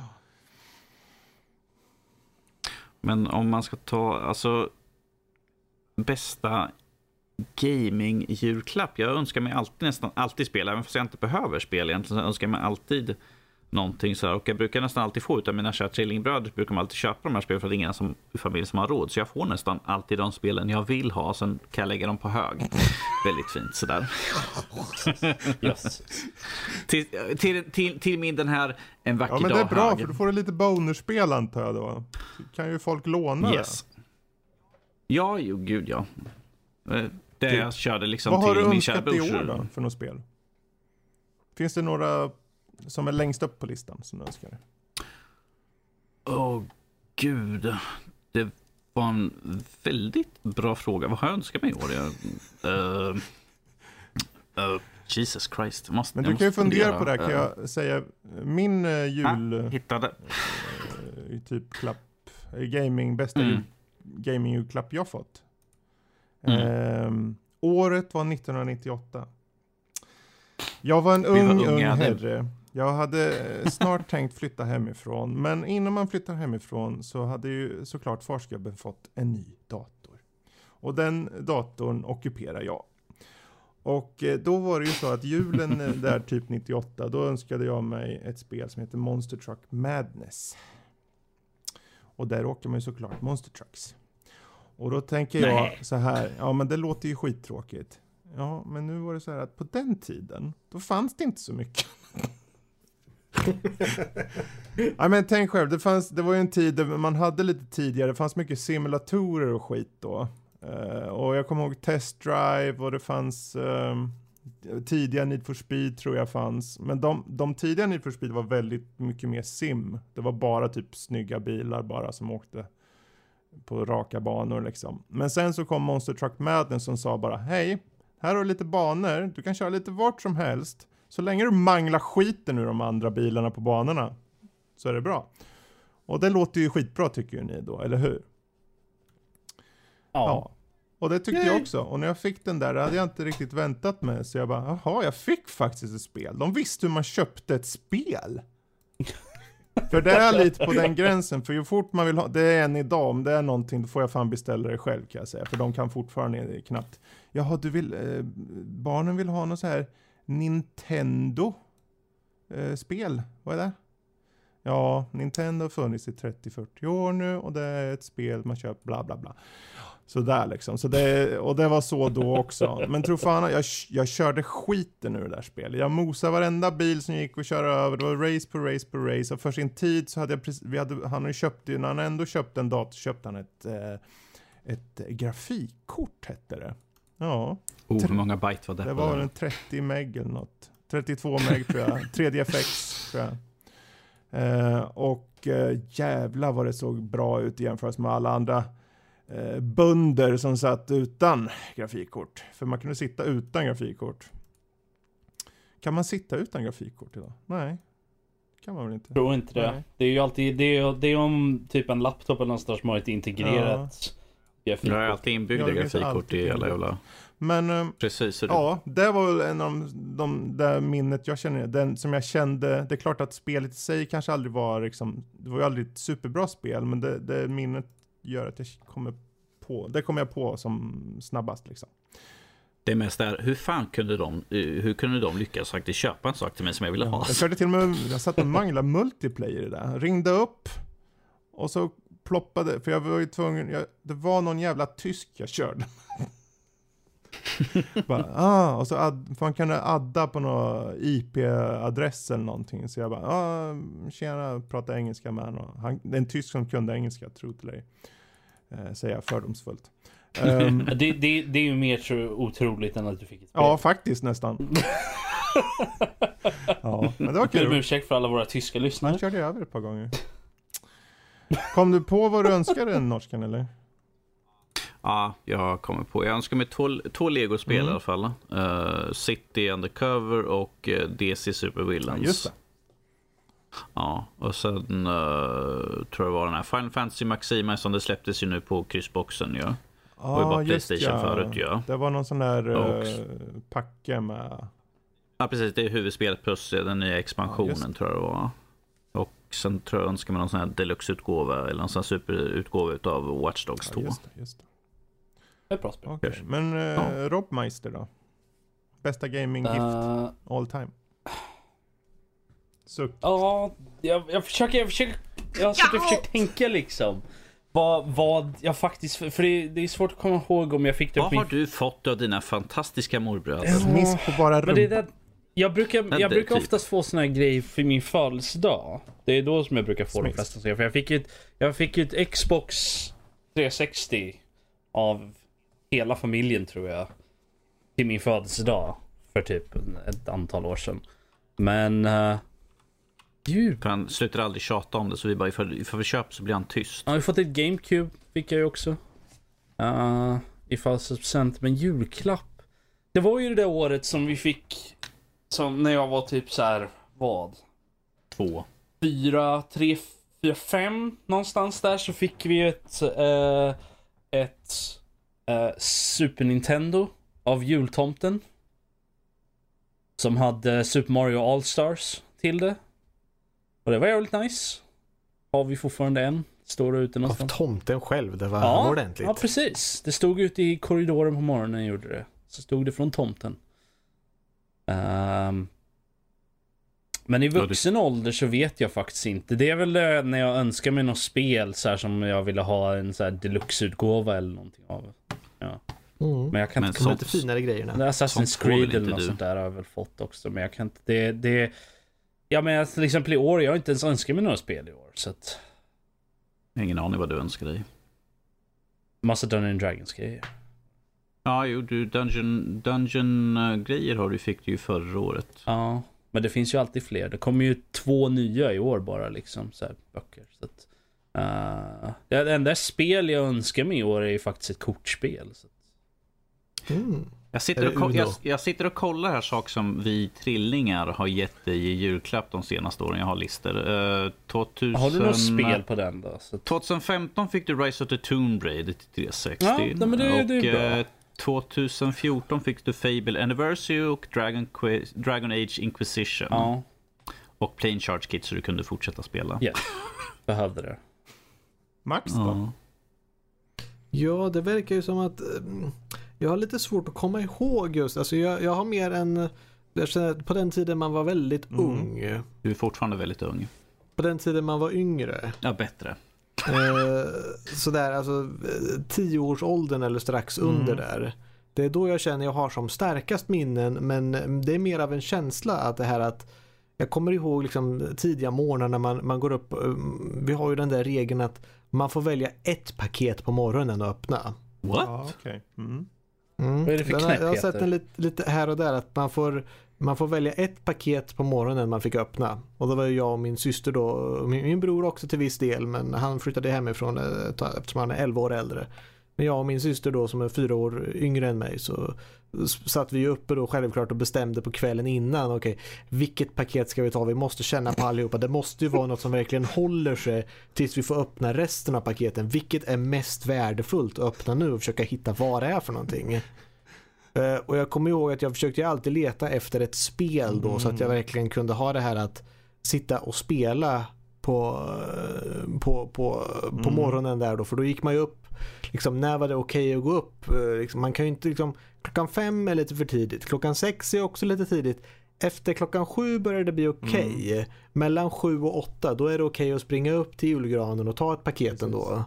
Men om man ska ta, alltså, bästa gaming-julklapp. Jag önskar mig alltid, nästan alltid spela, även fast jag inte behöver spela egentligen, så önskar jag mig alltid någonting så här. Och jag brukar nästan alltid få utav mina kära trillingbröder, brukar man alltid köpa de här spelen, för att det är ingen som, i familjen som har råd. Så jag får nästan alltid de spelen jag vill ha, sen kan jag lägga dem på hög. Väldigt fint sådär. Yes. till, till, till, till min den här en vacker dag. Ja, men det är bra hög. För du får lite bonusspel, antar jag då. Så kan ju folk låna yes. det. Ja, jo, gud ja. Det jag körde liksom Vad har till du min kära önskat i bror. år då, för något spel? Finns det några som är längst upp på listan som du önskar? Åh, oh, gud. Det var en väldigt bra fråga. Vad har jag önskat mig i år? Jag, uh, uh, Jesus Christ. Måste, Men du kan ju fundera på det här, kan jag säga. Min uh, jul... Ah, hittade. Uh, typ klapp... Gaming, bästa mm. jul, gaming-julklapp jag fått. Mm. Uh, året var nittonhundranittioåtta. Jag var en ung, var ung unga, herre. Jag hade snart tänkt flytta hemifrån. Men innan man flyttar hemifrån så hade ju såklart farsgubben fått en ny dator. Och den datorn ockuperar jag. Och då var det ju så att julen där typ nittioåtta, då önskade jag mig ett spel som heter Monster Truck Madness. Och där åker man ju såklart Monster Trucks. Och då tänker jag Nej. så här, ja men det låter ju skittråkigt. Ja, men nu var det så här att på den tiden, då fanns det inte så mycket. Ja, men tänk själv, det, fanns, det var ju en tid där man hade lite tidigare, det fanns mycket simulatorer och skit då. Uh, och jag kommer ihåg Test Drive och det fanns uh, tidiga Need for Speed tror jag fanns. Men de, de tidiga Need for Speed var väldigt mycket mer sim. Det var bara typ snygga bilar bara som åkte på raka banor liksom. Men sen så kom Monster Truck Madness som sa bara, hej, här har du lite banor, du kan köra lite vart som helst. Så länge du manglar skiten ur de andra bilarna på banorna så är det bra. Och det låter ju skitbra tycker ju ni då, eller hur? Ja. ja. Och det tyckte jag också. Och när jag fick den där hade jag inte riktigt väntat mig. Så jag bara, jaha, jag fick faktiskt ett spel. De visste hur man köpte ett spel. För det är lite på den gränsen. För ju fort man vill ha, det är en idag. Om det är någonting, då får jag fan beställa det själv kan jag säga. För de kan fortfarande knappt. Jaha, du vill, eh, barnen vill ha något så här Nintendo eh, spel. Vad är det? Ja, Nintendo har funnits i trettio till fyrtio år nu. Och det är ett spel man köper bla bla bla. Så där liksom. Så det, och det var så då också. Men tro fan, jag, jag körde skiten ur det där spelet. Jag mosade varenda bil som gick och köra över. Det var race på race på race. Och för sin tid så hade jag precis, vi hade, han hade köpt, när han ändå köpte en dator köpte han ett, eh, ett grafikkort hette det. Ja. Oh, hur många byte var det? Det var en trettio meg eller något. trettiotvå meg tror jag. tre D F X tror jag. Eh, och eh, jävla vad det såg bra ut i jämförelse med alla andra eh, bönder som satt utan grafikkort. För man kunde sitta utan grafikkort. Kan man sitta utan grafikkort idag? Nej. Kan man väl inte? Jag tror inte det. Nej. Det är ju alltid, det är, det är om typ en laptop eller någonstans som har ett integrerat ja. grafikkort. Jag har alltid inbyggda grafikkort i alla jävla. Men eh, precis, ja, det var väl en av de, de där minnet jag känner, den som jag kände, det är klart att spelet i sig kanske aldrig var liksom, det var ju aldrig ett superbra spel, men det, det minnet gör att jag kommer på, det kommer jag på som snabbast liksom. Det mest är, hur fan kunde de, hur kunde de lyckas faktiskt köpa en sak till mig som jag ville ha? Jag körde till och med, jag satt och manglade multiplayer i det, ringde upp och så ploppade, för jag var ju tvungen, jag, det var någon jävla tysk jag körde. bara, ah, och så add, man kan adda på någon I P-adress eller någonting. Så jag bara, ah, tjena, pratar engelska med honom. Han, det är en tysk som kunde engelska, tro till dig. Eh, säger jag fördomsfullt. Um, det, det, det är ju mer tro, otroligt än att du fick ett spel. Ja, faktiskt nästan. Ja, men det var kul. Jag ber om ursäkt för alla våra tyska lyssnare. Man körde över ett par gånger. Kom du på vad du önskade en norskan eller? Ja, jag kommer på. Jag önskar mig två, två Lego-spel mm. i alla fall. Uh, City Undercover och uh, D C Super Villains. Ja, just det. Ja, och sen uh, tror jag var den här Final Fantasy Maxima som det släpptes ju nu på kryssboxen. Ja. Ja, var ju bara just PlayStation ja. förut, ja. Det var någon sån där uh, packe med... Ja, precis. Det är huvudspelet plus den nya expansionen ja, tror jag det var. Och sen tror jag önskar man någon sån här deluxe-utgåva eller någon sån här superutgåva utav Watch Dogs två. Ja, just det, just det. Det är bra spel. Okay. Men uh, ja. Rob Meister då? Bästa gaming-gift uh, all time? Suck. Ja, jag, jag försöker, jag försöker, jag har ja. försökt tänka liksom. Vad, vad jag faktiskt, för det, det är svårt att komma ihåg om jag fick det. Vad har min... du fått av dina fantastiska morbröder? Miss på bara men det är det, jag brukar, jag det, brukar typ. oftast få såna här grejer för min födelsedag. Det är då som jag brukar få Smiss. de flesta grejer. För jag fick ju ett, jag fick ett Xbox trehundrasextio av hela familjen tror jag till min födelsedag för typ ett antal år sedan. Men uh, djur. För han slutar aldrig tjata om det, så vi bara ifall, ifall vi köper så blir han tyst. Ja, vi har fått ett GameCube, fick jag ju också. Uh, I födelsedagspresent, men julklapp. Det var ju det där året som vi fick, som när jag var typ så här, vad? Två. Fyra, tre, fyra, fem någonstans där, så fick vi ett uh, ett uh, Super Nintendo av jultomten. Som hade Super Mario All-Stars till det. Och det var jävligt nice. Har vi fortfarande en. Står det ute någonstans. Av tomten själv, det var ja, ordentligt. Ja, precis. Det stod ute i korridoren på morgonen gjorde det. Så stod det från tomten. Um, men i vuxen ålder så vet jag faktiskt inte. Det är väl när jag önskar mig något spel så här, som jag ville ha en så här deluxe-utgåva eller någonting av. Ja. Mm. Men jag kan men inte komma lite finare grejerna. Assassin's Creed eller något sånt där har jag väl fått också. Men jag kan inte. Det, det, ja, men till exempel i år, jag har inte ens önskat mig några spel i år. Så att... Ingen aning vad du önskar dig. Massa Dungeons and Dragons grejer. Ja, jo, du Dungeon, Dungeon uh, grejer har du fick du ju förra året. Ja, men det finns ju alltid fler. Det kommer ju två nya i år bara liksom, så här, böcker. Så att, uh, det enda spel jag önskar mig i år är ju faktiskt ett kortspel. Så att... Mm. Jag sitter, och ko- jag, jag sitter och kollar här saker som vi trillingar har gett dig i julklapp de senaste åren. Jag har listor. Uh, tvåtusen... Har du något spel på den då? Så att... tjugohundrafemton fick du Rise of the Tomb Raider till trehundrasextio. Ja, men det, och det är bra. Uh, tjugohundrafjorton fick du Fable Anniversary och Dragon, que- Dragon Age Inquisition. Ja. Och Plane Charge Kit så du kunde fortsätta spela. Ja, yes. Behövde det. Max då? Ja. Ja, det verkar ju som att um, jag har lite svårt att komma ihåg just. Alltså jag, jag har mer en... Jag känner att på den tiden man var väldigt mm. ung. Du är fortfarande väldigt ung. På den tiden man var yngre. Ja, bättre. Eh, sådär, alltså tioårsåldern eller strax mm. under där. Det är då jag känner jag har som starkast minnen, men det är mer av en känsla att det här att jag kommer ihåg liksom tidiga morgnar när man, man går upp, vi har ju den där regeln att man får välja ett paket på morgonen och öppna. What? Ja, okay. mm. Mm. Vad är det för knäpp, jag har sett den lite, lite här och där att man får Man får välja ett paket på morgonen man fick öppna. Och då var ju jag och min syster då, min, min bror också till viss del, men han flyttade hemifrån eftersom han är elva år äldre. Men jag och min syster då som är fyra år yngre än mig, så satt vi uppe då självklart och bestämde på kvällen innan, okej, okay, vilket paket ska vi ta? Vi måste känna på allihopa. Det måste ju vara något som verkligen håller sig tills vi får öppna resten av paketen. Vilket är mest värdefullt att öppna nu och försöka hitta vad det är för någonting. Uh, och jag kommer ihåg att jag försökte alltid leta efter ett spel då, mm. så att jag verkligen kunde ha det här att sitta och spela på, uh, på, på, mm. på morgonen där då, för då gick man ju upp liksom, när var det okej att gå upp? Uh, liksom, man kan ju inte liksom, klockan fem är lite för tidigt, klockan sex är också lite tidigt, efter klockan sju börjar det bli okej, mm. mellan sju och åtta då är det okej att springa upp till julgranen och ta ett paket ändå.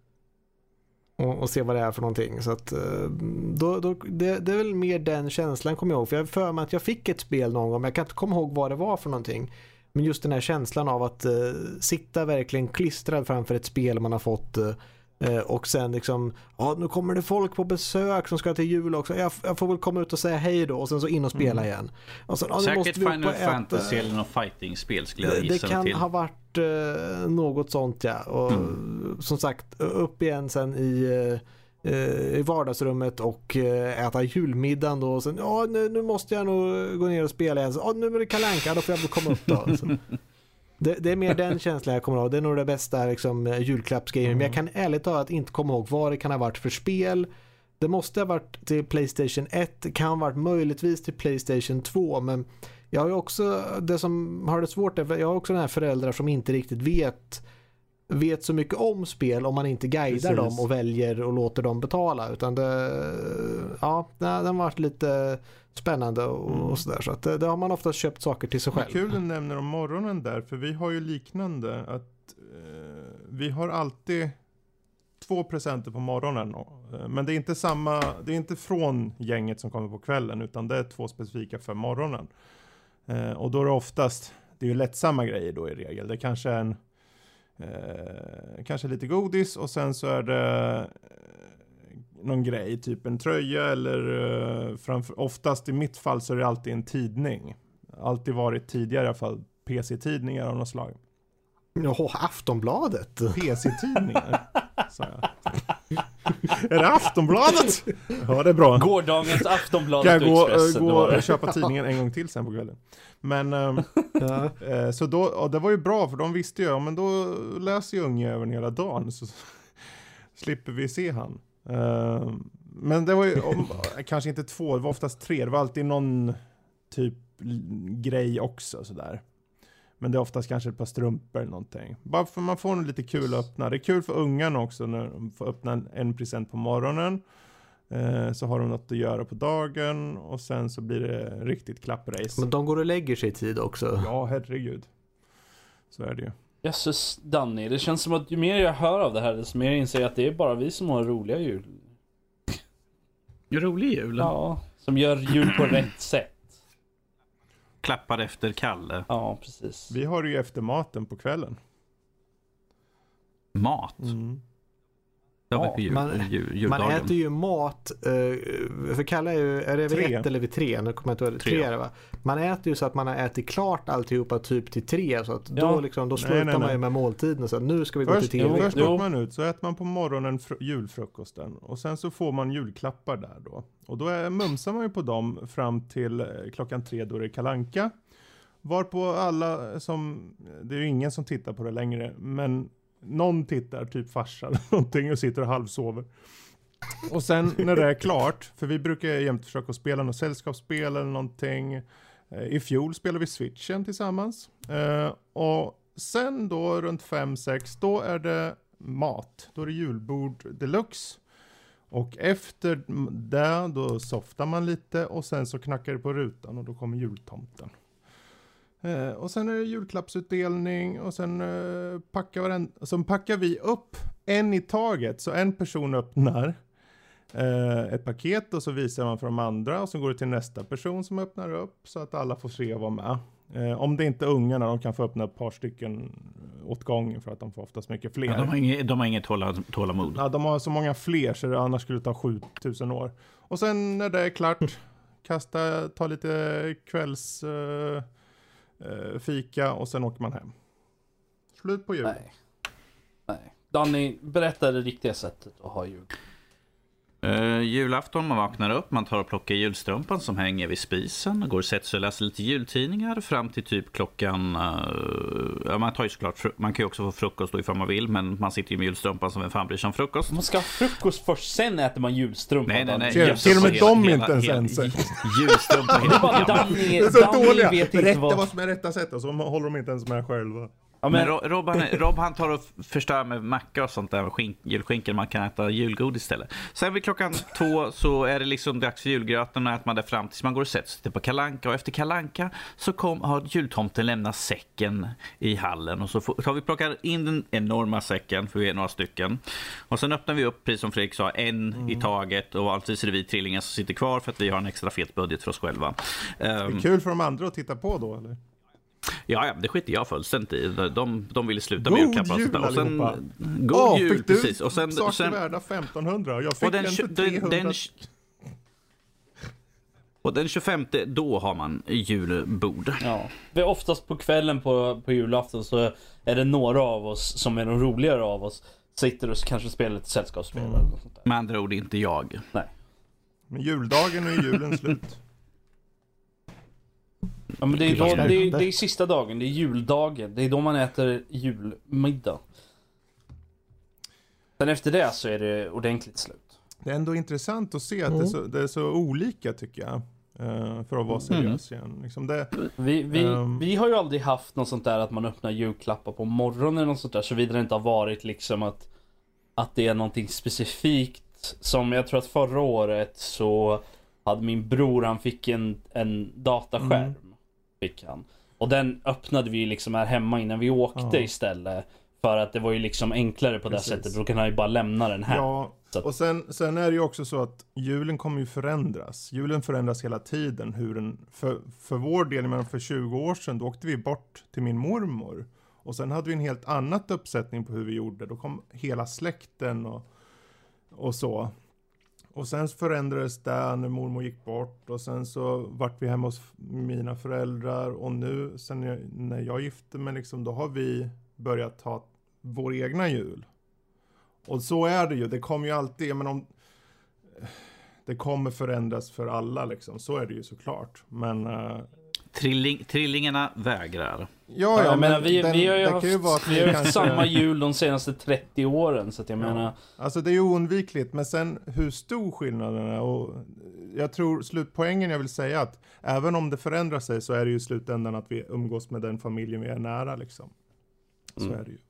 Och, och se vad det är för någonting. Så att, då, då, det, det är väl mer den känslan kommer jag ihåg. För jag för mig att jag fick ett spel någon gång, men jag kan inte komma ihåg vad det var för någonting. Men just den här känslan av att uh, sitta verkligen klistrad framför ett spel man har fått uh, och sen liksom, ja, nu kommer det folk på besök som ska till jul också. Jag, jag får väl komma ut och säga hej då och sen så in och spela mm. igen. Och sen, ja, säkert måste vi Final Fantasy eller något fighting-spel skulle jag gissa det kan till. ha varit uh, något sånt, ja. Och mm. som sagt, upp igen sen i, uh, i vardagsrummet och uh, äta julmiddagen då. Och sen, ja, nu, nu måste jag nog gå ner och spela igen. Så, ja, nu är det Kalle Anka, då får jag väl komma upp då. Så. Det, det är mer den känslan jag kommer ihåg. Det är nog det bästa liksom, julklappsgrejen. Mm. Men jag kan ärligt talat inte komma ihåg vad det kan ha varit för spel. Det måste ha varit till PlayStation ett. Det kan ha varit möjligtvis till PlayStation två. Men jag har ju också, det som har det svårt är, jag har också den här föräldrar som inte riktigt vet vet så mycket om spel om man inte guidar Precis. dem och väljer och låter dem betala, utan det, ja, den har varit lite spännande och, mm. och sådär, så att det, det har man ofta köpt saker till sig själv. Det är kul att nämna om morgonen där, för vi har ju liknande att eh, vi har alltid två presenter på morgonen, men det är inte samma, det är inte från gänget som kommer på kvällen, utan det är två specifika för morgonen. Eh, och då är det oftast, det är ju lättsamma grejer då i regel. Det kanske är en eh, kanske lite godis och sen så är det någon grej, typ en tröja eller uh, framför, oftast i mitt fall så är det alltid en tidning. Alltid varit tidigare i alla fall P C-tidningar av något slag. Jaha, Aftonbladet. P C-tidningar, sa jag. Är det Aftonbladet? Ja, det är bra. Gårdagens Aftonbladet. Kan jag gå, Expressen, gå och köpa tidningen en gång till sen på kvällen. Men um, Ja. eh, så då, och det var ju bra för de visste ju, ja, men då läser ju unge över hela dagen så slipper vi se han. Uh, men det var ju om, kanske inte två, det var oftast tre. Det var alltid någon typ grej också sådär. Men det är oftast kanske ett par strumpor eller någonting. Bara för man får en lite kul att öppna. Det är kul för ungarna också när de får öppna en, en present på morgonen. Eh, så har de något att göra på dagen. Och sen så blir det riktigt klapprace. Men de går och lägger sig i tid också. Ja, herregud. Så är det ju. Jösses, Danny. Det känns som att ju mer jag hör av det här, desto mer inser jag att det är bara vi som har roliga jul. Rolig jul. Ja, som gör jul på rätt sätt. Klappar efter Kalle. Ja, precis. Vi har ju efter maten på kvällen. Mat. Mm. Det var Ja, på jul, man, jul, man juldagen. äter ju mat, eh, för Kalle är ju, är det vid Tre. ett eller vid tre? Nu kommer jag inte ihåg, Tre. tre är det, va? Man äter ju så att man har ätit klart alltihopa typ till tre, så att Ja. då, liksom, då Nej, slutar nej, man ju nej. med måltiden, så nu ska vi gå Först, till tv. först Jo. åker man ut, så äter man på morgonen fr- julfrukosten. Och sen så får man julklappar där då. Och då är, mumsar man ju på dem fram till eh, klockan tre då det är kalanka. Varpå alla som, det är ju ingen som tittar på det längre, men någon tittar, typ farsa eller någonting, och sitter och halvsover. Och sen när det är klart, för vi brukar jämt försöka spela något sällskapsspel eller någonting. Eh, I fjol spelade vi Switchen tillsammans. Eh, och sen då runt fem sex, då är det mat. Då är det julbord deluxe. Och efter det då softar man lite och sen så knackar det på rutan och då kommer jultomten. Eh, och sen är det julklappsutdelning och sen, eh, packar, varenda, sen packar vi upp en i taget. Så en person öppnar eh, ett paket och så visar man för de andra och så går det till nästa person som öppnar upp så att alla får se och vara med. Eh, om det inte är ungarna, de kan få öppna ett par stycken åt gången för att de får oftast mycket fler. Ja, de har inget, de har inget tåla, tålamod. Ja, de har så många fler så det annars skulle ta sjutusen år. Och sen när det är klart, kasta, ta lite kvälls uh, uh, fika och sen åker man hem. Slut på jul. Nej. Nej. Danny, berätta det riktiga sättet att ha jul. Uh, julafton, man vaknar upp, man tar och plockar julstrumpan som hänger vid spisen, går och sätter sig och läser lite jultidningar fram till typ klockan, uh, ja, man tar ju såklart, fru- man kan ju också få frukost då ifall man vill, men man sitter ju med julstrumpan som en fan bryr sig om frukost. Man ska ha frukost först, sen äter man julstrumpan. Nej, nej, nej. Till- till och med de inte ens ense. Julstrumpa Det är bara hela Danny, Det är så Danny dåliga. vet inte Berätta vad... vad som är rätta sättet och så håller de inte ens med själva. Ja, Men men, Ro- Rob, han, Rob han tar och f- förstör med macka och sånt där, skink, julskinken, man kan äta julgodis istället. Sen vid klockan två så är det liksom dags för julgröten och äter man det fram tills man går och sätter sig på kalanka. Och efter kalanka så kom, har jultomten lämnat säcken i hallen och så får, tar vi plockar in den enorma säcken, för vi är några stycken. Och sen öppnar vi upp, precis som Fredrik sa, en mm. i taget och alltid är det vi trillingar som sitter kvar för att vi har en extra fet budget för oss själva. Det är kul för de andra att titta på då, eller? Ja, ja, det skiter jag fullständigt i. De, de ville sluta God med julklappar och jul, sånt där. Och sen, allihopa. god Åh, jul, fick du precis. Och sen, saker sen, värda femtonhundra? Jag fick och den, en tju- för den, trehundra. den, och den tjugofemte, då har man julbord. ja. Vi är oftast på kvällen på, på julafton så är det några av oss som är de roligare av oss sitter och kanske spelar lite sällskapsspel eller något sånt där. Med andra ord inte jag. Nej. Men juldagen är julen slut. Ja, men det är, då, det, är, det är sista dagen, det är juldagen. Det är då man äter julmiddag. Sen efter det så är det ordentligt slut. Det är ändå intressant att se att Mm. det, är så, det är så olika tycker jag. Uh, för att vara seriös igen. Liksom det, Vi, vi, Um. vi har ju aldrig haft något sånt där att man öppnar julklappar på morgonen eller något sånt där, så vidare det inte har varit liksom att, att det är någonting specifikt. Som jag tror att förra året så hade min bror, han fick en, en dataskärm. Mm. Fick han. Och den öppnade vi liksom här hemma innan vi åkte Ja. istället. För att det var ju liksom enklare på Precis. det sättet. Då kan han ju bara lämna den här. ja, Så att- och sen, sen är det ju också så att julen kommer ju förändras. Julen förändras hela tiden. Hur den, för, för vår del, men för tjugo år sedan, då åkte vi bort till min mormor. Och sen hade vi en helt annat uppsättning på hur vi gjorde. Då kom hela släkten och, och så. Och sen förändrades det när mormor gick bort. Och sen så vart vi hemma hos mina föräldrar. Och nu, sen jag, när jag gifte mig, liksom, då har vi börjat ha vår egna jul. Och så är det ju. Det kommer ju alltid, men om... Det kommer förändras för alla, liksom. Så är det ju såklart. Men... Uh, Trilling, trillingarna vägrar. Ja, ja, ja men, men vi, den, vi har ju haft, ju vara vi har haft kanske... samma jul de senaste trettio åren, så att jag ja. menar... Alltså det är ju oundvikligt, men sen hur stor skillnaden är, och jag tror slutpoängen jag vill säga att även om det förändrar sig så är det ju i slutändan att vi umgås med den familjen vi är nära, liksom. Så mm. är det ju.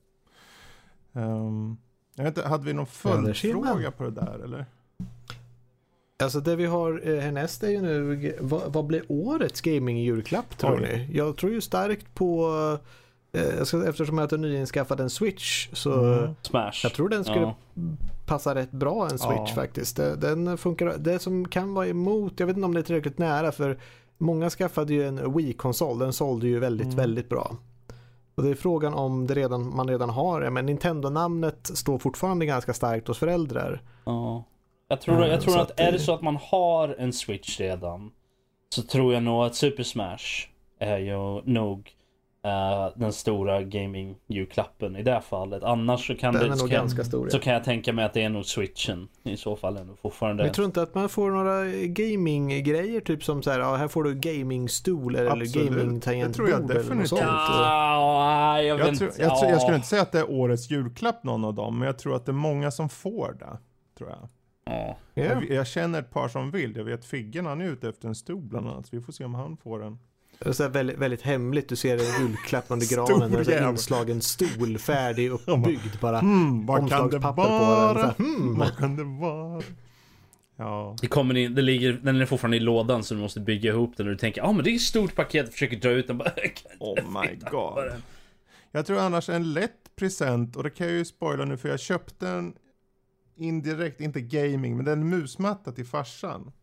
Um, jag vet inte, hade vi någon följdfråga på det där, eller? Alltså det vi har härnäst är ju nu, vad, vad blir årets gaming-julklapp tror Oj. ni? Jag tror ju starkt på, eh, ska, eftersom jag har nyinskaffat en Switch så Mm. Smash. jag tror den skulle Ja. passa rätt bra en Switch Ja. faktiskt. Det, den funkar, det som kan vara emot, jag vet inte om det är tillräckligt nära för många skaffade ju en Wii-konsol, den sålde ju väldigt, Mm. väldigt bra. Och det är frågan om det redan, man redan har, men Nintendo-namnet står fortfarande ganska starkt hos föräldrar. Ja. Jag tror, jag tror Så att, att är det- det så att man har en Switch redan, så tror jag nog att Super Smash är ju nog uh, den stora gaming-julklappen i det fallet. Annars så kan, Den det, är nog så kan, ganska stor. så Ja. kan jag tänka mig att det är nog Switchen i så fall ändå fortfarande. Men jag tror inte att man får några gaming-grejer typ som så här, ja, här får du gaming-stol eller Absolut. gaming-tangentbord Det tror jag eller något definitivt. sånt. Ja, jag, vet Jag, tror, inte. jag, tror, jag skulle Ja. inte säga att det är årets julklapp någon av dem, men jag tror att det är många som får det, tror jag. Ja. Ja. Jag, jag känner ett par som vill. Jag vet Figgen, han är ute efter en stol bland annat, så vi får se om han får den. Det är så här väldigt, väldigt hemligt, du ser en julklapp under Stor granen, en jävel. inslagen stol, färdig uppbyggd bara. Hmm, vad kan det Omslagspapper på den, så vara? här, hmm. Vad kan det vara? Ja. Det kommer in, det ligger, den är fortfarande i lådan så du måste bygga ihop den och du tänker, ja ah, men det är ett stort paket, försöker dra ut den bara. Oh my god. Jag tror annars en lätt present, och det kan jag ju spoila nu för jag köpte en indirekt, inte gaming, men det är en musmatta till farsan.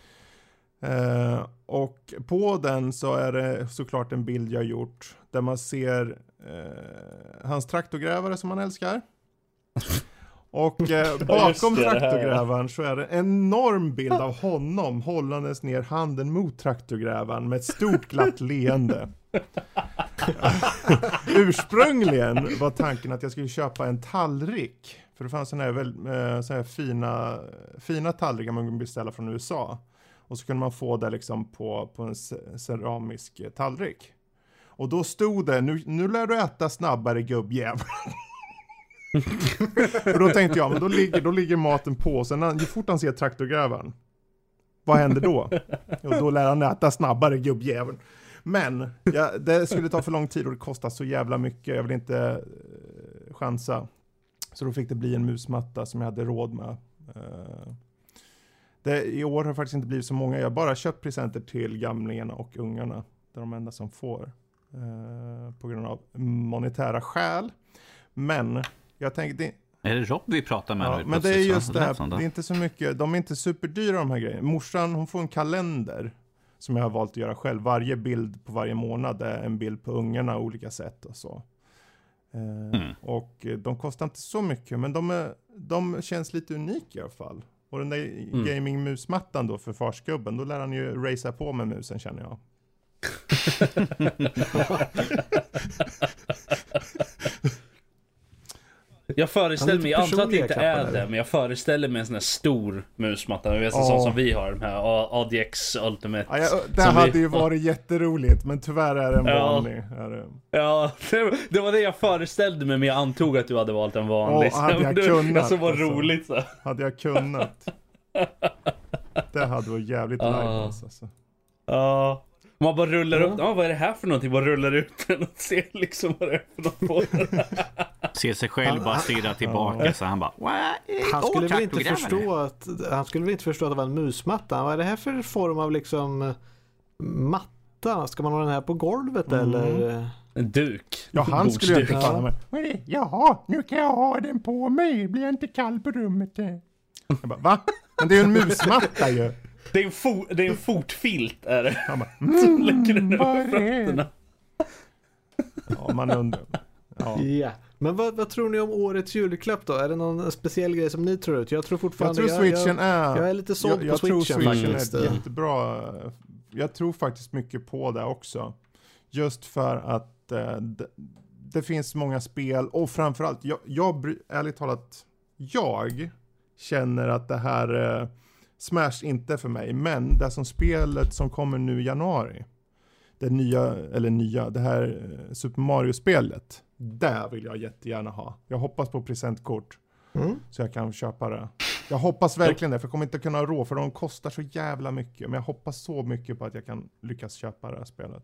Eh, och på den så är det såklart en bild jag gjort där man ser eh, hans traktorgrävare som han älskar. Och eh, bakom det, det här, traktorgrävaren så är det en enorm bild av honom hållandes ner handen mot traktorgrävaren med ett stort glatt leende. Ursprungligen var tanken att jag skulle köpa en tallrik. För det fanns såna här, väl, eh, såna här fina, fina tallrikar man kunde beställa från U S A. Och så kunde man få det liksom på, på en ceramisk tallrik. Och då stod det, nu, nu lär du äta snabbare gubbjävel. Och då tänkte jag, men då ligger, då ligger maten på. Sen när, ju fort han ser traktorgrävaren, vad händer då? Jo, då lär han äta snabbare gubbjävel. Men ja, det skulle ta för lång tid och det kostar så jävla mycket. Jag vill inte eh, chansa. Så då fick det bli en musmatta som jag hade råd med. Eh, det, I år har det faktiskt inte blivit så många. Jag har bara köpt presenter till gamlingarna och ungarna. Det är de enda som får. Eh, på grund av monetära skäl. Men jag tänkte... Är det Rob vi pratar med? Ja, nu men det är plötsligt, just va? det här, Sånt det där. är inte så mycket, de är inte superdyra de här grejerna. Morsan, hon får en kalender som jag har valt att göra själv. Varje bild på varje månad är en bild på ungarna och olika sätt och så. Eh, Mm. Och de kostar inte så mycket, men de, är, de känns lite unika i alla fall. Och den där Mm. gaming-musmattan då för farsgubben, då lär han ju racea på med musen, känner jag. Jag föreställer mig, jag antar att det inte personliga är klappar, det, eller? men jag föreställer mig en sån här stor musmatta. Du vet, en Ja. sån som vi har, de här A- ADX Ultimate. Ja, jag, det Som hade vi- ju varit jätteroligt, men tyvärr är det en Ja. vanlig. Är det. Ja, det, det var det jag föreställde mig, men jag antog att du hade valt en vanlig. Ja, hade jag det, kunnat, det som var alltså. roligt så. Hade jag kunnat. Det hade varit jävligt Ah. nice alltså. Ja. Man bara rullar Ja. upp, ja vad är det här för någonting? Bara rullar ut den och ser liksom vad det är för något på den. Ser sig själv bara stirra tillbaka så han bara... Han Åh, skulle väl inte traktorgrävare. förstå att han skulle väl inte förstå att det var en musmatta. Vad är det här för form av liksom matta? Ska man ha den här på golvet Mm. eller? En duk. Ja, han skulle ju inte Bordsduk. fan med. Vad är det? Jaha, nu kan jag ha den på mig. Blir jag inte kall på rummet? Jag bara, va? Men det är ju en musmatta ju. Det är en, fo- det är en fotfilt är det. Han bara, Som lägger den vad över är det? fötterna. Ja, man undrar. Ja. Ja. Men vad, vad tror ni om årets julklapp då? Är det någon speciell grej som ni tror ut? Jag tror fortfarande... Jag tror Switchen jag, är... Jag är lite såld jag, jag på Switchen. Jag tror Switchen faktiskt. är jättebra. Jag tror faktiskt mycket på det också. Just för att eh, det, det finns många spel. Och framförallt, jag, jag ärligt talat, jag känner att det här eh, Smash inte är för mig. Men det som spelet som kommer nu i januari. Det nya, eller nya, det här eh, Super Mario-spelet. Det vill jag jättegärna ha. Jag hoppas på presentkort. Mm. Så jag kan köpa det. Jag hoppas verkligen det. För jag kommer inte kunna ha råd. För de kostar så jävla mycket. Men jag hoppas så mycket på att jag kan lyckas köpa det här spelet.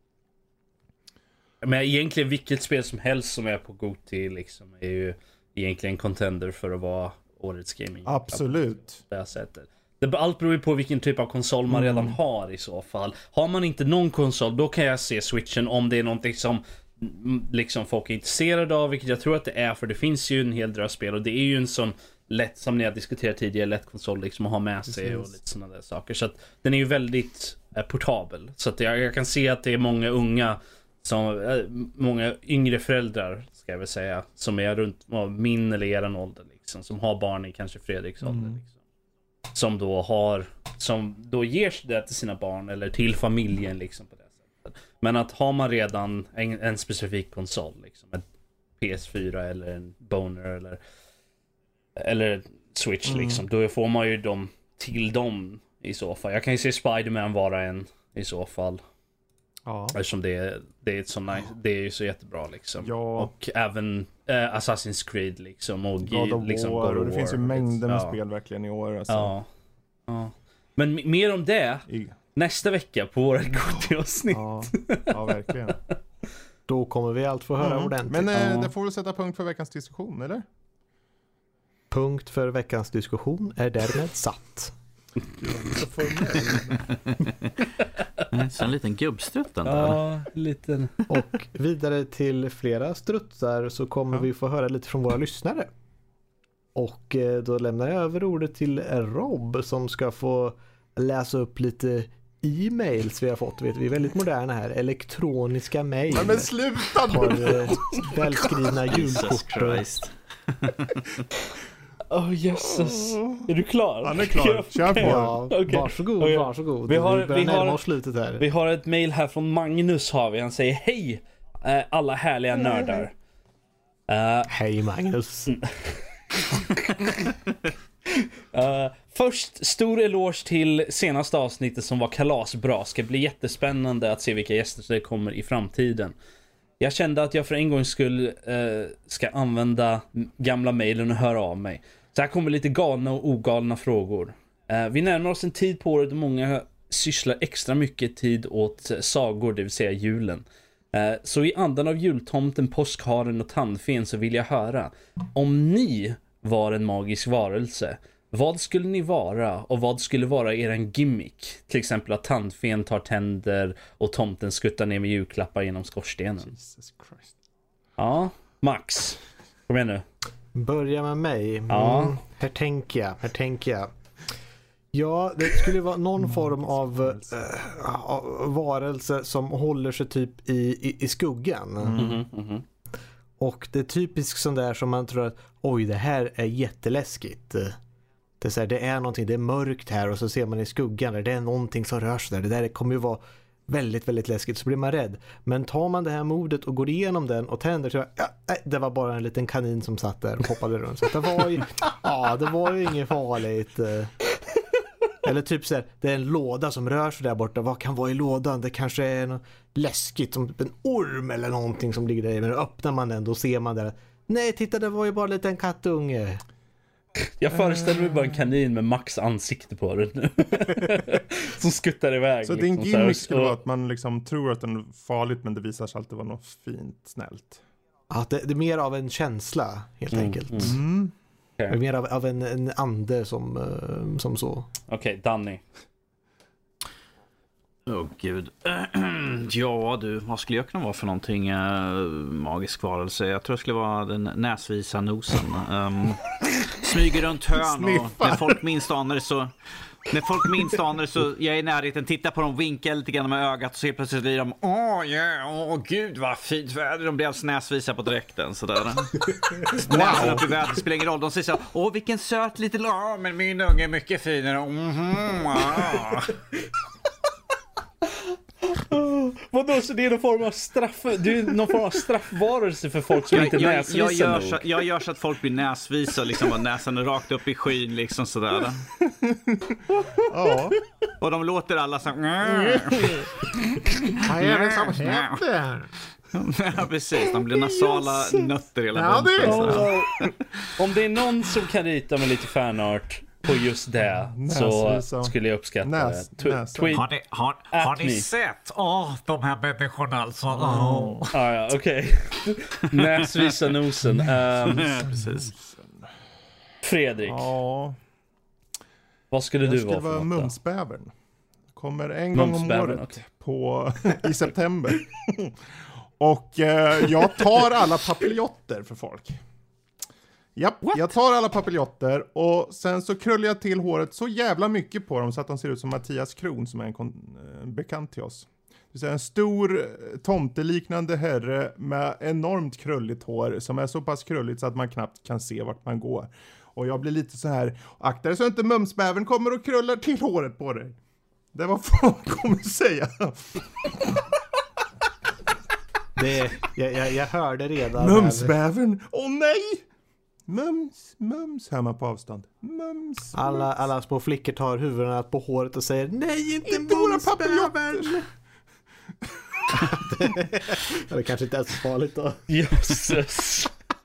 Men egentligen vilket spel som helst som är på G O T Y liksom är ju egentligen contender för att vara årets gaming. Absolut. På det här sättet. Det, allt beror ju på vilken typ av konsol man mm. redan har i så fall. Har man inte någon konsol, då kan jag se Switchen om det är någonting som liksom folk är intresserade av, vilket jag tror att det är, för det finns ju en hel del spel och det är ju en sån lätt, som ni har diskuterat tidigare, lätt konsol liksom att ha med sig. Precis. Och lite sådana där saker. Så att den är ju väldigt eh, portabel. Så att jag, jag kan se att det är många unga som, eh, många yngre föräldrar ska jag väl säga, som är runt av min eller eran ålder liksom, som har barn i kanske Fredriks ålder mm. liksom. Som då har, som då ger det till sina barn eller till familjen liksom på det sättet. Men att har man redan en, en specifik konsol liksom, ett P S fyra eller en Boner eller eller Switch mm. liksom, då får man ju dem till dem i så fall. Jag kan ju se Spider-Man vara en i så fall. Ja. Eftersom det är, det är ett så nice, det är ju så jättebra liksom. Ja. Och även äh, Assassin's Creed liksom och God of liksom War, God of och det War. finns ju mängder med ja. spel verkligen i år alltså. Ja. Ja. Men m- mer om det I. nästa vecka på våra G O T Y-avsnitt. Ja. Ja, verkligen. Då kommer vi allt få höra mm. ordentligt. Men äh, ja. det får väl sätta punkt för veckans diskussion, eller? Punkt för veckans diskussion är därmed satt. Så formell. Så en liten gubbstrutt den där. Ja, liten. Och vidare till flera struttar så kommer ja. vi få höra lite från våra lyssnare. Och då lämnar jag över ordet till Rob som ska få läsa upp lite e-mails vi har fått. Vet, vi är väldigt moderna här. Elektroniska mejl. Men, men sluta nu! Har eh, välskrivna julkort. Åh oh, jösses. Är du klar? Han är klar. Kör på. Ja, okay. Varsågod, okay. varsågod. Vi har, vi, vi, har, slutet här. vi har ett mejl här från Magnus har vi. Han säger hej alla härliga nördar. Uh, hej Magnus. uh, först stor eloge till senaste avsnittet som var kalasbra. Ska bli jättespännande att se vilka gäster det kommer i framtiden. Jag kände att jag för en gång skulle uh, ska använda gamla mejlen och höra av mig. Så här kommer lite galna och ogalna frågor. Uh, vi närmar oss en tid på året då många sysslar extra mycket tid åt sagor, det vill säga julen. Uh, så i andan av jultomten, påskharen och tandfen så vill jag höra om ni var en magisk varelse. Vad skulle ni vara och vad skulle vara eran gimmick? Till exempel att tandfen tar tänder och tomten skuttar ner med julklappar genom skorstenen. Jesus Christ. Ja, Max. Kom igen nu. Börja med mig. Mm, ja. Här tänker jag, här tänker jag. Ja, det skulle vara någon form av äh, varelse som håller sig typ i, i, i skuggan. Mm-hmm, mm-hmm. Och det är typiskt sån där som man tror att oj, det här är jätteläskigt. Det är, så här, det är någonting, det är mörkt här och så ser man i skuggan där det är någonting som rör sig där. Det där kommer ju vara väldigt, väldigt läskigt, så blir man rädd. Men tar man det här modet och går igenom den och tänder så ja, nej, det var bara en liten kanin som satt där och hoppade runt. Så det var ju, ja, det var ju inget farligt. Eller typ så här, det är en låda som rör sig där borta. Vad kan vara i lådan? Det kanske är något läskigt som typ en orm eller någonting som ligger där. Men då öppnar man den, då ser man där. Nej, titta, det var ju bara en liten kattunge. Jag föreställer mig bara en kanin med Max ansikte på den nu. Som skuttar iväg. Så liksom, din gimmick skulle vara att man liksom tror att den är farligt, men det visar sig alltid vara något fint, snällt. Ja, det, det är mer av en känsla, helt mm, enkelt. Mm. Mm. Okay. Det är mer av, av en, en ande som, som så. Okej, okay, Danny. Åh oh, gud. Ja du, vad skulle jag kunna vara för någonting uh, magisk varelse? Jag tror jag skulle vara den näsvisa nosen. Um, smyger runt hörn och när folk minst anar det så... När folk minst anar det så jag är i närheten, tittar på dem, vinkar lite grann med ögat och så helt plötsligt blir de åh, yeah, åh gud vad fint väder. De blir alltså näsvisa på direkten sådär. Näsan upp i väder, spelar ingen roll. De säger så, åh vilken söt liten, åh men min unge är mycket finare. Mm-hmm, ah. Vadå, så det är någon form av straff, du är någon form av straffvarelse för folk som jag, inte är jag, näsvisa jag, gör nog. så, jag gör så att folk blir näsvisa liksom, och näsan är rakt upp i skyn liksom sådär. Ja. Och de låter alla så. Vad är det som händer? Ja precis, de blir nasala nötter hela Ja, det är bunten. Om det är någon som kan rita med lite fanart på just det så Näsvisa. skulle jag uppskatta Näs- det. Tw- näsa. tweet- Har ni, har, har At ni me. sett? Åh, de här människorna alltså. Åh. Ah, ja, okej. Näsvisa nosen. Um, Precis. Fredrik, Ja. vad skulle Jag du skulle vara för vara något då? Mumsbävern. Kommer en gång om Mumsbävern, året okej. på, i september. Och eh, jag tar alla papiljotter för folk. Japp, jag tar alla papiljotter och sen så krullar jag till håret så jävla mycket på dem så att de ser ut som Mattias Kron som är en kon- eh, bekant till oss. Det vill säga en stor eh, tomteliknande herre med enormt krulligt hår som är så pass krulligt så att man knappt kan se vart man går. Och jag blir lite så här, akta dig så inte Mumsbävern kommer och krullar till håret på dig. Det var folk kommer säga. Det, jag, jag, jag hörde redan. Mumsbävern, åh oh, nej! Mums, mums, hör man på avstånd. Mums, Alla, mums. alla små flickor tar huvudena på håret och säger nej, inte, Inte våra Mumsbävern. papiljotter. Ja, det kanske inte är så farligt då. Jösses.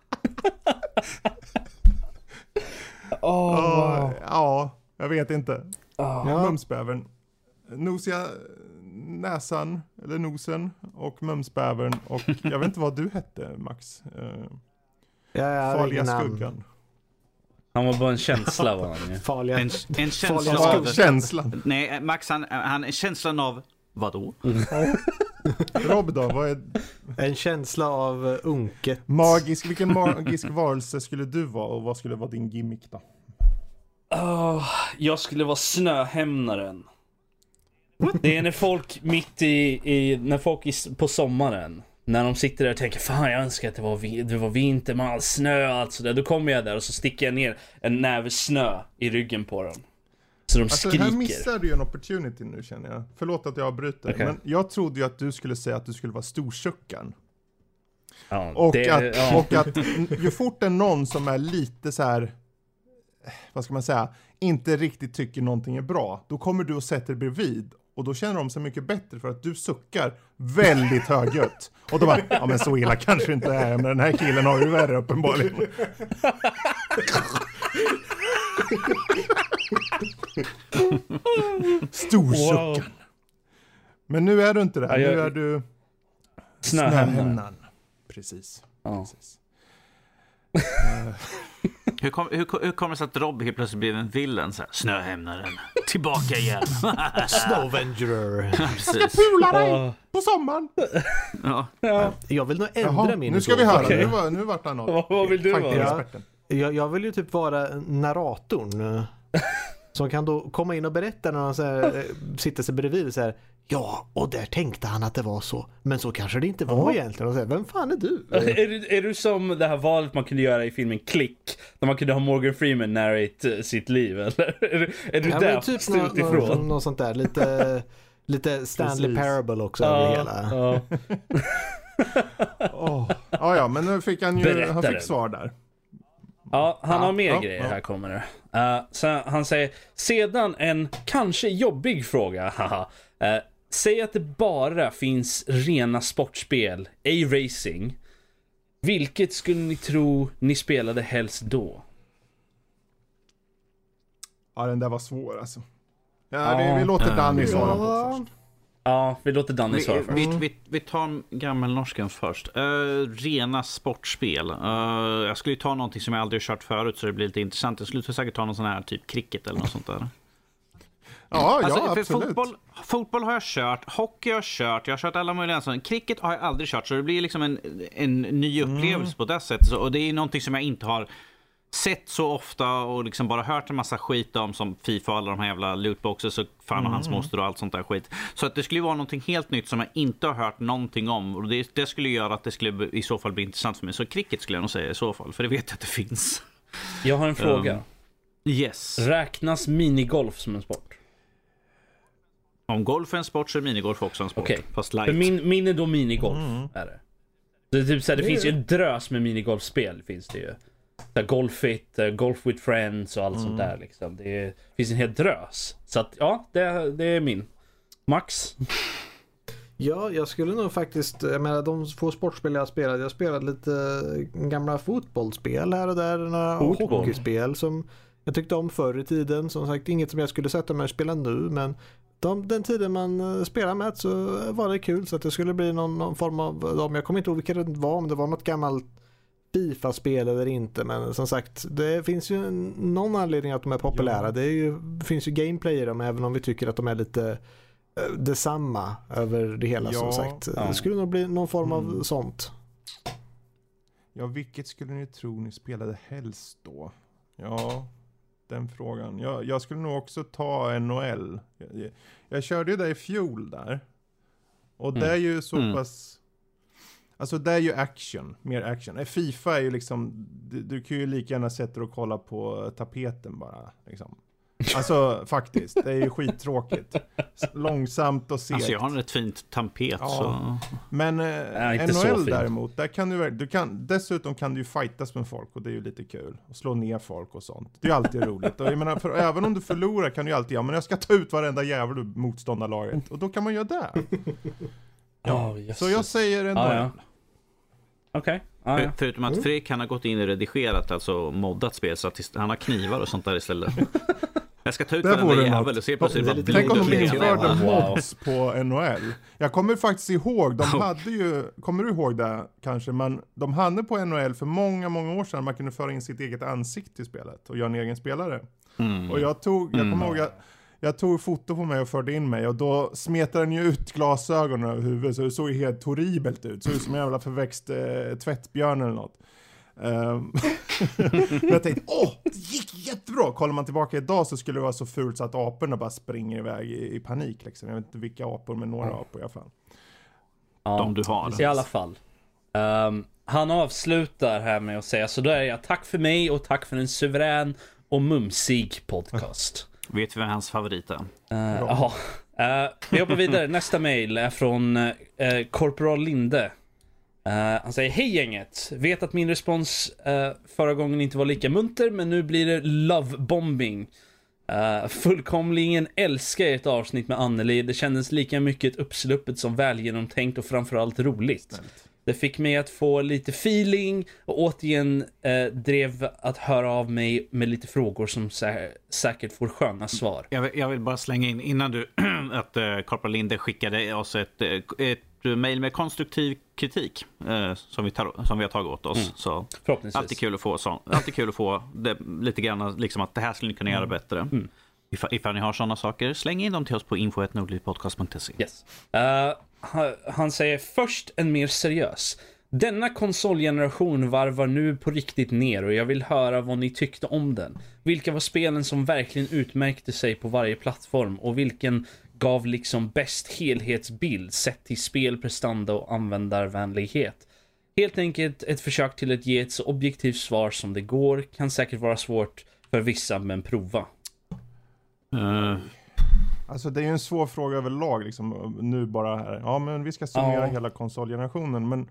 Åh, Ja, ja, jag vet inte. Ah. Ja. Mumsbävern. Nosiga näsan, eller nosen, och mumsbävern. Och jag vet inte vad du hette, Max. Eh, Ja, jag har farliga ingen namn. skuggan. Han var bara en känsla var han ju. Farliga. En, en känsla Farliga Ja, av... känslan. Nej, Max han, han känslan av... Vadå? Rob då, vad är En känsla av uh, unket. magisk, vilken magisk varelse skulle du vara och vad skulle vara din gimmick då? Oh, jag skulle vara snöhämnaren. Det är när folk mitt i, i när folk är på sommaren, när de sitter där och tänker fan jag önskar att det var, vi, det var vinter, man hade snö och allt sådär. Då kommer jag där och så sticker jag ner en näve snö i ryggen på dem. Så de Alltså skriker. här missar du ju en opportunity nu känner jag. Förlåt att jag avbryter. Okay. Men jag trodde ju att du skulle säga att du skulle vara storsuckan. Ja, Och, det, att, ja. och att ju fort det är någon som är lite så här, vad ska man säga, inte riktigt tycker någonting är bra, då kommer du och sätter dig bredvid. Och då känner de sig mycket bättre för att du suckar väldigt högljutt. Och då bara, ja men så illa kanske inte är, men den här killen har ju värre uppenbarligen. Storsuckan. Wow. Men nu är du inte det. Ja, jag- Nu är du Snöhämnaren. snöhämnaren. Precis. Ja. Precis. Hur, kom, hur, hur kommer det sig att Rob helt plötsligt blir en villain? Så här, snöhämnaren, tillbaka igen. Snowvengerer. Precis. Pula dig Ja. på sommaren. Ja. Jag vill nog ändra Jaha, min nu ska vi idol. höra. Okej. Nu, var, nu vart han något. Vad, vad vill du vara? Fighting-experten. Jag, jag vill ju typ vara narratorn. eh, Som kan då komma in och berätta när han så här, eh, sitter sig bredvid och så här, ja, och där tänkte han att det var så. Men så kanske det inte var Ja. egentligen. Och så här, vem fan är du? Är du, är du som det här valet man kunde göra i filmen Click, där man kunde ha Morgan Freeman narrate eh, sitt liv, eller? Är du, är du Ja, där men typ fast nå, nå, utifrån? något sånt där. Lite, lite Stanley Precis. Parable också över det hela. ja. Oh. Ja, ja, men nu fick han ju, han Berättaren. fick svar där. Ja, han Ja, har mer ja, grejer. ja. Här kommer det. Uh, så han säger, sedan en kanske jobbig fråga. haha. uh, säg att det bara finns rena sportspel, ej racing. Vilket skulle ni tro ni spelade helst då? Ja, den där var svår alltså. Ja, Ja. det, vi låter Danny svara på Ja. det först. Ja, vi låter Danny svara Vi, först. vi, vi, vi tar gammelnorsken först. Uh, rena sportspel. Uh, jag skulle ju ta någonting som jag aldrig har kört förut så det blir lite intressant. Jag skulle säkert ta någon sån här typ cricket eller något sånt där. Ja, Alltså, ja, för absolut. fotboll, fotboll har jag kört, hockey har jag kört, jag har kört alla möjliga sådana. Cricket har jag aldrig kört, så det blir liksom en, en ny upplevelse mm. på det sättet. Så, och det är någonting som jag inte har sett så ofta och liksom bara hört en massa skit om, som FIFA och alla de här jävla lootboxes och fan och mm. hans moster och allt sånt där skit. Så att det skulle vara någonting helt nytt som jag inte har hört någonting om, och det, det skulle göra att det skulle i så fall bli intressant för mig. Så cricket skulle jag nog säga i så fall, för det vet jag att det finns. Jag har en fråga. Um, yes. Räknas minigolf som en sport? Om golf är en sport så är minigolf också en sport. Okay. Fast light. För min, min är då minigolf mm. är det. Det, är typ så här, det, det finns ju en drös med minigolfspel, finns det ju. Där Golfit, uh, Golf with Friends och allt mm. sånt där liksom. Det är, finns en hel drös. Så att ja, det, det är min. Max? Ja, jag skulle nog faktiskt, jag menar de få sportspel jag spelade, jag spelade lite gamla fotbollsspel här och där, några hockeyspel som jag tyckte om förr i tiden. Som sagt, inget som jag skulle sätta mig och spela nu, men de, den tiden man spelar med så var det kul, så att det skulle bli någon, någon form av dem. Jag kommer inte ihåg vilka det var, om det var något gammalt FIFA-spel eller inte, men som sagt, det finns ju någon anledning att de är populära. Ja. Det är ju, finns ju gameplay i dem, även om vi tycker att de är lite uh, detsamma över det hela. Ja. Som sagt. Ja. Det skulle nog bli någon form av mm. sånt. Ja, vilket skulle ni tro ni spelade helst då? Ja, den frågan. Jag, jag skulle nog också ta N H L. Jag, jag, jag körde ju det i fjol där. Och mm. det är ju så mm. pass... Alltså det är ju action, mer action. FIFA är ju liksom, du, du kan ju lika gärna sätta dig och kolla på tapeten bara. Liksom. Alltså faktiskt, det är ju skittråkigt. Långsamt och segt. Alltså jag har ett fint tapet. Ja. Så. Men eh, N H L däremot, där kan du, du kan, dessutom kan du ju fightas med folk, och det är ju lite kul. Och slå ner folk och sånt. Det är ju alltid roligt. Och jag menar, för även om du förlorar kan du ju alltid, ja men jag ska ta ut varenda jävla motståndarlaget. Och då kan man göra det. Ja, oh, så jag säger ändå. Ah, ja. Okej. Okay. Ah, ja. För, förutom att Fredrik han har gått in och redigerat, alltså moddat spel, så att han har knivar och sånt där istället. Jag ska ta ut varenda jävel och se på sig. Tänk om de införde mods på N H L. Jag kommer faktiskt ihåg, de hade ju, kommer du ihåg det kanske, men de hade på N H L för många, många år sedan man kunde föra in sitt eget ansikte i spelet och göra en egen spelare. Mm. Och jag tog, jag kommer mm. ihåg att jag tog foto på mig och förde in mig, och då smetade den ju ut glasögonen över huvudet, så det såg ju helt horribelt ut. Så det som en jävla förväxt eh, tvättbjörn eller något. Um, men jag tänkte, åh, det gick jättebra. Kollar man tillbaka idag så skulle det vara så fult så att aporna bara springer iväg i, i panik. Liksom. Jag vet inte vilka apor, men några apor i alla fall. Ja, de du har. I alla fall. Um, han avslutar här med att säga, så då är jag tack för mig och tack för en suverän och mumsig podcast. Vet vi vad hans favorit är? Ja. Uh, uh, vi hoppar vidare. Nästa mail är från uh, Corporal Linde. Uh, han säger, hej gänget. Vet att min respons uh, förra gången inte var lika munter, men nu blir det lovebombing. Uh, fullkomligen älskar ett avsnitt med Anneli. Det kändes lika mycket uppsluppet som välgenomtänkt och framförallt roligt. Snällt. Det fick mig att få lite feeling och återigen eh, drev att höra av mig med lite frågor som sä- säkert får sköna svar. Jag vill, jag vill bara slänga in innan du att eh, Corporal Linde skickade oss ett, ett mejl med konstruktiv kritik eh, som, vi tar, som vi har tagit åt oss. Mm. Så förhoppningsvis. Alltid kul att få, så, alltid kul att få det, lite grann liksom att det här skulle ni kunna mm. göra bättre. Mm. If, ifall ni har sådana saker, släng in dem till oss på info at nordlypodcast punkt se. Yes. Uh, han säger först en mer seriös. Denna konsolgeneration varvar nu på riktigt ner och jag vill höra vad ni tyckte om den. Vilka var spelen som verkligen utmärkte sig på varje plattform och vilken gav liksom bäst helhetsbild sett till spelprestanda och användarvänlighet. Helt enkelt ett försök till att ge ett så objektivt svar som det går. Kan säkert vara svårt för vissa, men prova. Uh. Alltså det är ju en svår fråga överlag liksom, nu bara här. Ja, men vi ska summera ja. hela konsolgenerationen, men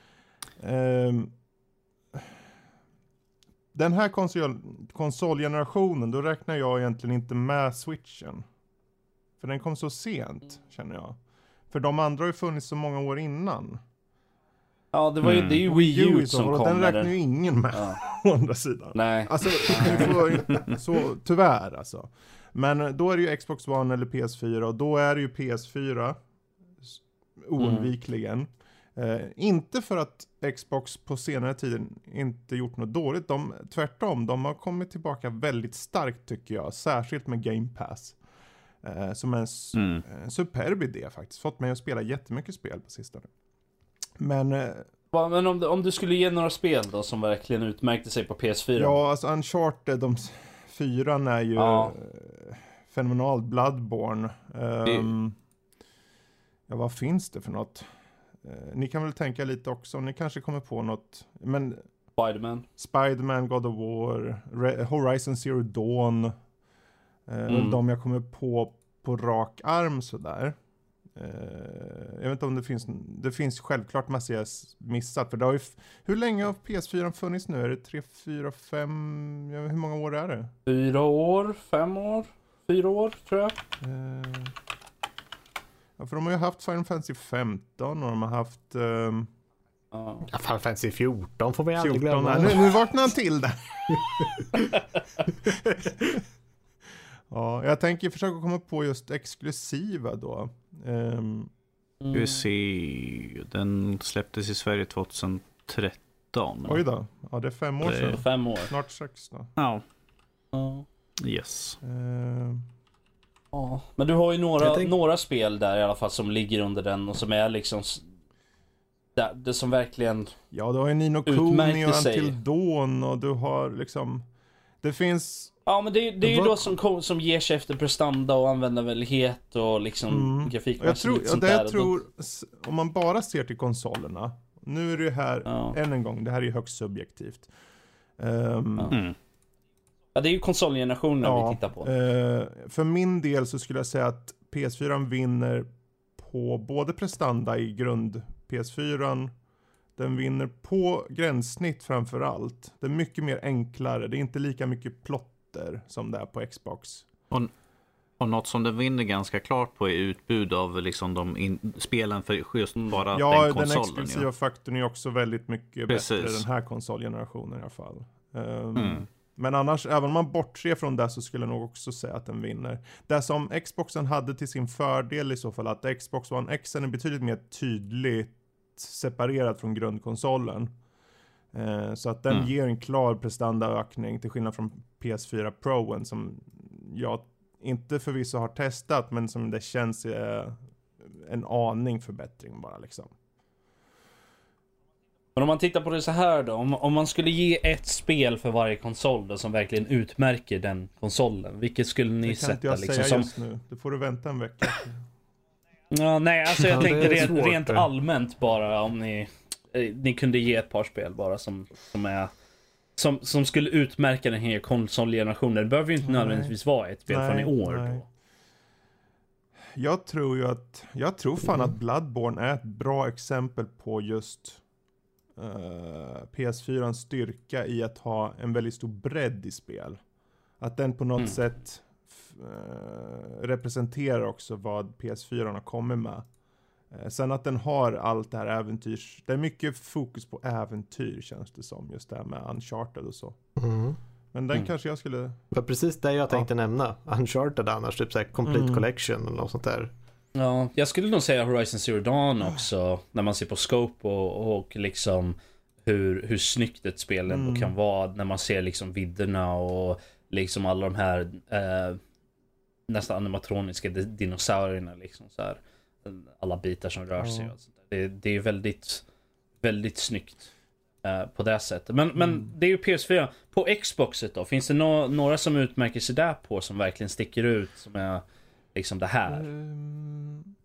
eh, den här konsol, konsolgenerationen, då räknar jag egentligen inte med Switchen. För den kom så sent, känner jag. För de andra har ju funnits så många år innan. Ja, det var ju, mm. det är ju Wii U som kom. Och den räknar ju ingen med, ja. å andra sidan. Nej. Alltså, får, så, tyvärr alltså. Men då är det ju Xbox One eller P S fyra, och då är det ju P S fyra oundvikligen. Mm. Eh, inte för att Xbox på senare tiden inte gjort något dåligt. De, tvärtom, de har kommit tillbaka väldigt starkt tycker jag. Särskilt med Game Pass. Eh, som en, mm. en superb idé faktiskt. Fått mig att spela jättemycket spel på sistone. Men... Eh, Men om du, om du skulle ge några spel då som verkligen utmärkte sig på P S fyra? Ja, alltså Uncharted, de fyran är ju ja. fenomenalt. Bloodborne. Um, ja, vad finns det för något? Uh, ni kan väl tänka lite också, ni kanske kommer på något. Men Spider-Man. Spider-Man, God of War, Re- Horizon Zero Dawn. Uh, mm. De jag kommer på på rak arm sådär. Uh, jag vet inte om det finns, det finns självklart massor jag missat, för det har ju, f- hur länge har P S fyra funnits nu? Är det tre, fyra, fem, ja, hur många år är det? Fyra år, fem år, fyra år tror jag. Uh, ja, för de har ju haft Final Fantasy femton och de har haft um, uh. ja, Final Fantasy fjorton får vi aldrig fjorton, glömma. Nu, nu vaknar han till där. Ja, jag tänker försöka komma på just exklusiva då. Um, Ska vi se, den släpptes i Sverige tjugohundratretton. Oj då, ja det är fem år sedan. Fem år. Snart sex då. Ja. Uh. Yes. Uh, ja, men du har ju några, tänk... några spel där i alla fall som ligger under den och som är liksom det, det som verkligen ja, du har ju Nino Kuni och Until Dawn och du har liksom, det finns. Ja, men det, det är ju då som, som ger sig efter prestanda och användarvänlighet och liksom mm. grafikmässigt. Jag tror, ja, det jag tror om man bara ser till konsolerna. Nu är det här, ja. än en gång, det här är ju högst subjektivt. Um, ja. Mm. ja, det är ju konsolgenerationen ja, vi tittar på. Uh, för min del så skulle jag säga att P S fyra vinner på både prestanda i grund P S fyra. Den vinner på gränssnitt framför allt. Det är mycket mer enklare. Det är inte lika mycket plott som det är på Xbox. Och, och något som den vinner ganska klart på är utbud av liksom de in, spelen för just bara ja, den konsolen. Den exklusiva ja. faktorn är också väldigt mycket Precis. bättre den här konsolgenerationen i alla fall. Um, mm. Men annars, även om man bortser från det så skulle jag nog också säga att den vinner. Det som Xboxen hade till sin fördel i så fall, att Xbox One X är betydligt mer tydligt separerat från grundkonsolen. Så att den mm. ger en klar prestandaökning till skillnad från P S fyra Proen som jag inte förvisso har testat men som det känns eh, en aning förbättring bara liksom. Men om man tittar på det så här då, om, om man skulle ge ett spel för varje konsol då, som verkligen utmärker den konsolen, vilket skulle ni det sätta? Det kan inte jag liksom, säga som... just nu, det får du vänta en vecka. Ja, nej, alltså jag ja, tänkte rent, svårt, rent allmänt bara om ni ni kunde ge ett par spel bara som, som är som, som skulle utmärka den här konsolgenerationen. Det behöver ju inte nej. nödvändigtvis vara ett spel nej, från i år nej. Då. Jag tror ju att jag tror fan mm. att Bloodborne är ett bra exempel på just uh, P S fyrans styrka i att ha en väldigt stor bredd i spel. Att den på något mm. sätt f- uh, representerar också vad P S fyra har kommit med. Sen att den har allt det här äventyrs. Det är mycket fokus på äventyr känns det som. Just det här med Uncharted och så. Mm. Men den mm. kanske jag skulle... Det var precis det jag tänkte ja. nämna. Uncharted annars, typ såhär Complete mm. Collection eller något sånt där. Ja, jag skulle nog säga Horizon Zero Dawn också. När man ser på scope och, och liksom hur, hur snyggt ett spel ändå mm. kan vara. När man ser liksom vidderna och liksom alla de här eh, nästan animatroniska dinosaurierna liksom så här. Alla bitar som rör sig. Och sånt där. Det, det är väldigt, väldigt snyggt eh, på det sättet. Men, mm. men det är ju P S fyra. På Xboxet då, finns det no- några som utmärker sig där på som verkligen sticker ut som är liksom det här? Um,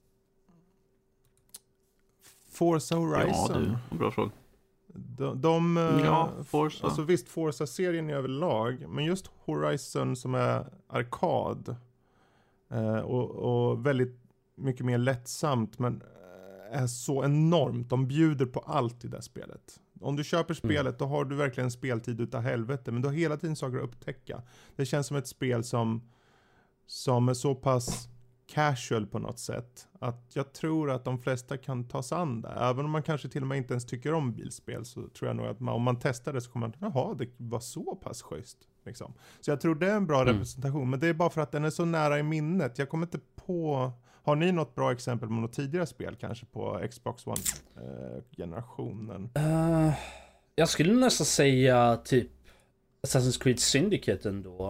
Forza Horizon. Ja, du. Bra fråga. De, de ja, Forza. Alltså visst, Forza-serien i överlag, men just Horizon som är arkad eh, och, och väldigt mycket mer lättsamt, men är så enormt. De bjuder på allt i det spelet. Om du köper spelet mm. då har du verkligen speltid utav helvete, men du har hela tiden saker att upptäcka. Det känns som ett spel som som är så pass casual på något sätt att jag tror att de flesta kan ta sig an det. Även om man kanske till och med inte ens tycker om bilspel, så tror jag nog att man, om man testar det så kommer man, jaha, det var så pass schysst liksom. Så jag tror det är en bra mm. representation, men det är bara för att den är så nära i minnet. Jag kommer inte på. Har ni något bra exempel med något tidigare spel kanske på Xbox One-generationen? Uh, jag skulle nästan säga typ Assassin's Creed Syndicate ändå.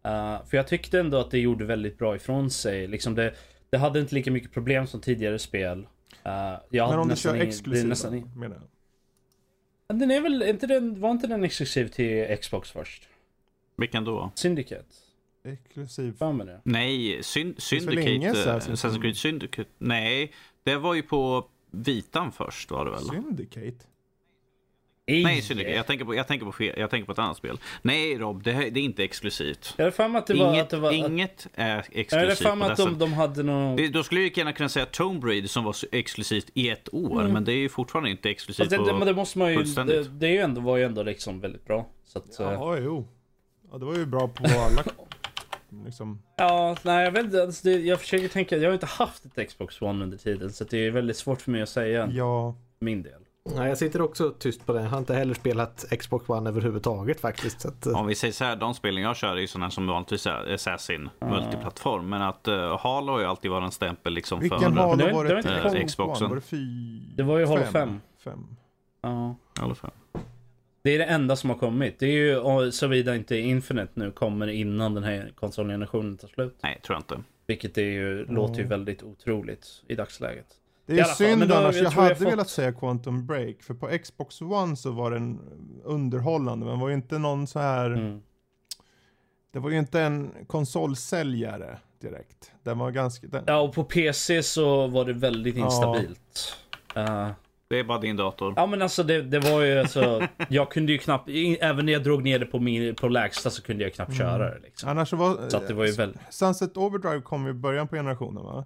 Uh, för jag tyckte ändå att det gjorde väldigt bra ifrån sig. Liksom det, det hade inte lika mycket problem som tidigare spel. Uh, jag Men om du kör ing- exklusiva, nästan in- menar jag. Den är väl inte den, var inte den exklusiv till Xbox först? Vilken då? Syndicate. Exklusiv. Fan med det. Nej, syn- så länge Syndicate. sedan eh, som- Assassin's Creed Syndicate. Nej, det var ju på Vitan först var det väl? Syndicate? Nej, Syndicate. Jag tänker på, jag tänker på, fel, jag tänker på ett annat spel. Nej, Rob, det, här, det är inte exklusivt. Jag hade fan att det var... Inget, att det var inget är jag hade exklusivt fan på att dessa. de, de hade någon... Det- Då skulle jag gärna kunna säga Tomb Raider som var så exklusivt i ett år, Mm. men det är ju fortfarande inte exklusivt Fast det, det, på men det måste man ju... Det, fullständigt. det är ju ändå, var ju ändå liksom väldigt bra. Så att, ja. Ja, jo. Ja, det var ju bra på alla... liksom. ja, nej jag vet inte. Alltså det, jag försöker tänka, jag har inte haft ett Xbox One under tiden. Så att det är väldigt svårt för mig att säga Ja. min del. Nej, jag sitter också tyst på det. Jag har inte heller spelat Xbox One överhuvudtaget faktiskt. Så att, Om vi säger så här, de spelen jag kör är ju sådana som vanligtvis är Assassin, multiplattform. Men att uh, Halo har ju alltid varit en stämpel liksom Vilken för Halo det- var det det? var inte Eh, Xboxen. Var det fy... Det var ju Halo fem. Fem. Ja. i alla fall. Det är det enda som har kommit. Det är ju och såvida inte Infinite nu kommer innan den här konsolgenerationen tar slut. Nej, tror jag inte. Vilket är ju, låter ju väldigt otroligt i dagsläget. Det I är alla fall, synd men då- annars, jag jag, tror jag hade fått- velat säga Quantum Break, för på Xbox One så var den underhållande, men var ju inte någon så här, Mm. det var ju inte en konsolsäljare direkt. Den var ganska, den, Ja, och på P C så var det väldigt Ja. instabilt. Uh, Det är bara din dator. ja men alltså det, det var ju alltså, jag kunde ju knappt, i- även när jag drog ner det på, min, på lägsta så kunde jag knappt köra det liksom. annars så var, Så att det var ju väl, Sunset Overdrive kom ju i början på generationen, va?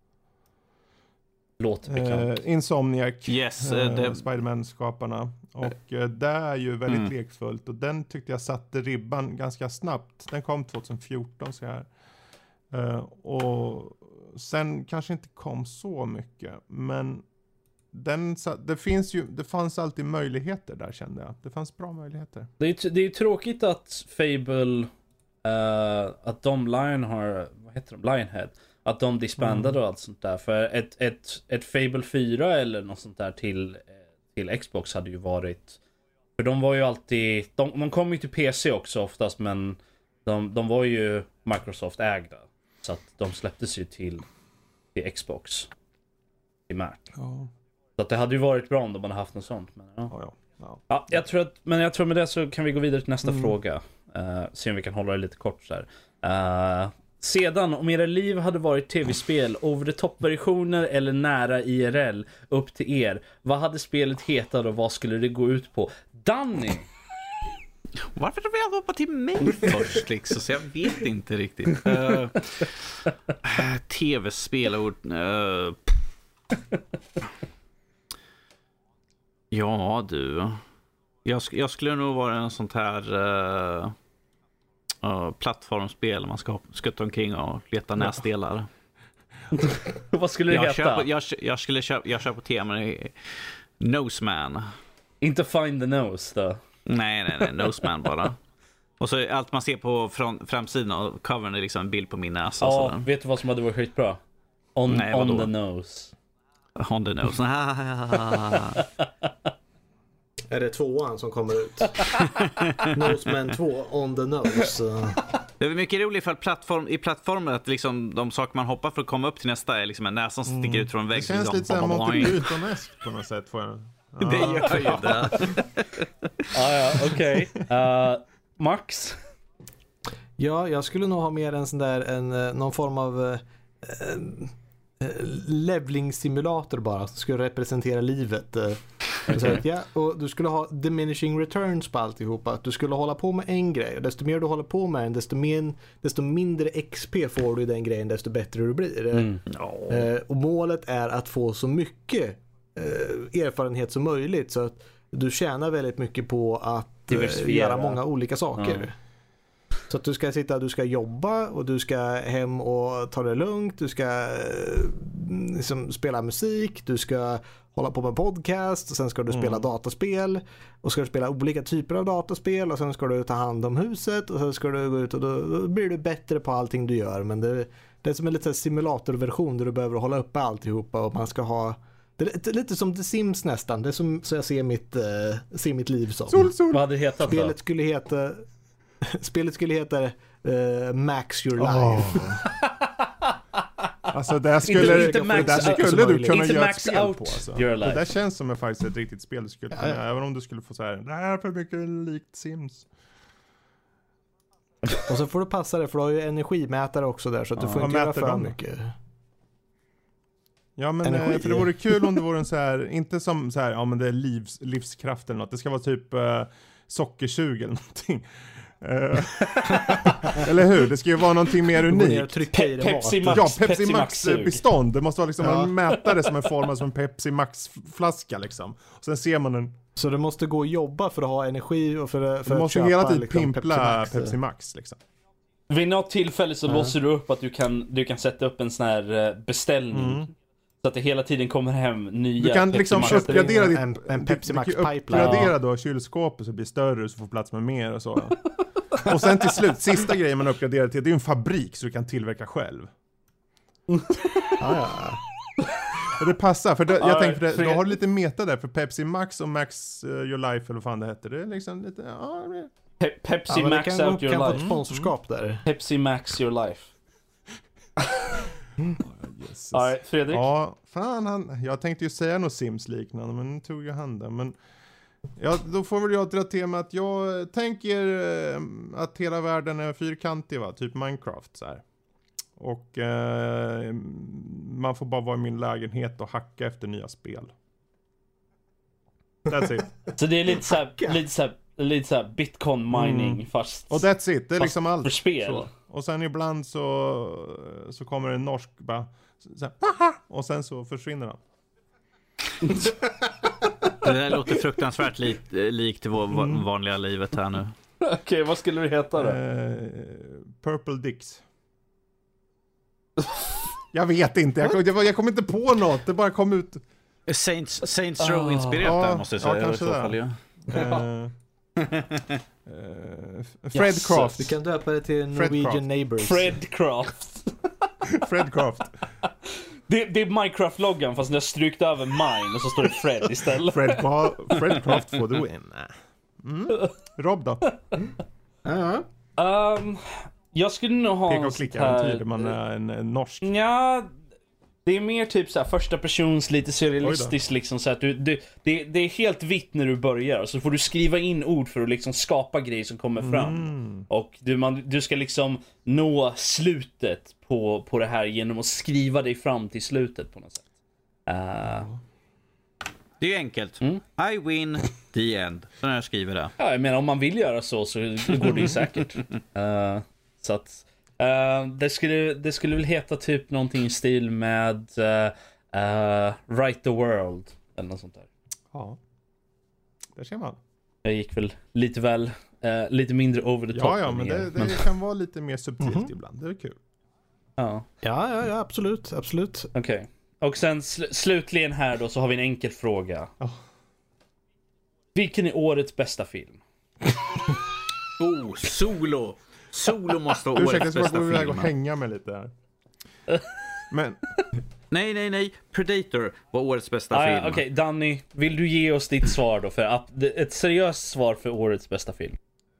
låter bekant. Eh, Insomniac, Yes, eh, eh, det, Spider-Man-skaparna. Och eh, det är ju väldigt Mm. lekfullt. Och den tyckte jag satte ribban ganska snabbt. Den kom tjugohundrafjorton så här. Eh, och sen kanske inte kom så mycket. Men den, sa- det, finns ju, det fanns alltid möjligheter där, kände jag. Det fanns bra möjligheter. Det är ju det är ju tråkigt att Fable, eh, att de Lion har, vad heter de, Lionhead, att de disbandade Mm. och allt sånt där. För ett, ett, ett Fable fyra eller något sånt där till, eh, till Xbox hade ju varit, för de var ju alltid, de, de kom ju till P C också oftast, men de, de var ju Microsoft ägda. Så att de släpptes ju till, till Xbox primärt. Ja, Så att det hade ju varit bra om de hade haft något sånt. Men, ja. ja, ja. ja. Ja, jag tror att, men jag tror med det så kan vi gå vidare till nästa Mm. fråga. Uh, se om vi kan hålla det lite kort så här. Uh, sedan, om era liv hade varit tv-spel, over the top-versioner eller nära I R L, upp till er. Vad hade spelet hetat och vad skulle det gå ut på? Danny! varför vill jag hoppa till mig först liksom? Så jag vet inte riktigt. Uh, Tv-spelord. Uh, ja, du. Jag, sk- jag skulle nog vara en sånt här uh, uh, plattformsspel. Man ska skutta omkring och leta näsdelar. Vad skulle det Jag, heta? kör på, jag, jag skulle köpa, jag kör på tema Noseman. Inte Find the Nose då? Nej, nej, nej. Noseman bara. Och så allt man ser på från framsidan och covern är liksom en bild på min näsa. Ja, sådär. vet du vad som hade varit skitbra? On, Nej, on vadå? the nose. On the nose. är det tvåan som kommer ut? Noseman två, on the nose. Det är mycket roligt för att plattform, i plattformen att liksom de saker man hoppar för att komma upp till nästa är liksom en näsa som sticker ut från en vägg. Det känns liksom, lite såhär Monty Python-eskt på något sätt. Får jag. Det gör ju det. Ah, ja, okej. Okay. Uh, Max? Ja, jag skulle nog ha mer en sån där, en, eh, någon form av eh, eh, leveling simulator bara, som skulle representera livet. Eh. Så att, ja, och du skulle ha diminishing returns på alltihopa. Att du skulle hålla på med en grej, och desto mer du håller på med den, desto, min, desto mindre X P får du i den grejen, desto bättre du blir. Mm. Eh, och målet är att få så mycket eh, erfarenhet som möjligt, så att du tjänar väldigt mycket på att eh, Diversifiera. göra många olika saker. Mm. Så att du ska sitta, du ska jobba och du ska hem och ta det lugnt, du ska eh, liksom spela musik, du ska hålla på med podcast, och sen ska du spela Mm. dataspel, och ska du spela olika typer av dataspel, och sen ska du ta hand om huset, och sen ska du gå ut och då, då blir du bättre på allting du gör. Men det, det är som en liten simulatorversion där du behöver hålla uppe alltihopa, och man ska ha det är lite, lite som The Sims nästan. Det är som så jag ser mitt, eh, ser mitt liv som. Sol, sol. Vad hade det hetat då? Spelet skulle heta Spelet skulle heta uh, Max Your Life. Oh. Alltså där skulle, Inte- inte det där max- skulle du kunna Inte göra ett max spel out på. Alltså. your Det life. där känns som en, faktiskt ett riktigt spel du skulle kunna, Ja, ja. även om du skulle få så här, det här är för mycket likt Sims. Och så får du passa det, för du har ju energimätare också där, så att du Ja. får Vad inte göra mäter för de då? mycket. Ja men Energi. eh, för det vore kul om det vore en så här, inte som så här, ja men det är livs, livskraft eller något. Det ska vara typ uh, sockersug eller någonting. Eh, eller hur? Det ska ju vara någonting mer Du går ner och unikt. trycker i dig Pepsi mat. Max. Ja, Pepsi, Pepsi Max Max-sug. bestånd. Det måste vara liksom Ja. en mätare som är formad som en Pepsi Max-flaska liksom. Och sen ser man en, Så du måste gå och jobba för att ha energi och för, för du att måste köpa hela tiden liksom, pimpla Max. Pepsi Max liksom. Vid något tillfälle så Ja. låser du upp att du kan, du kan sätta upp en sån här eh, beställning. Mm. Så att det hela tiden kommer hem nya Du kan Pepsi liksom Max. uppgradera ditt, En- en Pepsi du- du kan Max pipeline. uppgradera då kylskåpet så det blir större så du får plats med mer och så. Och sen till slut, sista grejen man uppgraderar till, det är ju en fabrik så du kan tillverka själv. Ja, ja. Och det passar, för det, jag Ja, tänker för det, för- då har du lite meta där, för Pepsi Max och Max uh, Your Life eller vad fan det heter. Det är liksom lite, ja, det- Pe- Pepsi Ja, men det Max kan, out kan your få ett life. sponsorskap där. Pepsi Max your life. Jesus. Ja, Fredrik? Ja, fan han, jag tänkte ju säga något Sims-liknande, men nu tog jag han det. Men ja, då får väl jag dra till med att jag tänker eh, att hela världen är fyrkantig, va? Typ Minecraft så här. Och eh, man får bara vara i min lägenhet och hacka efter nya spel. That's it. Så det är lite såhär, lite såhär, lite såhär bitcoin mining Mm. fast, Och that's it, det är fast liksom allt. för spel. Så. Och sen ibland så, så kommer en norsk bara, så här, haha! Och sen så försvinner han. Det där låter fruktansvärt likt, likt vår va- Mm. vanliga livet här nu. Okej, vad skulle det heta då? Eh, Purple Dicks. Jag vet inte, jag, jag, jag kom inte på något, det bara kom ut. Saints, Saints Row-inspirerat Ja, där måste jag ja, säga. kanske i så det. fall, ja. Eh, eh, Fredcraft. Du kan döpa det till Fredcraft. Norwegian Neighbors. Fredcraft. Fredcraft. Det, det är Minecraft-loggan fast ni har strykt över mine och så står det Fred istället. Fredcraft, Fredcraft for the win. Mm. Rob då? Ja. Um, jag skulle nog ha Peka en och sånt klicka-äventyr, här... man är en, en norsk. Ja, det är mer typ så här första persons, lite surrealistiskt liksom så att du, du det, det är helt vitt när du börjar så får du skriva in ord för att liksom skapa grejer som kommer fram. Mm. Och du, man, du ska liksom nå slutet på, på det här genom att skriva dig fram till slutet på något sätt. Uh, Det är ju enkelt. Mm. I win, the end. Så när jag skriver det. ja, jag menar om man vill göra så så går det ju säkert. Uh, så att uh, det, skulle, det skulle väl heta typ någonting i stil med uh, uh, Right the World eller något sånt där. Ja. Där ser man. Jag gick väl lite väl uh, lite mindre over the top. Ja, ja, än men er, det, det kan vara lite mer subtilt Mhm. ibland. Det är kul. Ja, Ja, ja, ja, absolut, absolut. okej. Okay. Och sen sl- slutligen här då så har vi en enkel fråga. Oh. Vilken är årets bästa film? Oh, Solo! Solo måste vara Ursäkta, jag årets ska bara bästa gå iväg och film. hänga mig lite här. Men, Nej, nej, nej. Predator var årets bästa Ah, ja, film. okej, Danny, vill du ge oss ditt svar då? För att- ett seriöst svar för årets bästa film.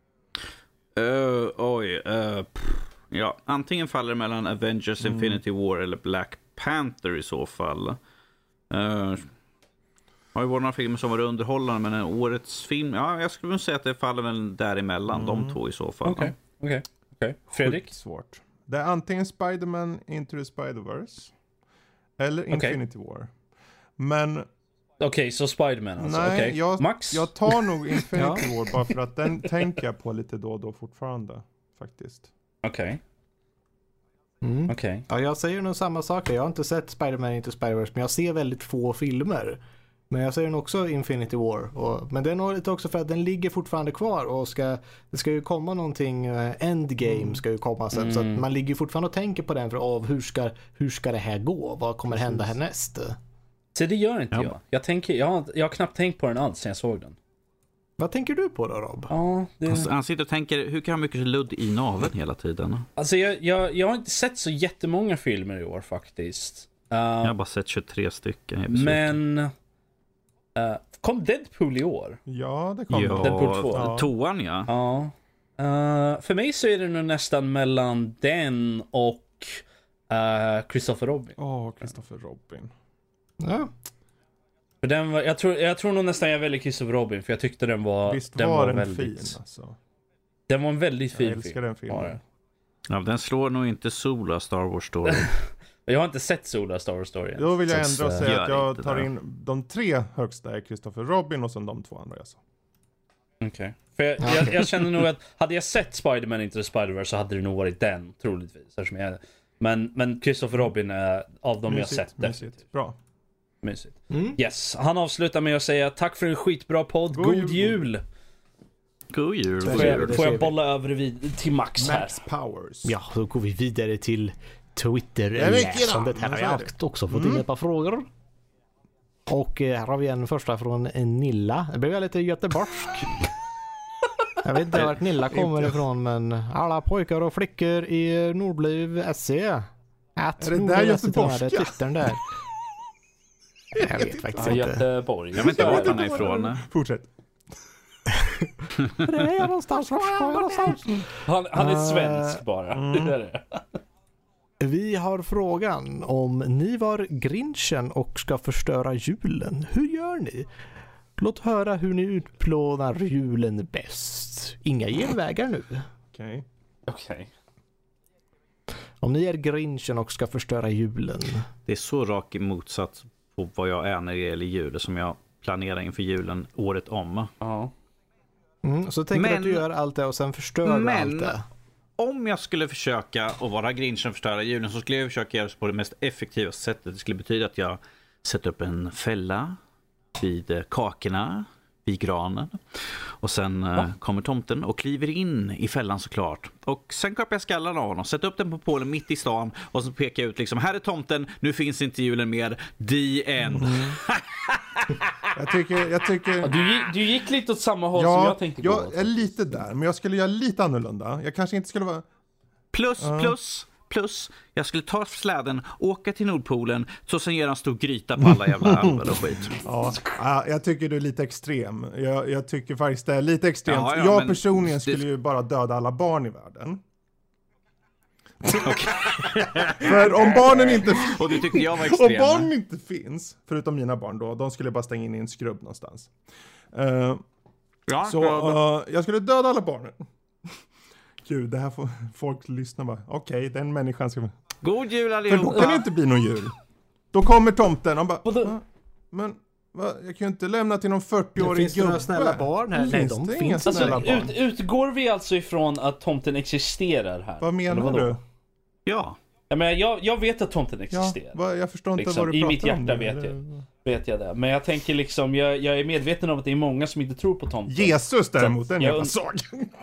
Uh, oj. Uh, pff. Ja, antingen faller det mellan Avengers Mm. Infinity War eller Black Panther i så fall. Uh, har ju varit några filmer som var underhållande, men en årets film, ja, jag skulle väl säga att det faller väl däremellan, Mm. de två i så fall. Okej, okej, okej. Fredrik? sjukt svårt. Det är antingen Spider-Man Into the Spider-Verse eller Infinity War. Men Okej, så Spider-Man alltså. nej, Okej. jag, Max? jag tar nog Infinity War bara för att den tänker jag på lite då och då fortfarande. Faktiskt. Okej, Mm. okej. Ja, jag säger nog samma sak. Jag har inte sett Spider-Man Into Spider-Verse, men jag ser väldigt få filmer. Men jag säger nog också Infinity War. Och, men det är nog lite också för att den ligger fortfarande kvar och ska, det ska ju komma någonting, uh, Endgame ska ju komma sen. Mm. Så att man ligger fortfarande och tänker på den för av hur ska, hur ska det här gå? Vad kommer hända härnäst? Så det gör inte Ja. jag. Jag, tänker, jag, har, jag har knappt tänkt på den alls sen jag såg den. Vad tänker du på då, Rob? Ja, det... Han, han sitter och tänker, hur kan han ha mycket ludd i naveln hela tiden? Alltså jag, jag, jag har inte sett så jättemånga filmer i år faktiskt. Uh, Jag har bara sett tjugotre stycken. Jag är besviken. men... Uh, kom Deadpool i år? Ja, det kommer. Ja, Deadpool två. Ja. Toan ja. Ja. Uh, för mig så är det nog nästan mellan den och uh, Christopher Robin. Åh, oh, Christopher Robin. Ja. För den var, jag, tror, jag tror nog nästan jag väljer Christopher Robin, för jag tyckte den var, Visst den var, var den väldigt fin alltså. Den var en väldigt fin jag älskar film. Den filmen. Ja, den slår nog inte Sola Star Wars Story. Jag har inte sett Sola Star Wars Story. Då vill jag ändå så, säga att jag inte tar det. in de tre högsta är Christopher Robin och sen de två andra jag sa. Okej. Okay. För jag, jag, jag känner nog att hade jag sett Spider-Man Into the Spider-Verse så hade det nog varit den, troligtvis. Jag, men, men Christopher Robin är av dem mysigt, jag sett. Mysigt. Definitivt. Bra. Mysigt. Mm. Yes, han avslutar med att säga tack för en skitbra podd, god, god jul! jul. God jul! Får jag, får jag bolla över vid, till Max här? Max Powers. Ja, då går vi vidare till Twitter-läsandet. Här har jag också fått in ett par frågor. Och här har vi en första från Nilla. Det blev jag lite göteborgsk. Jag vet inte vart Nilla kommer ifrån, men alla pojkar och flickor i Nordbliv S C. Att är det där göteborgska? Twittern där. Jag vet faktiskt ja, inte. Göteborg. Jag vet inte vart han är ifrån. Fortsätt. Det är jag någonstans. Var ska jag någonstans? Han, han är svensk bara. Mm. Det är det. Vi har frågan om ni var Grinchen och ska förstöra julen. Hur gör ni? Låt höra hur ni utplånar julen bäst. Inga genvägar nu. Okej. Okay. Okej. Okay. Om ni är Grinchen och ska förstöra julen. Det är så rak i motsats på vad jag är när det gäller jul som jag planerar inför julen året om. Ja. Mm, så tänker men, du att du gör allt det och sen förstör du allt det. Om jag skulle försöka att vara Grinchen och förstöra julen så skulle jag försöka göra det på det mest effektiva sättet. Det skulle betyda att jag sätter upp en fälla vid kakorna, vid granen. Och sen ja. kommer tomten och kliver in i fällan såklart. Och sen kapar jag skallen av honom, sätter upp den på pålen mitt i stan och så pekar jag ut liksom, här är tomten, nu finns inte julen mer, the end. Mm. jag tycker, jag tycker... Ja, du, gick, du gick lite åt samma håll ja, som jag tänkte gå. Jag är lite där, men jag skulle göra lite annorlunda. Jag kanske inte skulle vara... Plus, uh. plus, plus. Jag skulle ta släden, åka till Nordpolen, så sen göra en stor gryta på alla jävla alver och skit. Ja, jag tycker du är lite extrem. Jag, jag tycker faktiskt det är lite extremt. Ja, ja, jag personligen skulle det... ju bara döda alla barn i världen. För om barnen inte och du tyckte jag var extrem. Om barnen inte finns, förutom mina barn då, de skulle bara stänga in i en skrubb någonstans. Uh, ja, så uh, jag skulle döda alla barnen. Gud, det här får folk lyssna bara. Okej, okay, den människan ska... God jul allihopa! För då kan det inte bli någon jul. Då kommer tomten och bara... Va? Men va? Jag kan ju inte lämna till någon fyrtio-årig gubbe. Finns det några snälla barn här? Nej, de finns alltså, snälla barn. Ut, utgår vi alltså ifrån att tomten existerar här? Vad menar du? Ja. Ja, men jag, jag vet att tomten existerar. Ja, jag förstår inte liksom, vad du i pratar mitt hjärta om. Vet jag, vet jag det. Men jag tänker liksom, jag, jag är medveten om att det är många som inte tror på tomten. Jesus däremot, så, den jag, jävla sagan.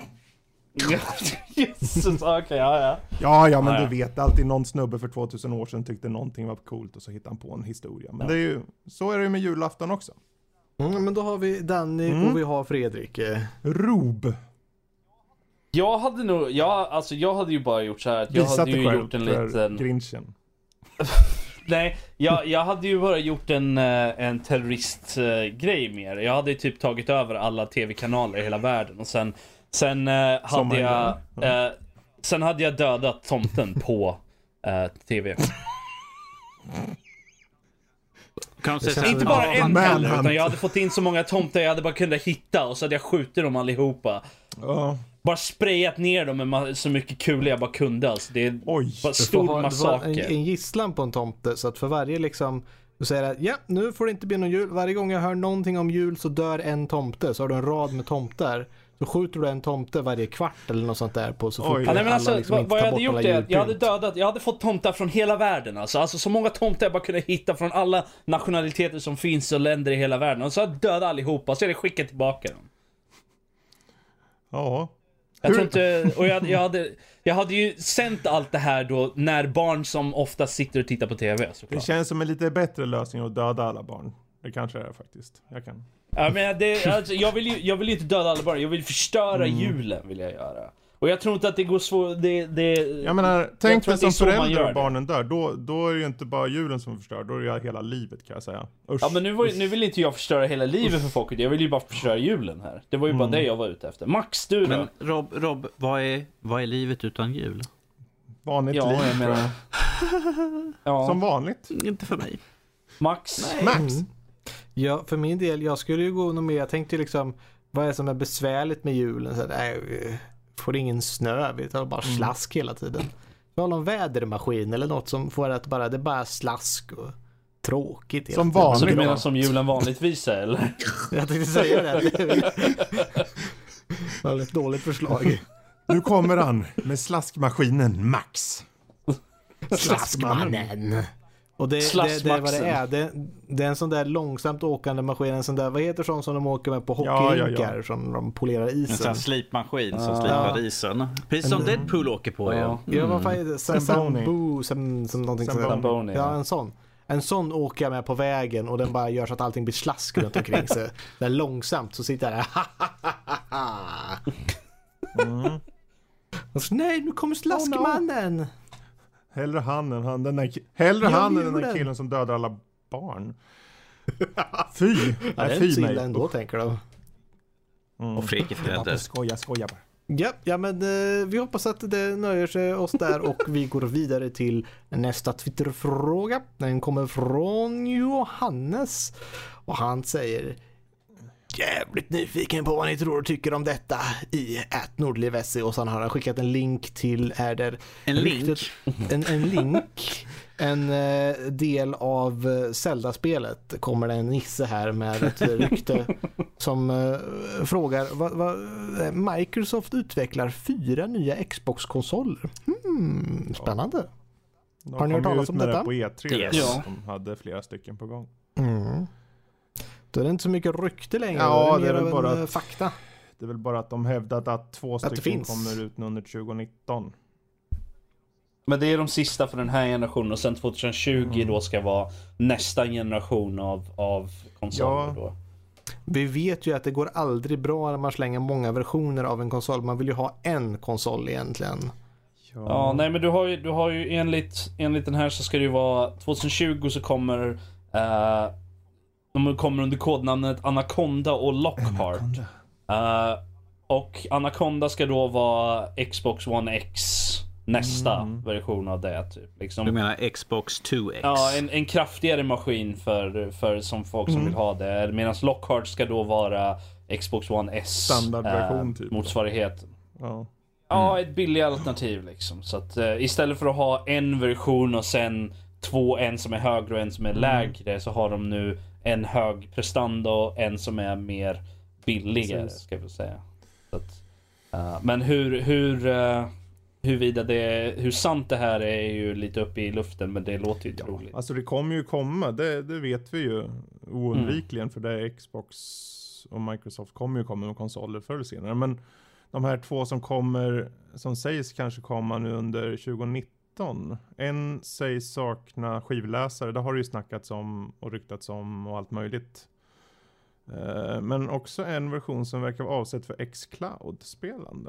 Jesus, okej, okay, ja, ja. Ja, ja, men ja, du ja. vet, alltid någon snubbe för tvåtusen år sedan tyckte någonting var coolt och så hittade han på en historia. Men ja. det är ju, så är det ju med julafton också. Mm, men då har vi Danny mm. och vi har Fredrik. Rob. Jag hade nog, jag, alltså jag hade ju bara gjort så här att jag Visat hade ju själv gjort en för liten... Grinchen. Nej, jag, jag hade ju bara gjort en, en terroristgrej mer. Jag hade typ tagit över alla tv-kanaler i hela världen och sen Sen uh, hade jag uh, Sen hade jag dödat tomten på uh, tv. Kan säga inte bara en man, heller, man. utan jag hade fått in så många tomtar jag hade bara kunnat hitta och så hade jag skjutit dem allihopa. Uh. Bara sprayat ner dem med så mycket kul jag bara kunde. Alltså, det är Oj, bara stor ha, massaker. En, en gisslan på en tomte så att för varje liksom du säger att ja, nu får det inte bli någon jul. Varje gång jag hör någonting om jul så dör en tomte. Så har du en rad med tomtar. Så skjuter du en tomte varje kvart eller något sånt där på så fort ja, nej, men alltså, liksom vad, vad jag hade gjort är att jag hade dödat, jag hade fått tomtar från hela världen alltså. Alltså så många tomtar jag bara kunde hitta från alla nationaliteter som finns och länder i hela världen. Och så hade jag dödat allihopa och så hade jag skickat tillbaka dem. Ja. Jag tror inte, och jag, jag, hade, jag hade ju sänt allt det här då när barn som ofta sitter och tittar på tv. Såklart. Det känns som en lite bättre lösning att döda alla barn. Det kanske är faktiskt. Jag kan... Ja, men det, alltså, jag, vill ju, jag vill ju inte döda alla barn. Jag vill förstöra mm. julen vill jag göra. Och Och jag tror inte att det går svårt. Det, det, jag menar, tänk dig som förälder och barnen det. dör. Då, då är det ju inte bara julen som förstör. Då är det hela livet, kan jag säga. Usch. Ja, men nu, var, nu vill inte jag förstöra hela livet för folket. Jag vill ju bara förstöra julen här. Det var ju bara Mm. det jag var ute efter. Max, du då? Men Rob, Rob vad, är, vad är livet utan jul? Vanligt Ja, liv. jag menar... ja. Som vanligt. Inte för mig. Max? Max. Mm. Ja, för min del, jag skulle ju gå nog med, jag tänkte liksom, vad är det som är besvärligt med julen? Så där, får ingen snö, vi tar bara slask hela tiden. Vi har någon vädermaskin eller något som får att bara, det är bara slask och tråkigt. Som tiden. vanligt. Så du menar som julen vanligtvis är, eller? Jag tänkte säga det. Det var ett dåligt förslag. Nu kommer han med slaskmaskinen Max. Slaskmannen. Och det, det, det är vad det är. Det, det är en sån där långsamt åkande maskin, en sån där, vad heter sån som de åker med på hockeyrinkar, ja, ja, ja. Som de polerar isen. En sån här slipmaskin ah. som slipar isen. Precis som Deadpool åker på. Ja, ja. Mm. Ja, vad fan är det? Sambo, som, som någonting sånt. Samboni, ja, en sån. En sån åker jag med på vägen och den bara gör så att allting blir slask runt omkring sig. Det är långsamt så sitter jag där. mm. Och så, nej, nu kommer slaskmannen. Oh, no. Hellre han än han, den där, hellre han än den där killen som dödar alla barn. Fy! Ja, det är inte så illa ändå, tänker du. Mm. Och Fredrik är förälder. Skoja, skoja bara. Ja, ja, men eh, vi hoppas att det nöjer sig oss där och vi går vidare till nästa Twitterfråga. Den kommer från Johannes och han säger: jävligt nyfiken på vad ni tror och tycker om detta i at nordliv.se, och sen har han skickat en link till är där en link en, en link en eh, del av eh, Zelda-spelet. Kommer det en nisse här med ett rykte som eh, frågar vad, vad, Microsoft utvecklar fyra nya Xbox-konsoler. Hmm, spännande. De har ni hört talas om detta? Det på E tre, yes. Ja. De hade flera stycken på gång. Mm. Då är det inte så mycket rykte längre. Ja, det är, det är väl bara en, att, fakta. Det är väl bara att de hävdat att två att stycken kommer ut under tjugonitton. Men det är de sista för den här generationen, och sen tjugohundratjugo mm. då ska vara nästa generation av, av konsoler. Ja. Då. Vi vet ju att det går aldrig bra när man slänger många versioner av en konsol. Man vill ju ha en konsol egentligen. Ja, ja nej men du har ju, du har ju enligt, enligt den här så ska det ju vara tjugohundratjugo så kommer uh, de kommer under kodnamnet Anaconda och Lockhart. Uh, och Anaconda ska då vara Xbox One X, nästa mm. version av det typ. Liksom. Du menar Xbox två X? Ja, en, en kraftigare maskin för, för som folk som mm. vill ha det. Medan Lockhart ska då vara Xbox One S standardversion, äh, typ. Motsvarigheten. Ja. Ja, ett billigare alternativ liksom. Så att uh, istället för att ha en version och sen två, en som är högre och en som är mm. lägre, så har de nu en hög prestanda och en som är mer billigare. Precis. Ska vi säga. Så att, uh, men hur hur uh, huruvida det hur sant det här är ju lite uppe i luften, men det låter ju ja, troligt. Alltså det kommer ju komma, det, det vet vi ju oundvikligen mm. för det är Xbox och Microsoft kommer ju komma med konsoler förr eller senare, men de här två som kommer, som sägs kanske komma nu under tjugonitton. En sägs sakna skivläsare, det har det ju snackats om och ryktats om och allt möjligt. Uh, men också en version som verkar vara avsett för xCloud-spelande.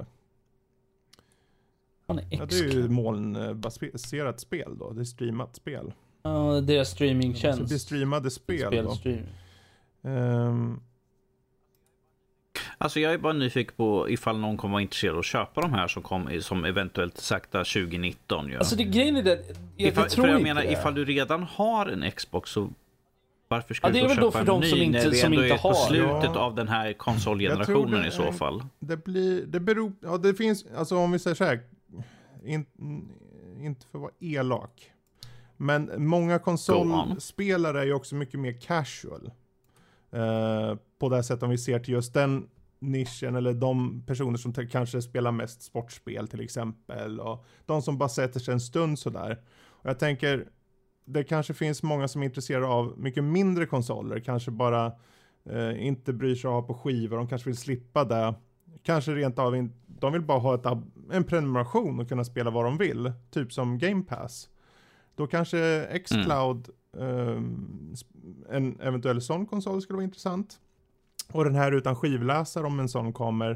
Ja, det är ju molnbaserat spel då, det är streamat spel. Ja, uh, deras streamingtjänst. Så det är streamade spel då. Um, Alltså jag är bara nyfiken på ifall någon kommer vara intresserad av att köpa de här som, kom, som eventuellt sakta tjugonitton. Ja. Alltså det grejen är det, jag, ifall, jag tror för jag inte menar, det. Ifall du redan har en Xbox så varför ska ja, du då köpa då för en ny som inte, när vi som ändå inte är på har. slutet ja. av den här konsolgenerationen i så fall? Det blir, det beror, ja det finns, alltså om vi säger så här, in, inte för att vara elak, men många konsolspelare är ju också mycket mer casual. Uh, på det här sättet om vi ser till just den nischen eller de personer som t- kanske spelar mest sportspel till exempel, och de som bara sätter sig en stund sådär. Och jag tänker, det kanske finns många som är intresserade av mycket mindre konsoler, kanske bara eh, inte bryr sig av på skivor, de kanske vill slippa det, kanske rent av in, de vill bara ha ett ab- en prenumeration och kunna spela vad de vill, typ som Game Pass. Då kanske xCloud mm. eh, en eventuell sån konsol skulle vara intressant. Och den här utan skivläsare, om en sån kommer,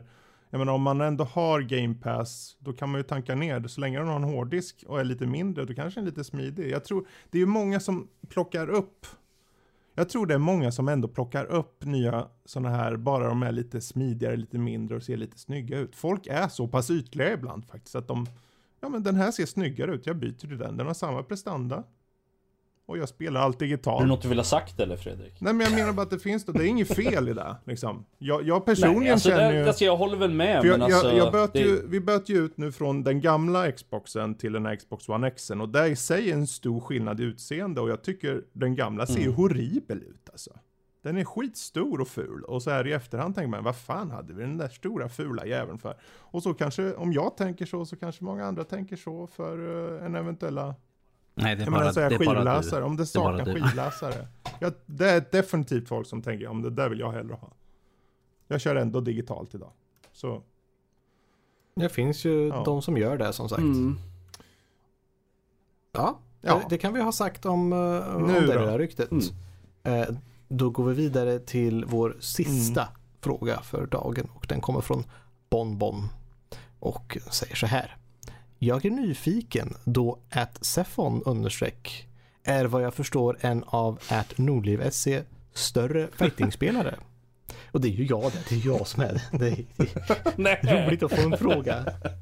jag menar, om man ändå har Game Pass, då kan man ju tanka ner det. Så länge den har en hårddisk och är lite mindre, då kanske den är lite smidig. Jag tror, det är ju många som plockar upp, jag tror det är många som ändå plockar upp nya sådana här, bara de är lite smidigare, lite mindre och ser lite snygga ut. Folk är så pass ytliga ibland faktiskt, att de, ja men den här ser snyggare ut, jag byter till den. Den har samma prestanda. Och jag spelar allt digitalt. Är det något du vill ha sagt eller Fredrik? Nej, men jag menar bara att det finns då, det är inget fel i det liksom. Jag, jag personligen Nej, alltså känner det, ju... Alltså jag håller väl med, jag, men alltså... jag, jag böt det... ju, vi böt ju ut nu från den gamla Xboxen till den här Xbox One Xen. Och det är i sig en stor skillnad i utseende. Och jag tycker den gamla ser mm. horribel ut alltså. Den är skitstor och ful. Och så här i efterhand tänker man, vad fan hade vi den där stora fula jäveln för? Och så kanske, om jag tänker så, så kanske många andra tänker så för uh, en eventuella... Nej, det är jag bara, menar, så här, det är skivläsare, bara om det saknar skivläsare. Ja, det är definitivt folk som tänker, om det där vill jag hellre ha. Jag kör ändå digitalt idag. Så. Det finns ju ja. de som gör det som sagt. Mm. Ja, ja, det kan vi ha sagt om, om det där ryktet. Mm. Eh, då går vi vidare till vår sista mm. fråga för dagen. Och den kommer från Bon Bon. Och säger så här. Jag är nyfiken då att Sefon understreck är vad jag förstår en av att Nordliv S C större fightingspelare. Och det är ju jag det, det är jag som är det. Det är, det är roligt att få en fråga.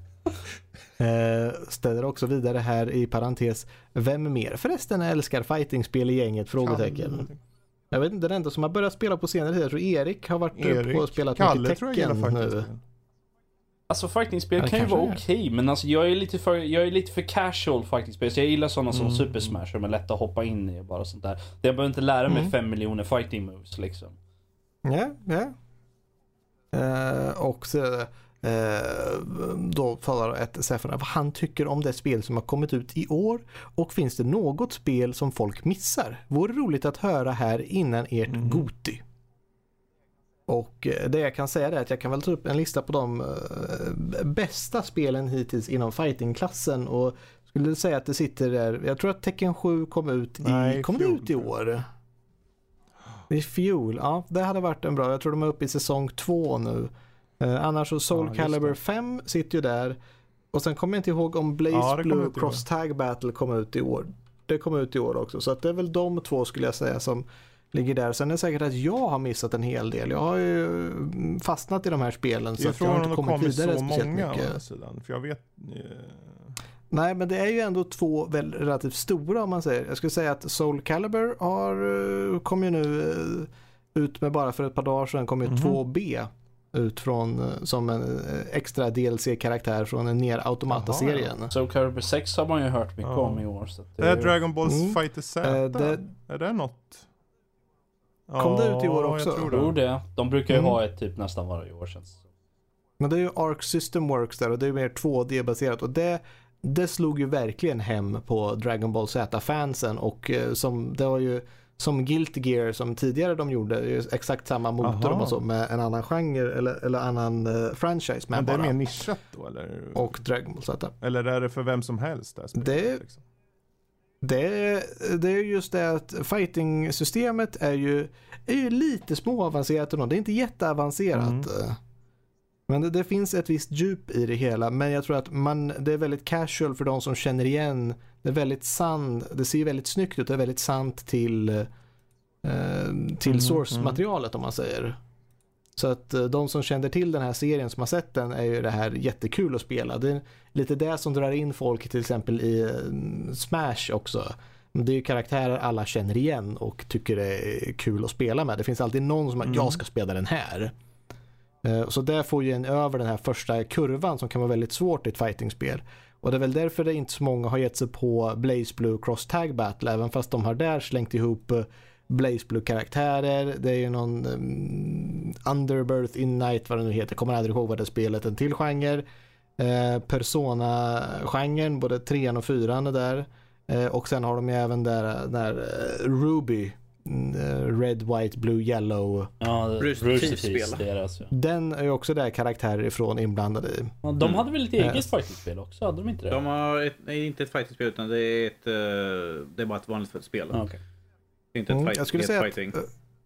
Eh, ställer också vidare här i parentes, vem mer förresten älskar fightingspel i gänget? Frågetecken. Jag vet inte, den enda som har börjat spela på senare tid, jag tror Erik har varit Erik, på och spelat Kalle, mycket Tekken nu. Alltså fightingspel kan ju vara okej, okay, men alltså jag är lite för jag är lite för casual fightingspel, så jag gillar sådana som mm. Super Smash som är lätta att hoppa in i och bara sånt där. Jag behöver inte lära mig mm. fem miljoner fighting moves liksom. Ja, ja. Uh, och så uh, då talar ett Sefon vad han tycker om det spel som har kommit ut i år, och finns det något spel som folk missar? Vore roligt att höra här innan ert mm. Goti. Och det jag kan säga är att jag kan väl ta upp en lista på de uh, bästa spelen hittills inom fightingklassen, och skulle säga att det sitter där. Jag tror att Tekken sju kom ut i, Nej, kom ut i år. I fjol, ja. Det hade varit en bra. Jag tror de är uppe i säsong två nu. Uh, annars så Soul ja, Calibur fem sitter ju där. Och sen kommer jag inte ihåg om Blaze ja, Blue Cross Tag Battle kom ut i år. Det kom ut i år också. Så att det är väl de två skulle jag säga som ligger där. Sen är det säkert att jag har missat en hel del. Jag har ju fastnat i de här spelen, så att jag har inte kommit vidare så speciellt många, mycket. Sidan, för jag vet... Uh... Nej, men det är ju ändå två väl relativt stora om man säger. Jag skulle säga att Soul Calibur har kom ju nu ut med bara för ett par dagar sedan kom ju mm-hmm. två B ut från som en extra D L C-karaktär från en ner automata-serien. Ja. Soul Calibur sex har man ju hört mycket ja. om i år. Så det är det Dragon Ball mm. Fighter Z? Äh, det... Är det något? Kom det ut i år också? Jag tror det. Jag tror det. De brukar ju mm. ha ett typ nästan varje år sedan. Men det är ju Arc System Works där, och det är mer två D-baserat, och det Det slog ju verkligen hem på Dragon Ball Z-fansen, och eh, som det var ju som Guilty Gear som tidigare de gjorde ju exakt samma motor och så, med en annan genre eller, eller annan eh, franchise. Men det är mer nischat då eller? Och Dragon Ball Z. Eller är det för vem som helst? Där spelet, det, liksom? det, det är just det att fighting-systemet är ju, är ju lite småavancerat och det är inte jätteavancerat. Mm. Men det, det finns ett visst djup i det hela, men jag tror att man, det är väldigt casual för de som känner igen. Det är väldigt sant, det ser väldigt snyggt ut, det är väldigt sant till eh, till mm, source-materialet mm. om man säger. Så att eh, de som känner till den här serien som har sett den är ju det här jättekul att spela. Det är lite det som drar in folk till exempel i eh, Smash också. Det är ju karaktärer alla känner igen och tycker det är kul att spela med. Det finns alltid någon som mm. jag ska spela den här. Så där får ju en över den här första kurvan som kan vara väldigt svårt i ett fightingspel. Och det är väl därför det inte så många har gett sig på Blaze Blue Cross Tag Battle, även fast de har där slängt ihop Blaze Blue karaktärer. Det är ju någon um, Underbirth in Night, vad det nu heter. Kommer aldrig ihåg vad det spelet, en till genre. Eh, Persona-genren, både trean och fyran är där. Eh, och sen har de ju även där, där uh, Ruby. Red, White, Blue, Yellow. Ja, Rooster Teeth. Alltså. Den är ju också där karaktärer ifrån inblandade i. Ja, de hade väl lite eget mm. fightingspel också, hade de inte det? De har ett, nej, inte ett fightingspel utan det är ett det är bara ett vanligt spel. Ah, okay. Inte ett, mm, fight, jag skulle ett säga fighting. Att,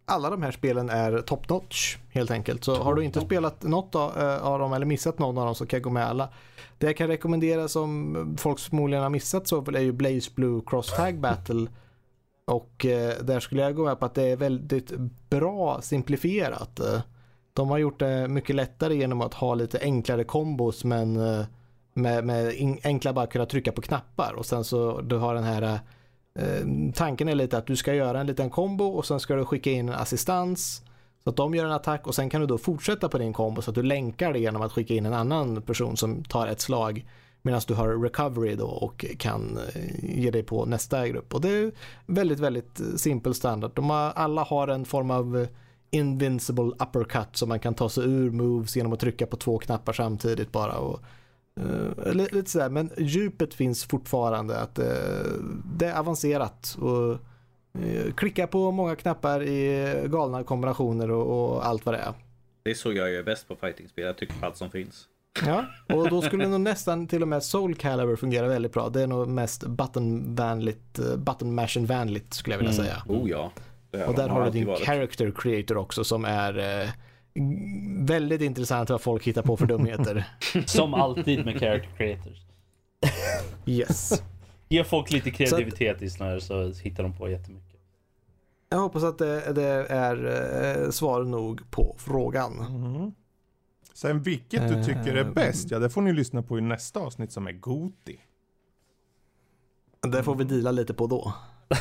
alla de här spelen är top notch helt enkelt. Så har du inte spelat något av, av dem eller missat någon av dem så kan jag gå med alla. Det jag kan rekommendera som folk förmodligen har missat så är ju Blaze Blue Cross Tag Battle. Och eh, där skulle jag gå med på att det är väldigt bra simplifierat. De har gjort det mycket lättare genom att ha lite enklare kombos men eh, med, med in, enkla bara kunna trycka på knappar. Och sen så du har den här eh, tanken är lite att du ska göra en liten kombo och sen ska du skicka in en assistans så att de gör en attack och sen kan du då fortsätta på din kombo så att du länkar det genom att skicka in en annan person som tar ett slag medan du har recovery då och kan ge dig på nästa grupp. Och det är väldigt, väldigt simpel standard. De har, alla har en form av invincible uppercut som man kan ta sig ur moves genom att trycka på två knappar samtidigt bara. Och, uh, lite sådär. Men djupet finns fortfarande. Att uh, det är avancerat och uh, klicka på många knappar i galna kombinationer och, och allt vad det är. Det är så jag gör bäst på fighting-spel. Jag tycker på allt som finns. Ja, och då skulle nog nästan till och med Soul Calibur fungera väldigt bra. Det är nog mest button-vänligt, button mashing-vänligt skulle jag vilja mm. säga. Oh ja. Och där har du din varit. Character creator också som är eh, väldigt intressant vad folk hittar på för dumheter. Som alltid med character creators. Yes. Ge folk lite kreativitet i såna här så hittar de på jättemycket. Jag hoppas att det, det är eh, svar nog på frågan. Mm. Sen vilket du tycker är bäst, ja det får ni lyssna på i nästa avsnitt som är Goti. Det får vi deala lite på då.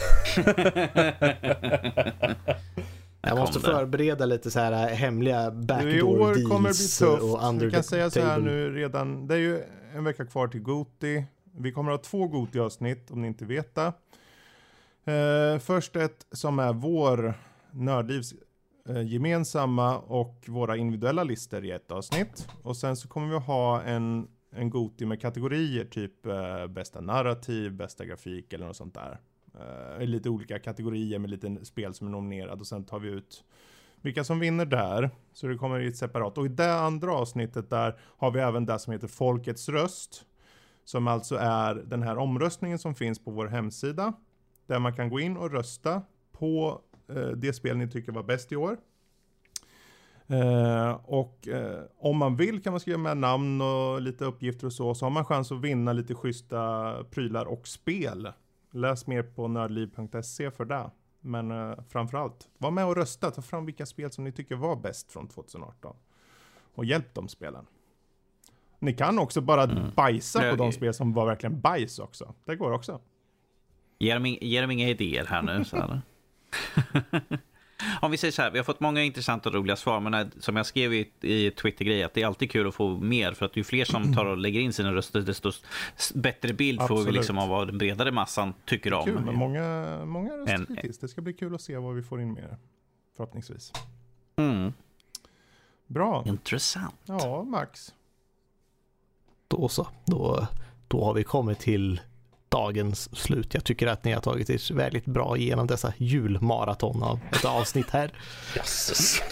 Jag måste förbereda lite så här hemliga backdoor i år deals kommer det bli tufft. Och under vi kan säga så här table. nu redan, det är ju en vecka kvar till Goti. Vi kommer att ha två Goti-avsnitt om ni inte vet det. Uh, först ett som är vår Nördlivs uh, gemensamma och våra individuella listor i ett avsnitt. Och sen så kommer vi att ha en, en Goti med kategorier typ uh, bästa narrativ, bästa grafik eller något sånt där. Uh, lite olika kategorier med lite spel som är nominerade och sen tar vi ut vilka som vinner där. Så det kommer i ett separat. Och i det andra avsnittet där har vi även det som heter Folkets röst. Som alltså är den här omröstningen som finns på vår hemsida. Där man kan gå in och rösta på eh, det spel ni tycker var bäst i år. Eh, och eh, om man vill kan man skriva med namn och lite uppgifter och så. Så har man chans att vinna lite schyssta prylar och spel. Läs mer på nördliv punkt se för det. Men eh, framförallt, var med och rösta. Ta fram vilka spel som ni tycker var bäst från tjugoarton. Och hjälp de spelen. Ni kan också bara mm. bajsa på de spel som var verkligen bajs också. Det går också. Ge dem, ge dem inga idéer här nu. Så här. Om vi säger så här, vi har fått många intressanta och roliga svar. Men som jag skrev i, i Twitter-grej att det är alltid kul att få mer. För att ju fler som tar och lägger in sina röster desto bättre bild Absolut. Får vi liksom av vad den bredare massan tycker om. Kul, men många, många röster hittills. Det ska bli kul att se vad vi får in mer. Förhoppningsvis. Mm. Bra. Intressant. Ja, Max. Då så. Då, då har vi kommit till dagens slut. Jag tycker att ni har tagit er väldigt bra igenom dessa julmaraton av ett avsnitt här. Yes.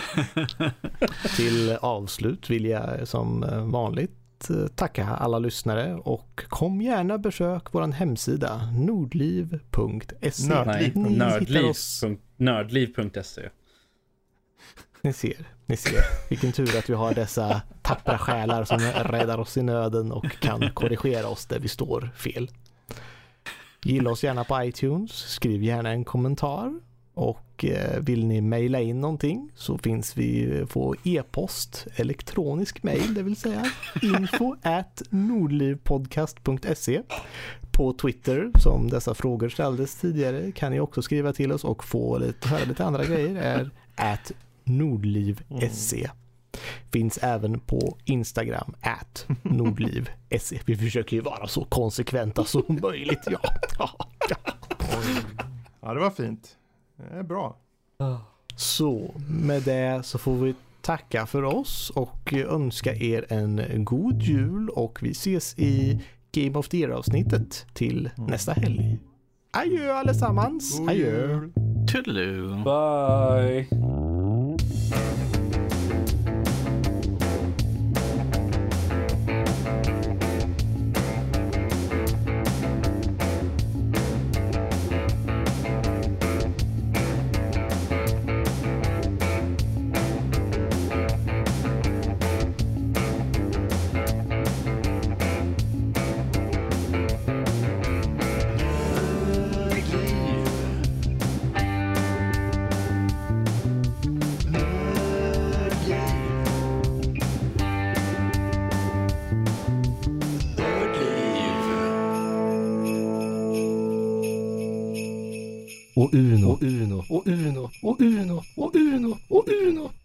Till avslut vill jag som vanligt tacka alla lyssnare och kom gärna besök vår hemsida nordliv punkt se. Nördliv. Nördliv. Nördliv punkt se. Ni ser, ni ser. Vilken tur att vi har dessa tappra själar som räddar oss i nöden och kan korrigera oss där vi står fel. Gilla oss gärna på iTunes, skriv gärna en kommentar och eh, vill ni mejla in någonting så finns vi på e-post, elektronisk mejl, det vill säga info at nordlivpodcast punkt se. På Twitter, som dessa frågor ställdes tidigare, kan ni också skriva till oss och få lite, höra lite andra grejer, är at nordliv punkt se. Finns även på Instagram at nordliv punkt se. Vi försöker ju vara så konsekventa som möjligt. Ja. Ja, ja. Ja, det var fint. Det är bra. Så med det så får vi tacka för oss och önska er en god jul och vi ses i Game of the Year-avsnittet till nästa helg. Adjö allesammans. Adjö. Toodaloo. Bye. och Uno och Uno och Uno och Uno och Uno och Uno och Uno.